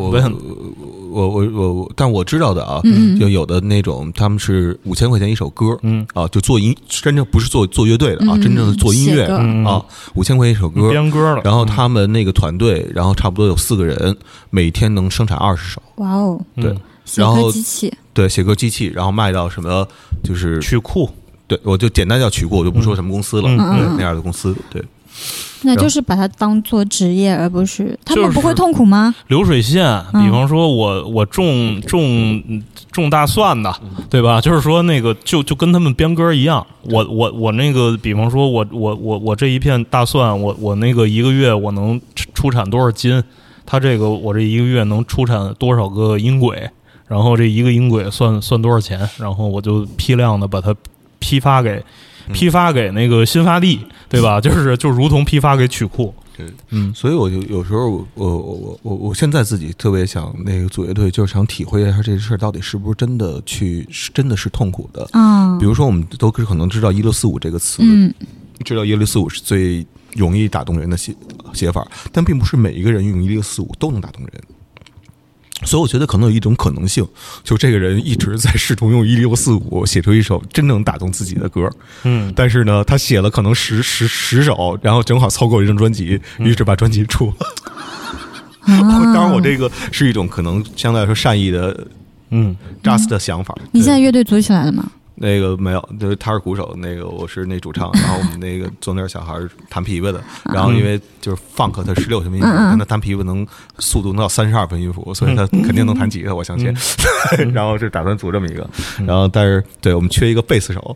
但我知道的啊，就有的那种他们是5000块钱一首歌，就真正不是做乐队的啊，真正的做音乐啊，5000块钱一首歌编歌了。 然后他们那个团队，然后差不多有4个人，每天能生产20首。 哇哦， 对， 写歌机器， 对，写歌机器，然后卖到什么就是曲库， 对，我就简单叫曲库，我就不说什么公司了，那样的公司，对。 那就是把它当做职业，而不是他们不会痛苦吗？ 流水线，比方说我种大蒜的，对吧？就是说那个就跟他们编歌一样，我那个比方说我这一片大蒜，我那个一个月我能出产多少斤？他这个我这一个月能出产多少个音轨？然后这一个音轨算多少钱？然后我就批量的把它批发给那个新发地，对吧？就如同批发给曲库。 对，所以我就有时候我现在自己特别想那个组乐队，就是想体会一下这事到底是不是真的是痛苦的。比如说我们都可能知道1645这个词，知道1645是最容易打动人的写法，但并不是每一个人用1645都能打动人。所以我觉得可能有一种可能性，就这个人一直在试图用1645写出一首真正打动自己的歌，但是呢，他写了可能十首，然后正好凑够一张专辑，于是把专辑出了。当然，我这个是一种可能相对来说善意的，just 的想法。 你现在乐队组起来了吗？ 那个没有，就是他是鼓手，那个我是那主唱，然后我们那个中间小孩弹琵琶的，然后因为就是 funk 他16分音符，但他弹琵琶速度能到32分音符，所以他肯定能弹吉他，我相信。然后就打算组这么一个，然后但是对我们缺一个贝斯手。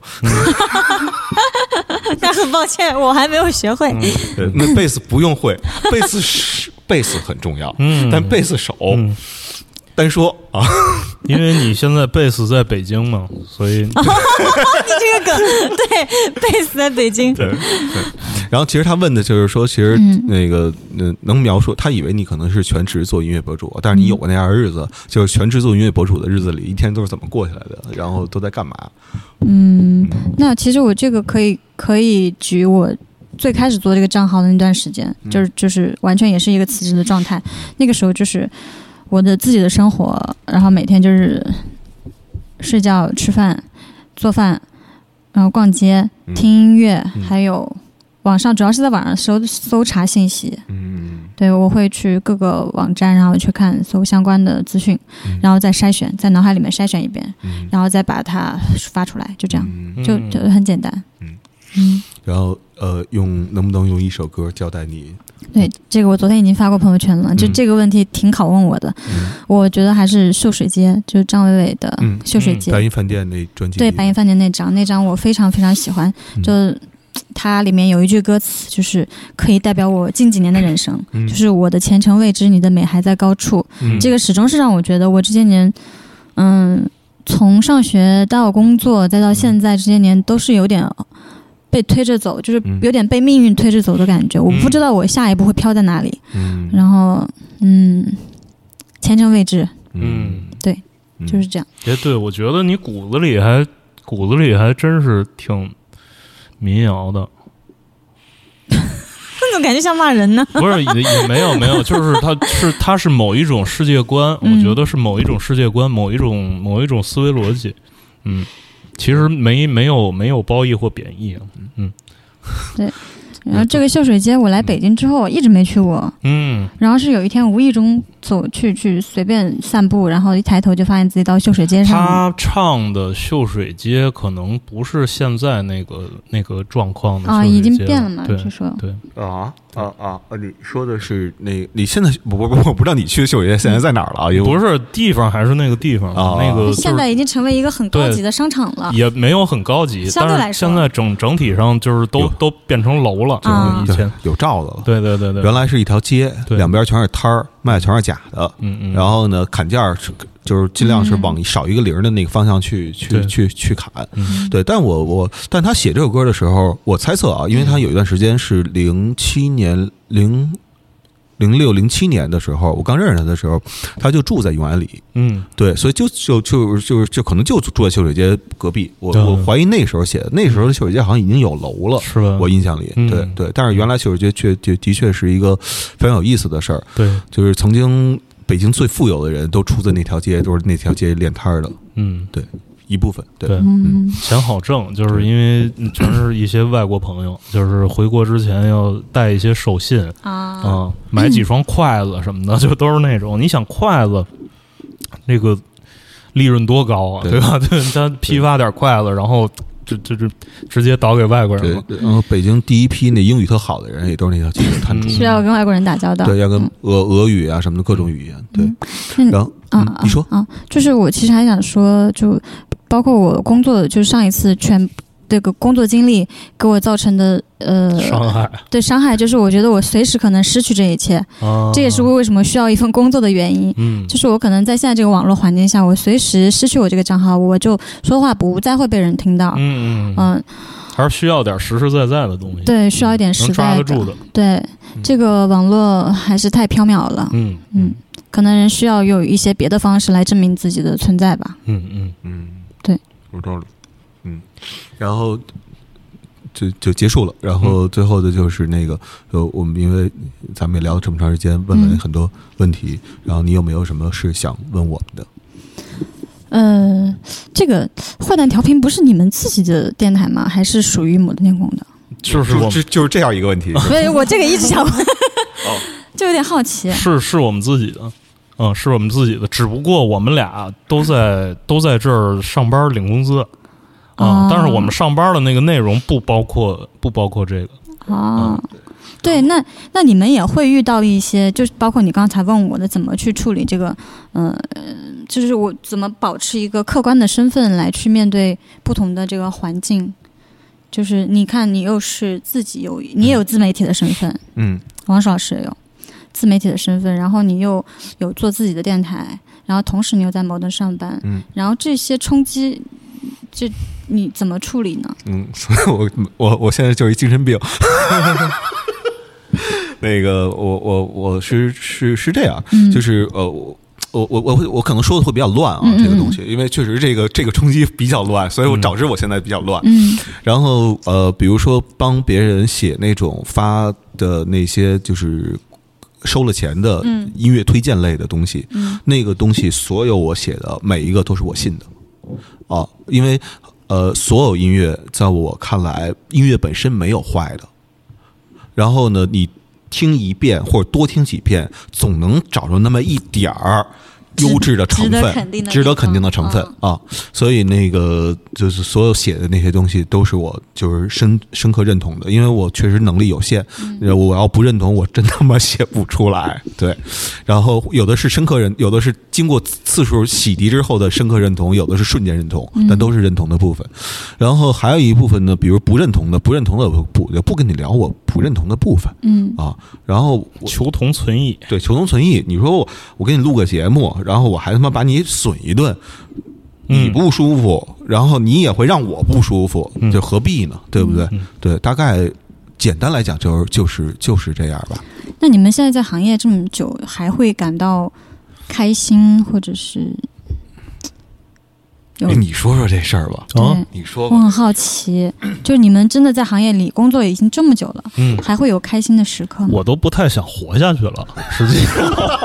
那很抱歉，我还没有学会。 对，那贝斯不用会，贝斯很重要，但贝斯手。单说啊， 因为你现在贝斯在北京嘛，所以你这个梗对，贝斯在北京。 对， 然后其实他问的就是说，其实那个能描述，他以为你可能是全职做音乐博主，但是你有过那样的日子，就是全职做音乐博主的日子里，一天都是怎么过下来的，然后都在干嘛？ 那其实我这个可以举我最开始做这个账号的那段时间，就是完全也是一个辞职的状态。那个时候就是我的自己的生活，然后每天就是睡觉、吃饭、做饭，然后逛街、听音乐，还有网上，主要是在网上搜查信息。对，我会去各个网站，然后去搜相关的资讯，然后再筛选，在脑海里面筛选一遍，然后再把它发出来，就这样，就很简单。 然后能不能用一首歌交代你？ 对，这个我昨天已经发过朋友圈了，就这个问题挺拷问我的。我觉得还是秀水街，就是张伟伟的秀水街， 白银饭店那专辑。 对，白银饭店那张我非常非常喜欢，就它里面有一句歌词，就是可以代表我近几年的人生，就是我的前程未知，你的美还在高处。这个始终是让我觉得我这些年，从上学到工作再到现在这些年都是有点被推着走，就是有点被命运推着走的感觉。我不知道我下一步会飘在哪里，然后前程未知，对，就是这样。 对，我觉得你骨子里还真是挺民谣的。 怎么感觉像骂人呢？ 不是，也没有，就是它是某一种世界观，我觉得是某一种世界观，某一种思维逻辑。其实没有褒义或贬义。 对。然后这个秀水街，我来北京之后我一直没去过。然后是有一天无意中去随便散步，然后一抬头就发现自己到秀水街上。 他唱的秀水街可能不是现在那个状况的秀水街已经变了嘛？据说对你说的是你现在我不知道你去的秀水街现在在哪儿了啊？ 不是地方还是那个地方那个现在已经成为一个很高级的商场了， 也没有很高级， 相对来说现在整体上就是都变成楼了。以前有罩子了， 对， 原来是一条街，两边全是摊儿，卖的全是假的，然后呢，砍价就是尽量是往少一个零的那个方向去砍，对。但他写这首歌的时候，我猜测啊，因为他有一段时间是07年06、07年的时候，我刚认识他的时候，他就住在永安里，对，所以就可能就住在秀水街隔壁。我怀疑那时候写的，那时候的秀水街好像已经有楼了， 是吧？ 我印象里，对。但是原来秀水街的确是一个非常有意思的事儿， 对， 就是曾经北京最富有的人都出自那条街，都是那条街练摊的，对。一部分对， 钱好挣，就是因为全是一些外国朋友，就是回国之前要带一些手信买几双筷子什么的，就都是那种。你想筷子那个利润多高啊，对吧？对，他批发点筷子，然后就直接倒给外国人了。 然后北京第一批那英语特好的人也都是那条街的摊主， 需要跟外国人打交道， 对，要跟俄语啊什么的各种语言，对。然后你说就是我其实还想说，就包括我工作，就是上一次这个工作经历给我造成的伤害，就是我觉得我随时可能失去这一切，这也是为什么需要一份工作的原因。就是我可能在现在这个网络环境下，我随时失去我这个账号，我就说话不再会被人听到。 还是需要点实实在在的东西。 对，需要一点实在的， 能抓得住的。 对，这个网络还是太缥缈了。可能人需要有一些别的方式来证明自己的存在吧。对， 有道理。然后就结束了。然后最后的就是那个我们因为咱们也聊了这么长时间，问了很多问题，然后你有没有什么是想问我们的？ 这个坏蛋调频不是你们自己的电台吗？还是属于摩登天空的？ 就是这样一个问题。 所以我这个一直想问，就有点好奇。 是我们自己的，是我们自己的。只不过我们俩都在这儿上班领工资但是我们上班的那个内容不包括这个。 对，那你们也会遇到一些，就是包括你刚才问我的怎么去处理这个，就是我怎么保持一个客观的身份来去面对不同的这个环境。就是你看，你又是你也有自媒体的身份，王石老师也有自媒体的身份，然后你又有做自己的电台，然后同时你又在摩登上班，然后这些冲击这你怎么处理呢？ 所以我现在就是一精神病。那个我是这样，就是我可能说的会比较乱啊，这个东西，因为确实这个冲击比较乱，所以我导致我现在比较乱。然后比如说帮别人写那种发的那些就是收了钱的音乐推荐类的东西，那个东西所有我写的每一个都是我信的啊，因为所有音乐在我看来，音乐本身没有坏的。然后呢，你听一遍或者多听几遍，总能找着那么一点儿优质的成分，值得肯定的成分啊。所以那个就是所有写的那些东西都是我就是深刻认同的，因为我确实能力有限，我要不认同我真他妈写不出来。对，然后有的是深刻有的是经过次数洗涤之后的深刻认同，有的是瞬间认同，但都是认同的部分。然后还有一部分呢，比如不认同的不跟你聊我不认同的部分，然后求同存异， 对，求同存异。你说我给你录个节目，然后我还他妈把你损一顿，你不舒服，然后你也会让我不舒服，就何必呢？对不对？对，大概简单来讲就是这样吧。 那你们现在在行业这么久，还会感到开心，或者是？ 你说说这事儿吧。你说吧。 我很好奇，就是你们真的在行业里工作已经这么久了，还会有开心的时刻吗？ 我都不太想活下去了，实际上。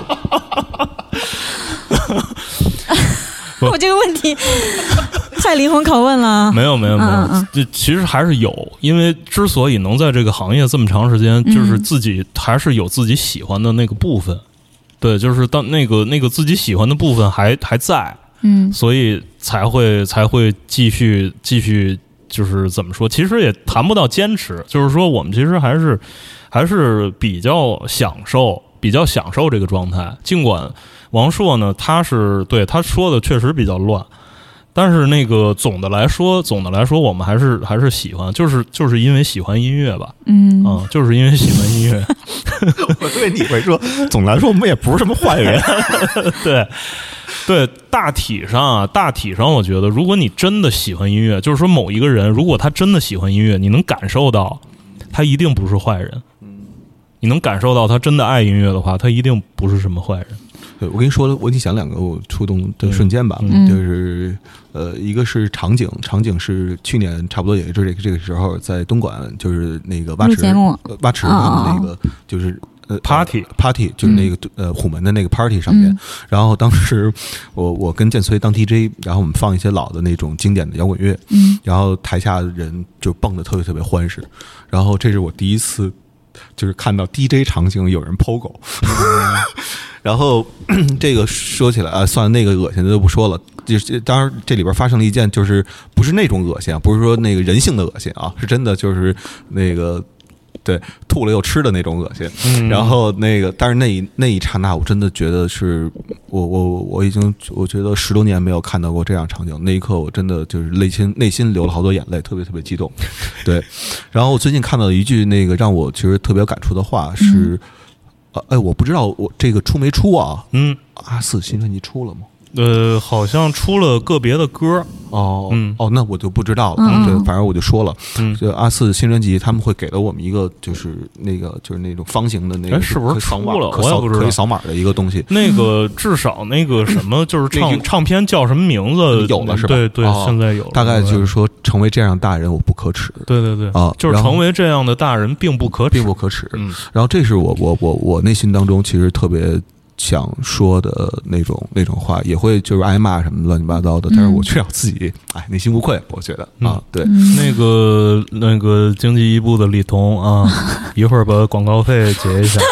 我这个问题太灵魂拷问了。 没有，这其实还是有，因为之所以能在这个行业这么长时间，就是自己还是有自己喜欢的那个部分。对，就是当那个自己喜欢的部分还在。所以才会继续，就是怎么说？其实也谈不到坚持，就是说我们其实还是比较享受这个状态。尽管王朔呢，他说的确实比较乱，但是那个总的来说，我们还是喜欢，就是因为喜欢音乐吧。就是因为喜欢音乐。 我以为你会说，总的来说我们也不是什么坏人。 对，大体上，我觉得，如果你真的喜欢音乐，就是说某一个人，如果他真的喜欢音乐，你能感受到，他一定不是坏人。你能感受到他真的爱音乐的话，他一定不是什么坏人。 对，我跟你说，我给你讲两个我触动的瞬间吧，就是一个是场景是去年差不多也是这个时候在东莞，就是那个蛙池他们那个就是 party 就是那个虎门的那个 party 上面，然后当时我跟建崔当 DJ， 然后我们放一些老的那种经典的摇滚乐，然后台下的人就蹦得特别特别欢实，然后这是我第一次就是看到 DJ 场景有人 POGO。然后这个说起来啊，算了，那个恶心的就不说了。就是当然这里边发生了一件，就是不是那种恶心啊，不是说那个人性的恶心啊，是真的就是那个对吐了又吃的那种恶心。然后那个，但是那一刹那，我真的觉得是我已经我觉得10多年没有看到过这样场景。那一刻，我真的就是内心流了好多眼泪，特别特别激动。对，然后我最近看到了一句那个让我其实特别有感触的话是。我不知道我这个出没出啊？阿四新专辑出了吗？ 好像出了个别的歌那我就不知道了。对，反正我就说了，就阿四新专辑他们会给了我们一个就是那种方形的那个， 是不是出了？我也不知道， 可以扫码的一个东西。 那个至少那个什么就是唱片叫什么名字有了是吧？ 对，现在有了。 大概就是说成为这样大人我不可耻。 对啊，就是成为这样的大人并不可耻。 然后这是我内心当中其实特别想说的那种话，也会就是挨骂什么乱七八糟的，但是我却要自己内心无愧，我觉得对。 那个经济一部的李彤啊，一会儿把广告费结一下。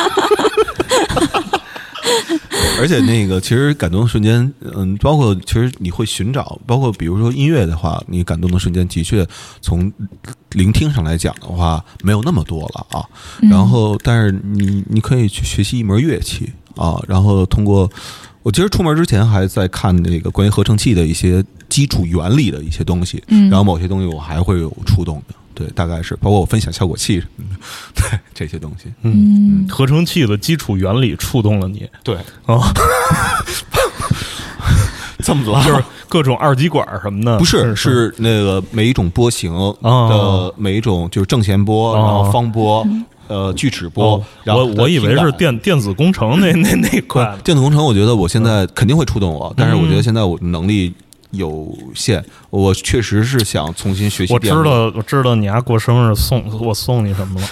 而且那个其实感动的瞬间，包括其实你会寻找，包括比如说音乐的话，你感动的瞬间的确从聆听上来讲的话没有那么多了啊。然后但是你可以去学习一门乐器啊，然后通过我其实出门之前还在看那个关于合成器的一些基础原理的一些东西，然后某些东西我还会有触动的。对，大概是包括我分享效果器什么的，对这些东西。 合成器的基础原理触动了你。 对这么了？ 就是各种二极管什么的？ 不是，是那个每一种波形的每一种，就是正弦波，然后方波。锯齿波，然后我以为是电子工程那块。 电子工程，我觉得我现在肯定会触动我，但是我觉得现在我能力有限，我确实是想重新学习电路。 我知道你丫过生日送你什么了。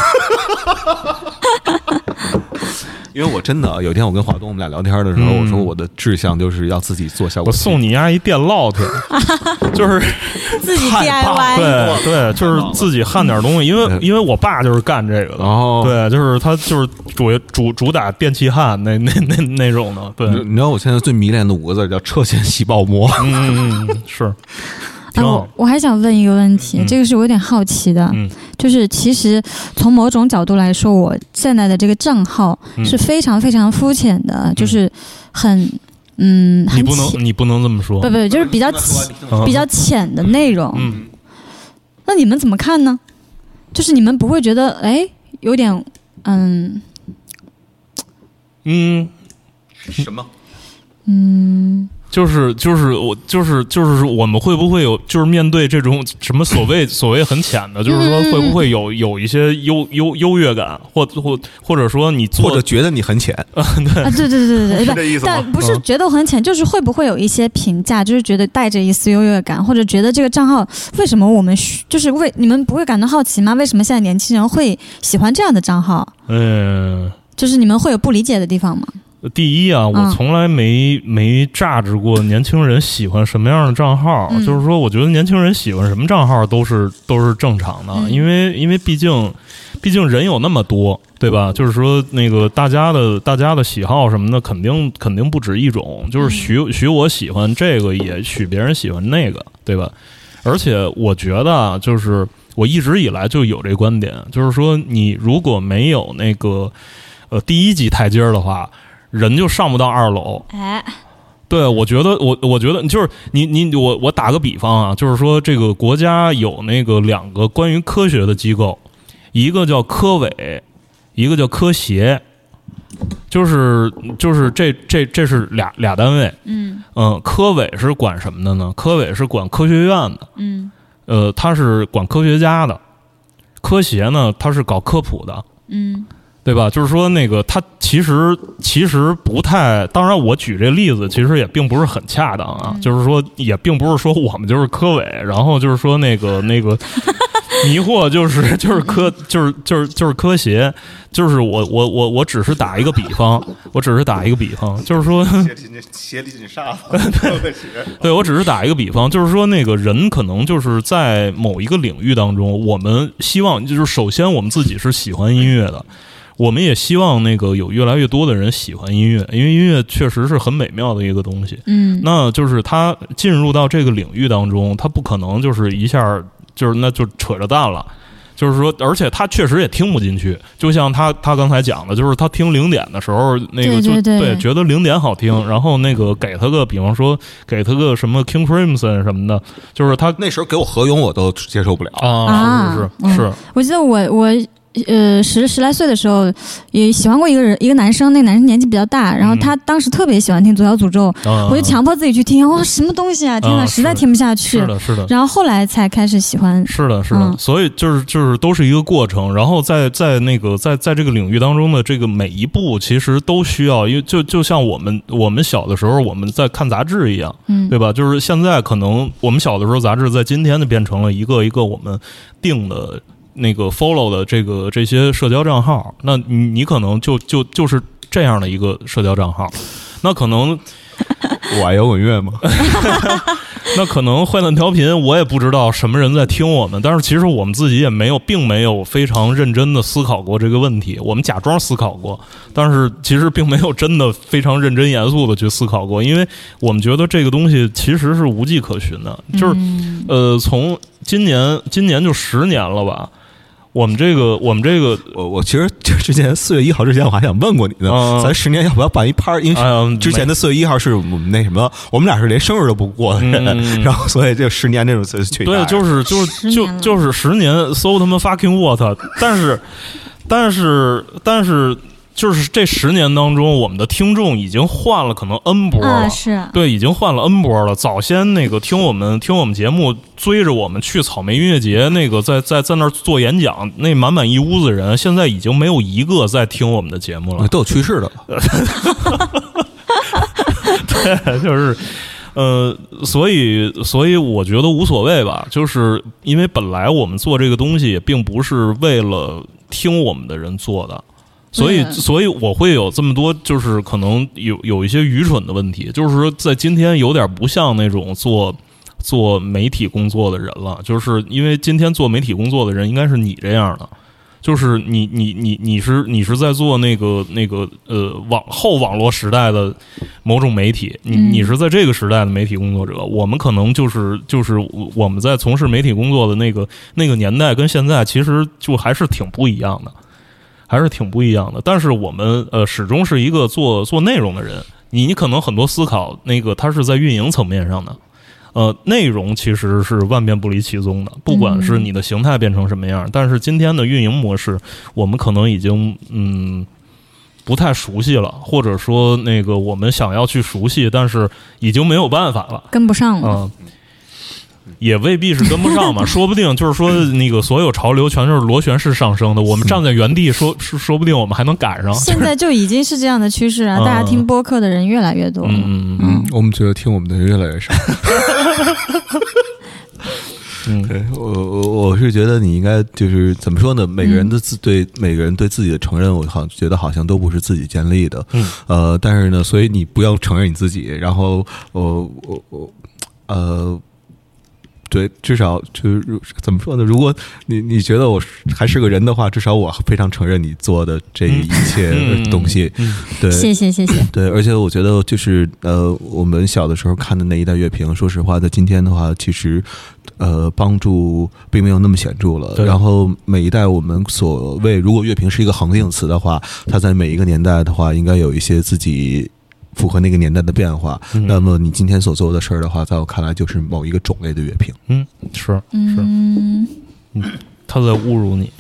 因为我真的有一天我跟华东我们俩聊天的时候，我说我的志向就是要自己做效果器。 我送你丫一电烙铁，就是自己 DIY， 对，就是自己焊点东西。因为我爸就是干这个的，对，就是他就是主打电气焊那种的。对， 你知道我现在最迷恋的5个字叫车前细胞膜。 是。 我还想问一个问题，这个是我有点好奇的，就是其实从某种角度来说，我现在的这个账号是非常非常肤浅的，就是很你不能这么说， 不，就是比较浅的内容。那你们怎么看呢？就是你们不会觉得有点什么？ 就是我们会不会有就是面对这种什么所谓很浅的，就是说会不会有一些优越感，或者说你做或者觉得你很浅对， 是这意思吗？ 但不是觉得很浅，就是会不会有一些评价，就是觉得带着一丝优越感，或者觉得这个账号为什么我们就是你们不会感到好奇吗？为什么现在年轻人会喜欢这样的账号？就是你们会有不理解的地方吗？ 第一啊，我从来没榨汁过年轻人喜欢什么样的账号，就是说，我觉得年轻人喜欢什么账号都是正常的，因为毕竟人有那么多，对吧？就是说，那个大家的喜好什么的，肯定不止一种，就是许我喜欢这个，也许别人喜欢那个，对吧？而且我觉得，就是我一直以来就有这观点，就是说，你如果没有那个第1级台阶的话，人就上不到2楼。对，我觉得就是我打个比方啊，就是说这个国家有那个2个关于科学的机构，一个叫科委，一个叫科协，就是这是俩单位。科委是管什么的呢？科委是管科学院的。他是管科学家的。科协呢，他是搞科普的。对吧？就是说，那个他其实不太，当然我举这例子其实也并不是很恰当啊。就是说，也并不是说我们就是科委，然后就是说那个迷惑就是科协，就是我只是打一个比方，就是说鞋里紧煞子。 对，我只是打一个比方，就是说那个人可能就是在某一个领域当中，我们希望就是首先我们自己是喜欢音乐的。我们也希望那个有越来越多的人喜欢音乐，因为音乐确实是很美妙的一个东西。那就是他进入到这个领域当中，他不可能就是一下就是那就扯着淡了。就是说，而且他确实也听不进去，就像他刚才讲的，就是他听0点的时候，那个就对觉得0点好听，然后那个给他个，比方说给他个什么 King Crimson 什么的，就是他那时候给我何勇我都接受不了是。 我记得我十来岁的时候也喜欢过一个男生，那个男生年纪比较大，然后他当时特别喜欢听左小诅咒，我就强迫自己去听，哇，什么东西啊，天哪，实在听不下去。 是的。 然后后来才开始喜欢。 是的。所以就是都是一个过程，然后在这个领域当中的这个每一步，其实都需要，因为就像我们小的时候我们在看杂志一样，对吧？就是现在可能我们小的时候杂志在今天就变成了一个一个我们定的。那个 follow 的这些社交账号，那你可能就是这样的一个社交账号，那可能我爱摇滚乐吗？ 那可能坏蛋调频，我也不知道什么人在听我们，但是其实我们自己也并没有非常认真的思考过这个问题，我们假装思考过，但是其实并没有真的非常认真严肃的去思考过，因为我们觉得这个东西其实是无迹可寻的，就是从今年就10年了吧。我们这个， 我其实之前4月1号之前我还想问过你呢，咱10年要不要办一 party？ 因为之前的4月1号是我们那什么，我们俩是连生日都不过的人，然后所以这10年这种去对，就是10年，so 他妈 fucking what？但是就是这10年当中，我们的听众已经换了可能 N 波了， 是对，已经换了 N 波了。早先那个听我们节目，追着我们去草莓音乐节，那个在那儿做演讲，那满一屋子人，现在已经没有一个在听我们的节目了， 都有去世的了。 对，就是。所以我觉得无所谓吧，就是因为本来我们做这个东西也并不是为了听我们的人做的，所以我会有这么多，就是可能有一些愚蠢的问题，就是说在今天有点不像那种做媒体工作的人了，就是因为今天做媒体工作的人应该是你这样的。就是你是在做那个后网络时代的某种媒体，你是在这个时代的媒体工作者，我们可能就是我们在从事媒体工作的那个年代跟现在其实就还是挺不一样的，但是我们始终是一个做内容的人，你可能很多思考那个它是在运营层面上的。内容其实是万变不离其宗的，不管是你的形态变成什么样，但是今天的运营模式，我们可能已经不太熟悉了，或者说那个我们想要去熟悉，但是已经没有办法了， 跟不上了。 也未必是跟不上嘛，说不定就是说那个所有潮流全是螺旋式上升的，我们站在原地说不定我们还能赶上。 现在就已经是这样的趋势啊，大家听播客的人越来越多。 我们觉得听我们的人越来越少。对，我是觉得你应该就是怎么说呢？每个人对自己的承认，我觉得好像都不是自己建立的。但是呢，所以你不要承认你自己，然后对，至少就是怎么说呢？如果你觉得我还是个人的话，至少我非常承认你做的这一切东西。对， 谢谢。 对，而且我觉得就是我们小的时候看的那一代乐评，说实话，在今天的话，其实帮助并没有那么显著了。然后每一代我们所谓，如果乐评是一个恒定词的话，它在每一个年代的话，应该有一些自己符合那个年代的变化。那么你今天所做的事儿的话，在我看来就是某一个种类的乐评。 是，他在侮辱你。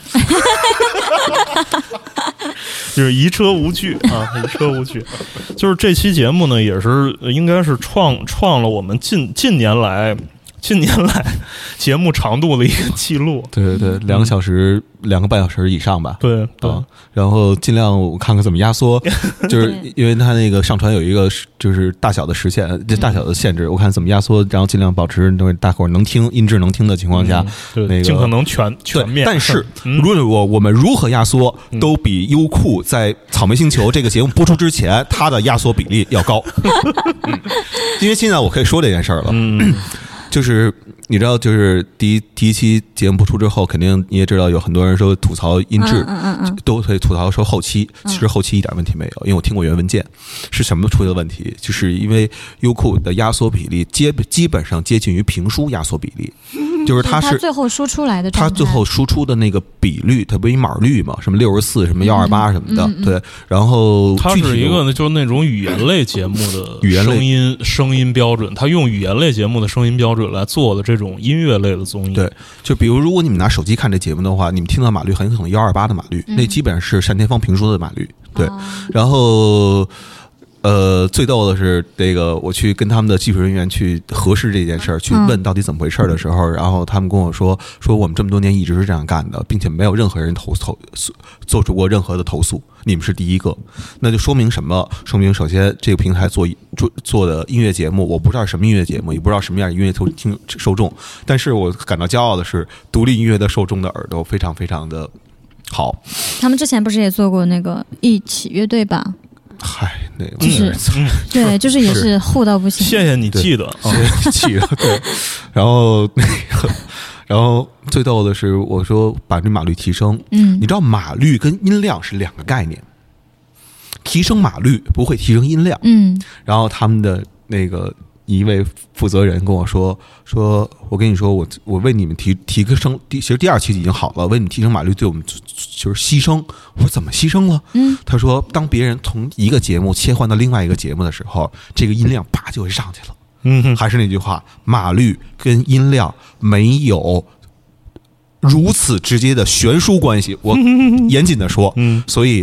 就是移车无惧啊，移车无惧。就是这期节目呢，也是应该是创了我们近年来节目长度的一个记录。 对2个半小时以上吧。 对， 然后尽量我看看怎么压缩，就是因为它那个上传有一个就是大小的实现，大小的限制，我看怎么压缩，然后尽量保持大伙儿能听音质能听的情况下，那个尽可能全面。 但是我们如何压缩，都比优酷在草莓星球这个节目播出之前，它的压缩比例要高。因为现在我可以说这件事儿了。就是你知道，就是第一期节目播出之后，肯定你也知道，有很多人说吐槽音质，都会吐槽说后期，其实后期一点问题没有，因为我听过原文件，是什么出的问题？就是因为优酷的压缩比例基本上接近于评书压缩比例。就是它最后输出来的， 它最后输出的那个比率，它不是一码率嘛？什么64，什么128什么的，对。然后它是一个就是那种语言类节目的声音标准，它用语言类节目的声音标准来做的这种音乐类的综艺。 对，就比如如果你们拿手机看这节目的话，你们听到码率很可能128的码率，那基本上是单田芳评书的码率。对，然后。最逗的是这个，我去跟他们的技术人员去核实这件事儿，去问到底怎么回事的时候，然后他们跟我说我们这么多年一直是这样干的，并且没有任何人做出过任何的投诉，你们是第一个。那就说明什么？说明首先这个平台做的音乐节目，我不知道什么音乐节目，也不知道什么样的音乐受众，但是我感到骄傲的是，独立音乐的受众的耳朵非常非常的好。 他们之前不是也做过那个一起乐队吧？ 嗨，那个就是对，就是也是厚到不行。 谢谢你记得， 谢谢你记得。对，然后最逗的是，我说把这码率提升，你知道码率跟音量是两个概念，提升码率不会提升音量。然后他们的那个一位负责人跟我说我跟你说，我为你们提个升，其实第2期已经好了，为你们提升码率对我们就是牺牲。我说怎么牺牲了？他说当别人从一个节目切换到另外一个节目的时候，这个音量啪就会上去了。还是那句话，码率跟音量没有如此直接的悬殊关系。我严谨的说，所以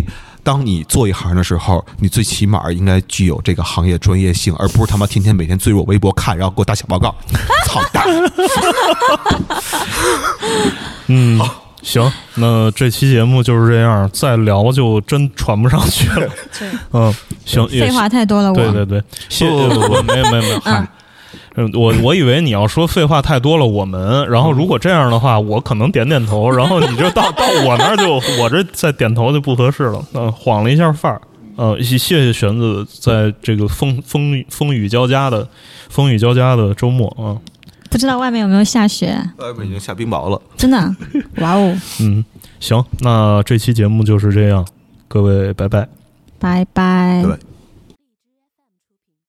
当你做一行的时候，你最起码应该具有这个行业专业性，而不是他妈天天每天追我微博看，然后给我打小报告。操蛋！ 好。行，那这期节目就是这样，再聊就真传不上去了。行， 废话太多了。 对，谢谢。没，嗨，我以为你要说废话太多了，我们，然后如果这样的话，我可能点头，然后你就到我那儿就，我这再点头就不合适了。晃了一下范儿。谢谢玄子在这个风雨交加的周末啊。 不知道外面有没有下雪？ 外面已经下冰雹了， 真的，哇哦！ 行，那这期节目就是这样，各位拜拜， 拜拜， 对。